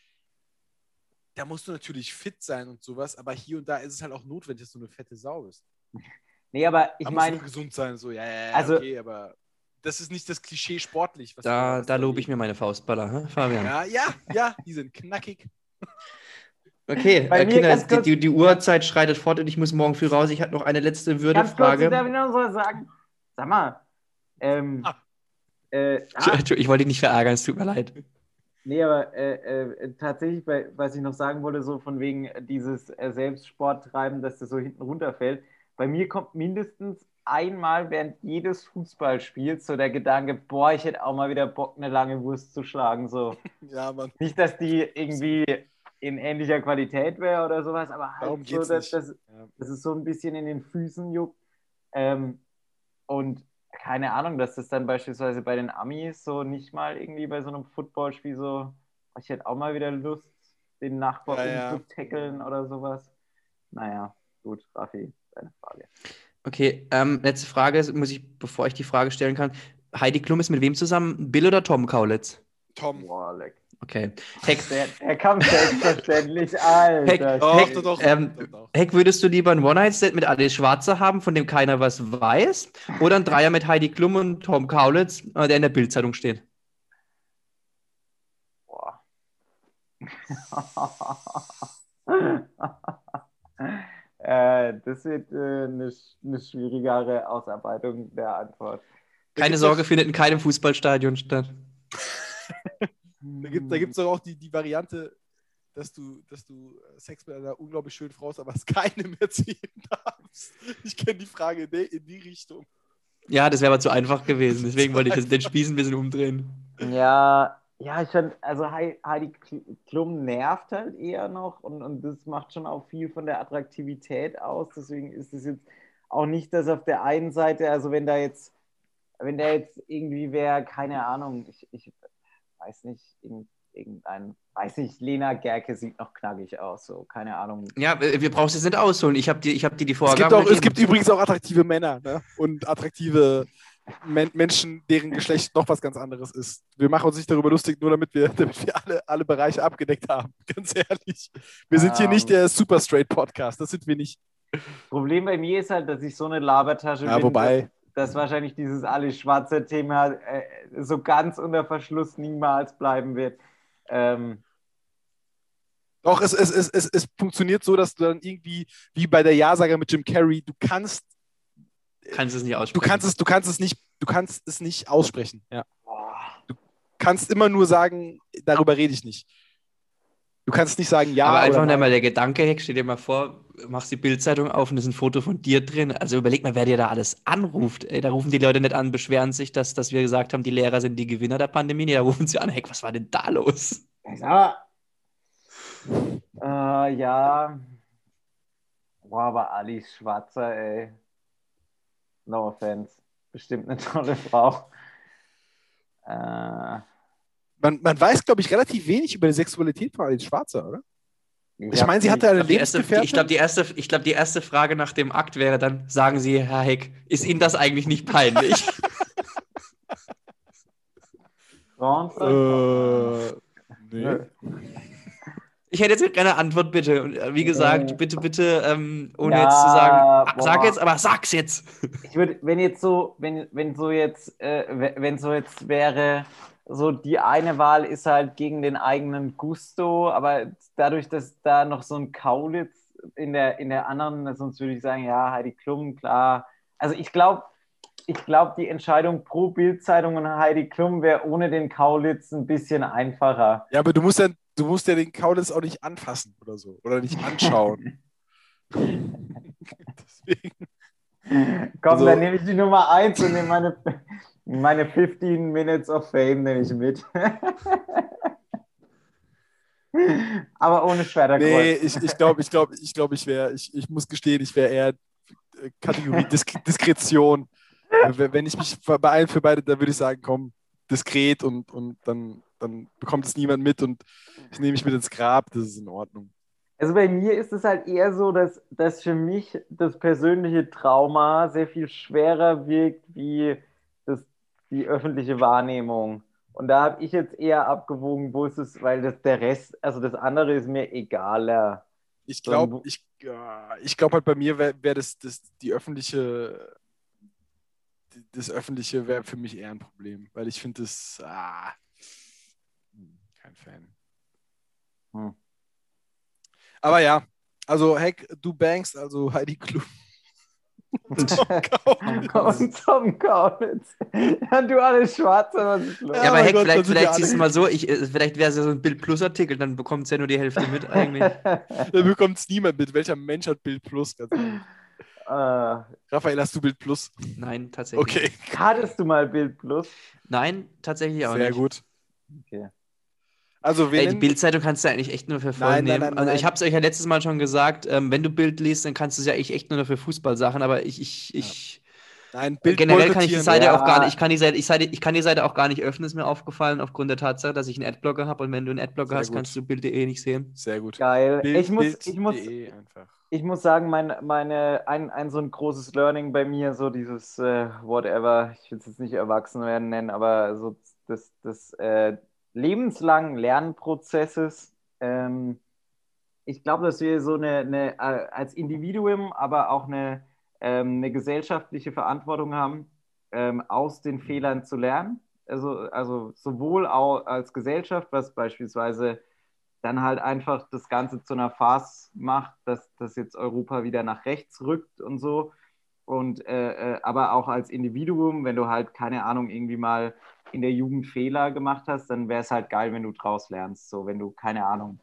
[SPEAKER 5] da musst du natürlich fit sein und sowas, aber hier und da ist es halt auch notwendig, dass du eine fette Sau bist.
[SPEAKER 6] Nee, aber ich
[SPEAKER 5] Da muss
[SPEAKER 6] meine,
[SPEAKER 5] man gesund sein, so, ja, ja, ja,
[SPEAKER 6] Also-
[SPEAKER 5] okay, aber das ist nicht das Klischee sportlich. Was
[SPEAKER 7] Da,
[SPEAKER 5] was
[SPEAKER 7] da lobe ich
[SPEAKER 5] leben.
[SPEAKER 7] mir meine Faustballer, hä, Fabian.
[SPEAKER 5] Ja, ja, ja, die sind knackig.
[SPEAKER 7] Okay,
[SPEAKER 6] Bei
[SPEAKER 7] äh,
[SPEAKER 6] mir
[SPEAKER 7] Kinder,
[SPEAKER 6] ganz
[SPEAKER 7] die,
[SPEAKER 6] kurz-
[SPEAKER 7] die, die Uhrzeit schreitet fort und ich muss morgen früh raus. Ich hatte noch eine letzte
[SPEAKER 6] ganz kurz,
[SPEAKER 7] Würdefrage.
[SPEAKER 6] darf ich noch so sagen? Sag mal, ähm,
[SPEAKER 5] Ah.
[SPEAKER 6] äh, ah,
[SPEAKER 7] Entschuldigung, ich wollte dich nicht verärgern, es tut mir leid.
[SPEAKER 6] nee, aber äh, äh, tatsächlich, bei, was ich noch sagen wollte, so von wegen dieses äh, Selbstsporttreiben, dass das so hinten runterfällt. Bei mir kommt mindestens einmal während jedes Fußballspiels so der Gedanke, boah, ich hätte auch mal wieder Bock, eine lange Wurst zu schlagen. So.
[SPEAKER 5] Ja, Mann.
[SPEAKER 6] Nicht, dass die irgendwie in ähnlicher Qualität wäre oder sowas, aber halt
[SPEAKER 5] Darum
[SPEAKER 6] so,
[SPEAKER 5] geht's
[SPEAKER 6] dass,
[SPEAKER 5] nicht.
[SPEAKER 6] dass,
[SPEAKER 5] Ja.
[SPEAKER 6] dass es so ein bisschen in den Füßen juckt. Ähm, und keine Ahnung, dass das dann beispielsweise bei den Amis so nicht mal irgendwie bei so einem Footballspiel so, ich hätte auch mal wieder Lust, den Nachbar
[SPEAKER 5] Ja, ja.
[SPEAKER 6] umzutackeln oder sowas. Naja, gut, Raffi, deine Frage.
[SPEAKER 7] Okay, ähm, letzte Frage, muss ich, bevor ich die Frage stellen kann. Heidi Klum ist mit wem zusammen? Bill oder Tom Kaulitz?
[SPEAKER 5] Tom.
[SPEAKER 6] Boah, leck.
[SPEAKER 7] Okay. Heck,
[SPEAKER 6] Der, der kam selbstverständlich, Alter.
[SPEAKER 7] Heck,
[SPEAKER 5] Doch,
[SPEAKER 7] Heck,
[SPEAKER 5] doch, doch.
[SPEAKER 7] ähm,
[SPEAKER 5] doch, doch.
[SPEAKER 7] Heck, würdest du lieber ein One-Night-Stand mit Alice Schwarzer haben, von dem keiner was weiß? Oder ein Dreier mit Heidi Klum und Tom Kaulitz, äh, der in der Bildzeitung steht?
[SPEAKER 6] Boah. äh, das wird äh, eine, sch- eine schwierigere Ausarbeitung der Antwort.
[SPEAKER 5] Da
[SPEAKER 7] Keine
[SPEAKER 5] gibt's
[SPEAKER 7] Sorge,
[SPEAKER 5] doch-
[SPEAKER 7] findet in keinem Fußballstadion statt.
[SPEAKER 5] Da gibt es da gibt's doch auch die, die Variante, dass du, dass du Sex mit einer unglaublich schönen Frau hast, aber es keinem erzählen darfst. Ich kenne die Frage in die, in die Richtung.
[SPEAKER 7] Ja, das wäre aber zu einfach gewesen. Deswegen wollte ich das, den Spieß ein bisschen umdrehen.
[SPEAKER 6] Ja, ja, ich find, also Hei- Heidi Kl- Klum nervt halt eher noch und, und das macht schon auch viel von der Attraktivität aus. Deswegen ist es jetzt auch nicht, dass auf der einen Seite, also wenn da jetzt, wenn der jetzt irgendwie wäre, keine Ahnung, ich, ich weiß nicht, irgend- irgendein, weiß nicht, Lena Gerke sieht noch knackig aus, so, keine Ahnung.
[SPEAKER 7] Ja, wir brauchen es jetzt nicht ausholen. Ich habe dir, ich hab dir die
[SPEAKER 5] Es
[SPEAKER 7] Vorgaben
[SPEAKER 5] gibt, auch, es
[SPEAKER 7] gegeben.
[SPEAKER 5] gibt übrigens auch attraktive Männer, ne? Und attraktive Men Menschen, deren Geschlecht noch was ganz anderes ist. Wir machen uns nicht darüber lustig, nur damit wir, damit wir alle, alle Bereiche abgedeckt haben. Ganz ehrlich. Wir sind hier
[SPEAKER 6] Ähm.
[SPEAKER 5] nicht der Super Straight Podcast, das sind wir nicht.
[SPEAKER 6] Problem bei mir ist halt, dass ich so eine Labertasche
[SPEAKER 5] Ja,
[SPEAKER 6] bin,
[SPEAKER 5] wobei-
[SPEAKER 6] dass, dass wahrscheinlich dieses alles schwarze Thema äh, so ganz unter Verschluss niemals bleiben wird. Ähm,
[SPEAKER 5] Doch, es, es, es, es, es funktioniert so, dass du dann irgendwie, wie bei der Ja-Sager mit Jim Carrey, du kannst,
[SPEAKER 7] Kannst es nicht
[SPEAKER 5] du
[SPEAKER 7] aussprechen.
[SPEAKER 5] kannst es, du kannst es nicht, du kannst es nicht aussprechen. Ja.
[SPEAKER 6] boah.
[SPEAKER 5] Kannst immer nur sagen, darüber rede ich nicht. Du kannst nicht sagen ja
[SPEAKER 7] aber einfach
[SPEAKER 5] oder
[SPEAKER 7] nur
[SPEAKER 5] nein.
[SPEAKER 7] mal der Gedanke, Heck, stell dir mal vor, machst die Bildzeitung auf und ist ein Foto von dir drin. Also überleg mal, wer dir da alles anruft. Ey, da rufen die Leute nicht an, beschweren sich, dass, dass wir gesagt haben, die Lehrer sind die Gewinner der Pandemie. Nee, da rufen sie an, Heck, was war denn da los?
[SPEAKER 6] Ja. Äh, ja. Boah, aber Alice Schwarzer, ey. No offense. Bestimmt eine tolle Frau. Äh,
[SPEAKER 5] Man, man weiß, glaube ich, relativ wenig über die Sexualität von Alice Schwarzer, oder? Ich
[SPEAKER 6] hab
[SPEAKER 5] meine, sie
[SPEAKER 6] die-
[SPEAKER 5] hatte eine
[SPEAKER 7] Ich glaube, die, erste-
[SPEAKER 5] Lebensgefährtin.
[SPEAKER 7] ich glaub, die, erste, ich glaub, die erste Frage nach dem Akt wäre dann, sagen Sie, Herr Heck, ist Ihnen das eigentlich nicht peinlich?
[SPEAKER 6] Frauenfrei-
[SPEAKER 5] äh, nee.
[SPEAKER 7] Ich hätte jetzt keine Antwort, bitte. Und äh, wie gesagt, bitte, bitte, ähm, ohne
[SPEAKER 6] Ja,
[SPEAKER 7] jetzt zu sagen, ah,
[SPEAKER 6] boah.
[SPEAKER 7] sag jetzt, aber sag's jetzt.
[SPEAKER 6] Ich würde, wenn jetzt so, wenn, wenn so jetzt, äh, we- wenn so jetzt wäre, so die eine Wahl ist halt gegen den eigenen Gusto, aber dadurch, dass da noch so ein Kaulitz in der, in der anderen, sonst würde ich sagen, ja, Heidi Klum, klar. Also ich glaube, ich glaube, die Entscheidung pro Bildzeitung und Heidi Klum wäre ohne den Kaulitz ein bisschen einfacher.
[SPEAKER 5] Ja, aber du musst ja, du musst ja den Kaulitz auch nicht anfassen oder so. Oder nicht anschauen. Deswegen.
[SPEAKER 6] Komm,
[SPEAKER 5] Also-
[SPEAKER 6] dann nehme ich die Nummer eins und nehme meine, meine fifteen Minutes of Fame nehme ich mit. Aber ohne Schwerterkreuz.
[SPEAKER 5] Nee, ich glaube, ich glaube, ich, glaub, ich, glaub, ich wäre, ich, ich muss gestehen, ich wäre eher äh, Kategorie Disk Diskretion. Äh, Wenn ich mich bei allen für beide, dann würde ich sagen, komm, diskret und, und dann, dann bekommt es niemand mit und ich nehme mich mit ins Grab, das ist in Ordnung.
[SPEAKER 6] Also bei mir ist es halt eher so, dass, dass für mich das persönliche Trauma sehr viel schwerer wirkt wie das, die öffentliche Wahrnehmung. Und da habe ich jetzt eher abgewogen, wo ist es, weil das der Rest, also das andere ist mir egaler.
[SPEAKER 5] Ich
[SPEAKER 6] So ein
[SPEAKER 5] glaube,
[SPEAKER 6] Bu-
[SPEAKER 5] ich, ja, ich glaube halt bei mir wäre wär das, das die öffentliche, das öffentliche wäre für mich eher ein Problem, weil ich finde das, ah, hm, kein Fan.
[SPEAKER 6] Hm.
[SPEAKER 5] Aber ja, also Heck, du bangst, also Heidi Klum.
[SPEAKER 7] Und,
[SPEAKER 6] Und Tom Kaulitz. Ja, du alles Schwarze, was ist los?
[SPEAKER 7] ja,
[SPEAKER 5] Ja,
[SPEAKER 7] aber
[SPEAKER 5] mein
[SPEAKER 7] Heck,
[SPEAKER 5] Gott,
[SPEAKER 7] vielleicht,
[SPEAKER 5] das sind ja
[SPEAKER 7] vielleicht
[SPEAKER 5] alle-
[SPEAKER 7] siehst du mal so, ich, äh, vielleicht wäre es ja so ein Bild Plus Artikel, dann bekommt es ja nur die Hälfte mit eigentlich.
[SPEAKER 5] Da bekommt es niemand mit. Welcher Mensch hat Bild Plus? Ganz ehrlich.
[SPEAKER 6] Äh,
[SPEAKER 5] Raphael, hast du Bild Plus?
[SPEAKER 7] Nein, tatsächlich.
[SPEAKER 5] Okay,
[SPEAKER 7] nicht.
[SPEAKER 6] hattest du mal Bild Plus?
[SPEAKER 7] Nein, tatsächlich auch
[SPEAKER 5] sehr
[SPEAKER 7] nicht.
[SPEAKER 5] gut.
[SPEAKER 6] Okay.
[SPEAKER 5] Also, wir
[SPEAKER 7] Ey, die
[SPEAKER 5] nennen-
[SPEAKER 7] Bildzeitung kannst du eigentlich echt nur für voll
[SPEAKER 5] Nein, nein,
[SPEAKER 7] nehmen.
[SPEAKER 5] nein,
[SPEAKER 7] Also ich
[SPEAKER 5] nein.
[SPEAKER 7] habe es euch ja letztes Mal schon gesagt, ähm, wenn du Bild liest, dann kannst du es ja echt, echt nur für Fußballsachen, aber ich, ich, ich
[SPEAKER 5] Nein,
[SPEAKER 7] äh,
[SPEAKER 5] Bild
[SPEAKER 7] generell kann ich die
[SPEAKER 5] boykottieren.
[SPEAKER 7] Seite
[SPEAKER 6] Ja.
[SPEAKER 7] auch gar nicht, ich kann die Seite, ich, Seite, ich kann die Seite auch gar nicht öffnen, ist mir aufgefallen, aufgrund der Tatsache, dass ich einen Adblocker habe und wenn du einen Adblocker
[SPEAKER 5] Sehr
[SPEAKER 7] hast,
[SPEAKER 5] gut.
[SPEAKER 7] kannst du Bild punkt de nicht sehen.
[SPEAKER 5] Sehr gut.
[SPEAKER 6] Geil.
[SPEAKER 5] Bild,
[SPEAKER 6] ich muss,
[SPEAKER 5] Bild,
[SPEAKER 6] ich muss,
[SPEAKER 5] de einfach.
[SPEAKER 6] ich muss sagen, mein, meine, ein, ein so ein großes Learning bei mir, so dieses äh, whatever, ich will es jetzt nicht erwachsen werden nennen, aber so des, des äh, lebenslangen Lernprozesses. Ähm, ich glaube, dass wir so eine, eine äh, als Individuum, aber auch eine, ähm, eine gesellschaftliche Verantwortung haben, ähm, aus den Fehlern zu lernen. Also, also sowohl auch als Gesellschaft, was beispielsweise dann halt einfach das Ganze zu einer Farce macht, dass, dass jetzt Europa wieder nach rechts rückt und so. Und äh, äh, aber auch als Individuum, wenn du halt, keine Ahnung, irgendwie mal in der Jugend Fehler gemacht hast, dann wäre es halt geil, wenn du draus lernst. So, wenn du, keine Ahnung,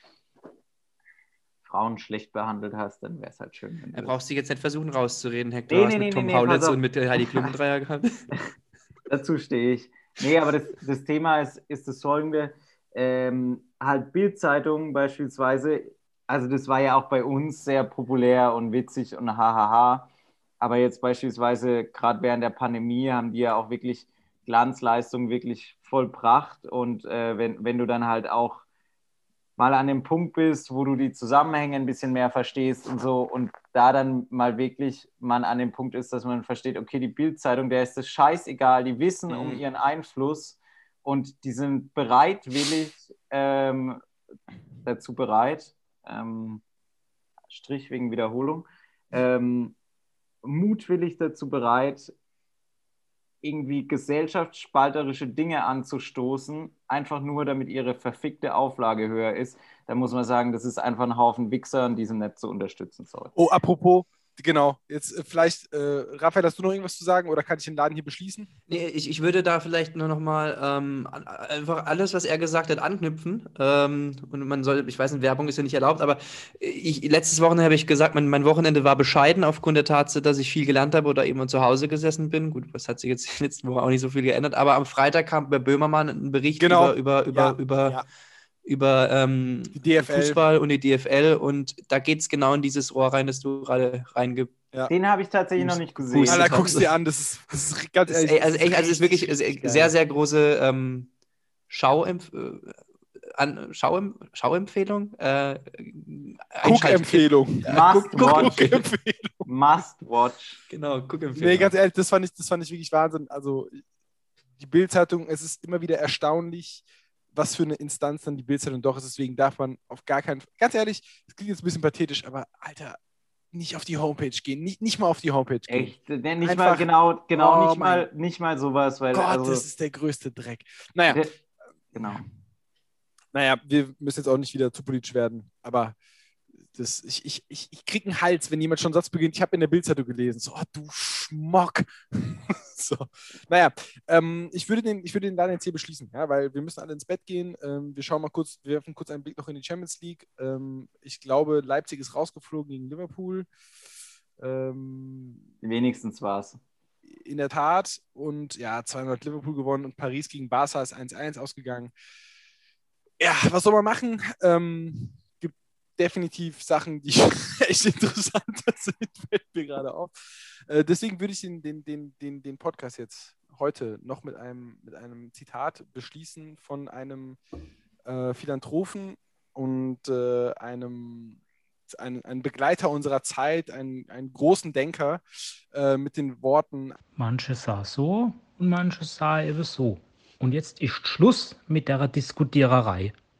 [SPEAKER 6] Frauen schlecht behandelt hast, dann wäre es halt schön. Wenn
[SPEAKER 7] Da
[SPEAKER 6] du
[SPEAKER 7] brauchst du jetzt nicht versuchen rauszureden, Hector.
[SPEAKER 6] Nee,
[SPEAKER 7] Du hast
[SPEAKER 6] nee,
[SPEAKER 7] mit
[SPEAKER 6] nee,
[SPEAKER 7] Tom
[SPEAKER 6] nee, nee, pass
[SPEAKER 7] Paulitz
[SPEAKER 6] auf.
[SPEAKER 7] und mit äh, Heidi Klum einen Dreier gehabt.
[SPEAKER 6] Dazu stehe ich. Nee, aber das, das Thema ist, ist das folgende. Ähm, halt Bild-Zeitung beispielsweise, also das war ja auch bei uns sehr populär und witzig und hahaha. Aber jetzt beispielsweise, gerade während der Pandemie, haben die ja auch wirklich Glanzleistungen wirklich vollbracht. Und äh, wenn, wenn du dann halt auch mal an dem Punkt bist, wo du die Zusammenhänge ein bisschen mehr verstehst und so und da dann mal wirklich man an dem Punkt ist, dass man versteht, okay, die Bild-Zeitung, der ist das scheißegal, die wissen
[SPEAKER 7] Mhm.
[SPEAKER 6] um ihren Einfluss und die sind bereitwillig ähm, dazu bereit, ähm, Strich wegen Wiederholung, ähm, mutwillig dazu bereit, irgendwie gesellschaftsspalterische Dinge anzustoßen, einfach nur, damit ihre verfickte Auflage höher ist, dann muss man sagen, das ist einfach ein Haufen Wichser und die sind nicht zu unterstützen soll.
[SPEAKER 5] Oh, apropos, genau, jetzt äh, vielleicht, äh, Raphael, hast du noch irgendwas zu sagen oder kann ich den Laden hier beschließen?
[SPEAKER 7] Nee, ich, ich würde da vielleicht nur noch mal ähm, an- einfach alles, was er gesagt hat, anknüpfen. Ähm, und man soll, ich weiß nicht, Werbung ist ja nicht erlaubt, aber ich, letztes Wochenende habe ich gesagt, mein, mein Wochenende war bescheiden aufgrund der Tatsache, dass ich viel gelernt habe oder eben zu Hause gesessen bin. Gut, was hat sich jetzt in der letzten Woche auch nicht so viel geändert, aber am Freitag kam bei Böhmermann ein Bericht
[SPEAKER 5] Genau.
[SPEAKER 7] über, über, über,
[SPEAKER 5] Ja,
[SPEAKER 7] über,
[SPEAKER 5] ja.
[SPEAKER 7] über ähm,
[SPEAKER 5] Die D F L.
[SPEAKER 7] Fußball und die D F L und da geht es genau in dieses Rohr rein, das du gerade reinge
[SPEAKER 5] Ja.
[SPEAKER 6] Den habe ich tatsächlich noch nicht gesehen.
[SPEAKER 7] Pustet.
[SPEAKER 5] Alter, guck's dir an, das ist, das ist ganz
[SPEAKER 7] Das ist,
[SPEAKER 5] ehrlich.
[SPEAKER 7] ey, also,
[SPEAKER 5] das
[SPEAKER 7] echt, also es ist wirklich
[SPEAKER 5] richtig,
[SPEAKER 7] sehr,
[SPEAKER 5] richtig
[SPEAKER 7] sehr,
[SPEAKER 5] geil.
[SPEAKER 7] sehr große ähm, Schauempf äh, an, Schauem Schauempfehlung. Äh,
[SPEAKER 5] Guck-Empfehlung.
[SPEAKER 7] Ja,
[SPEAKER 6] Must
[SPEAKER 7] guck, guck,
[SPEAKER 6] watch.
[SPEAKER 5] Guck-Empfehlung.
[SPEAKER 6] Must watch.
[SPEAKER 7] genau, Guck-Empfehlung.
[SPEAKER 5] Nee, ganz ehrlich, das fand ich, das fand ich wirklich Wahnsinn. Also die Bild-Zeitung, es ist immer wieder erstaunlich, was für eine Instanz dann die Bild-Zeitung doch ist. Deswegen darf man auf gar keinen Fall, ganz ehrlich, das klingt jetzt ein bisschen pathetisch, aber Alter, nicht auf die Homepage gehen, nicht, nicht mal auf die Homepage gehen.
[SPEAKER 6] Echt? Nee, nicht
[SPEAKER 5] Einfach-
[SPEAKER 6] mal, genau, genau
[SPEAKER 5] Oh
[SPEAKER 6] nicht,
[SPEAKER 5] mein
[SPEAKER 6] mal, nicht mal sowas, weil,
[SPEAKER 5] Gott,
[SPEAKER 6] also,
[SPEAKER 5] das ist der größte Dreck. Naja,
[SPEAKER 6] der- genau.
[SPEAKER 5] naja, wir müssen jetzt auch nicht wieder zu politisch werden, aber das, ich, ich, ich, ich kriege einen Hals, wenn jemand schon einen Satz beginnt, ich habe in der Bildzeitung gelesen, so, oh, du Schmock. so. Naja, ähm, ich würde den, ich würde den Laden jetzt hier beschließen, ja, weil wir müssen alle ins Bett gehen. Ähm, wir schauen mal kurz, wir werfen kurz einen Blick noch in die Champions League. Ähm, ich glaube, Leipzig ist rausgeflogen gegen Liverpool. Ähm,
[SPEAKER 6] Wenigstens war es.
[SPEAKER 5] in der Tat. Und ja, zweimal hat Liverpool gewonnen und Paris gegen Barca ist eins eins ausgegangen. Ja, was soll man machen? Ähm, gibt definitiv Sachen, die echt interessanter sind, fällt mir gerade auf. Äh, deswegen würde ich den, den, den, den, den Podcast jetzt heute noch mit einem, mit einem Zitat beschließen von einem äh, Philanthropen und äh, einem ein, ein Begleiter unserer Zeit, einen, einen großen Denker äh, mit den Worten:
[SPEAKER 4] Manche sah so und manche sah eben so. Und jetzt ist Schluss mit der Diskutiererei.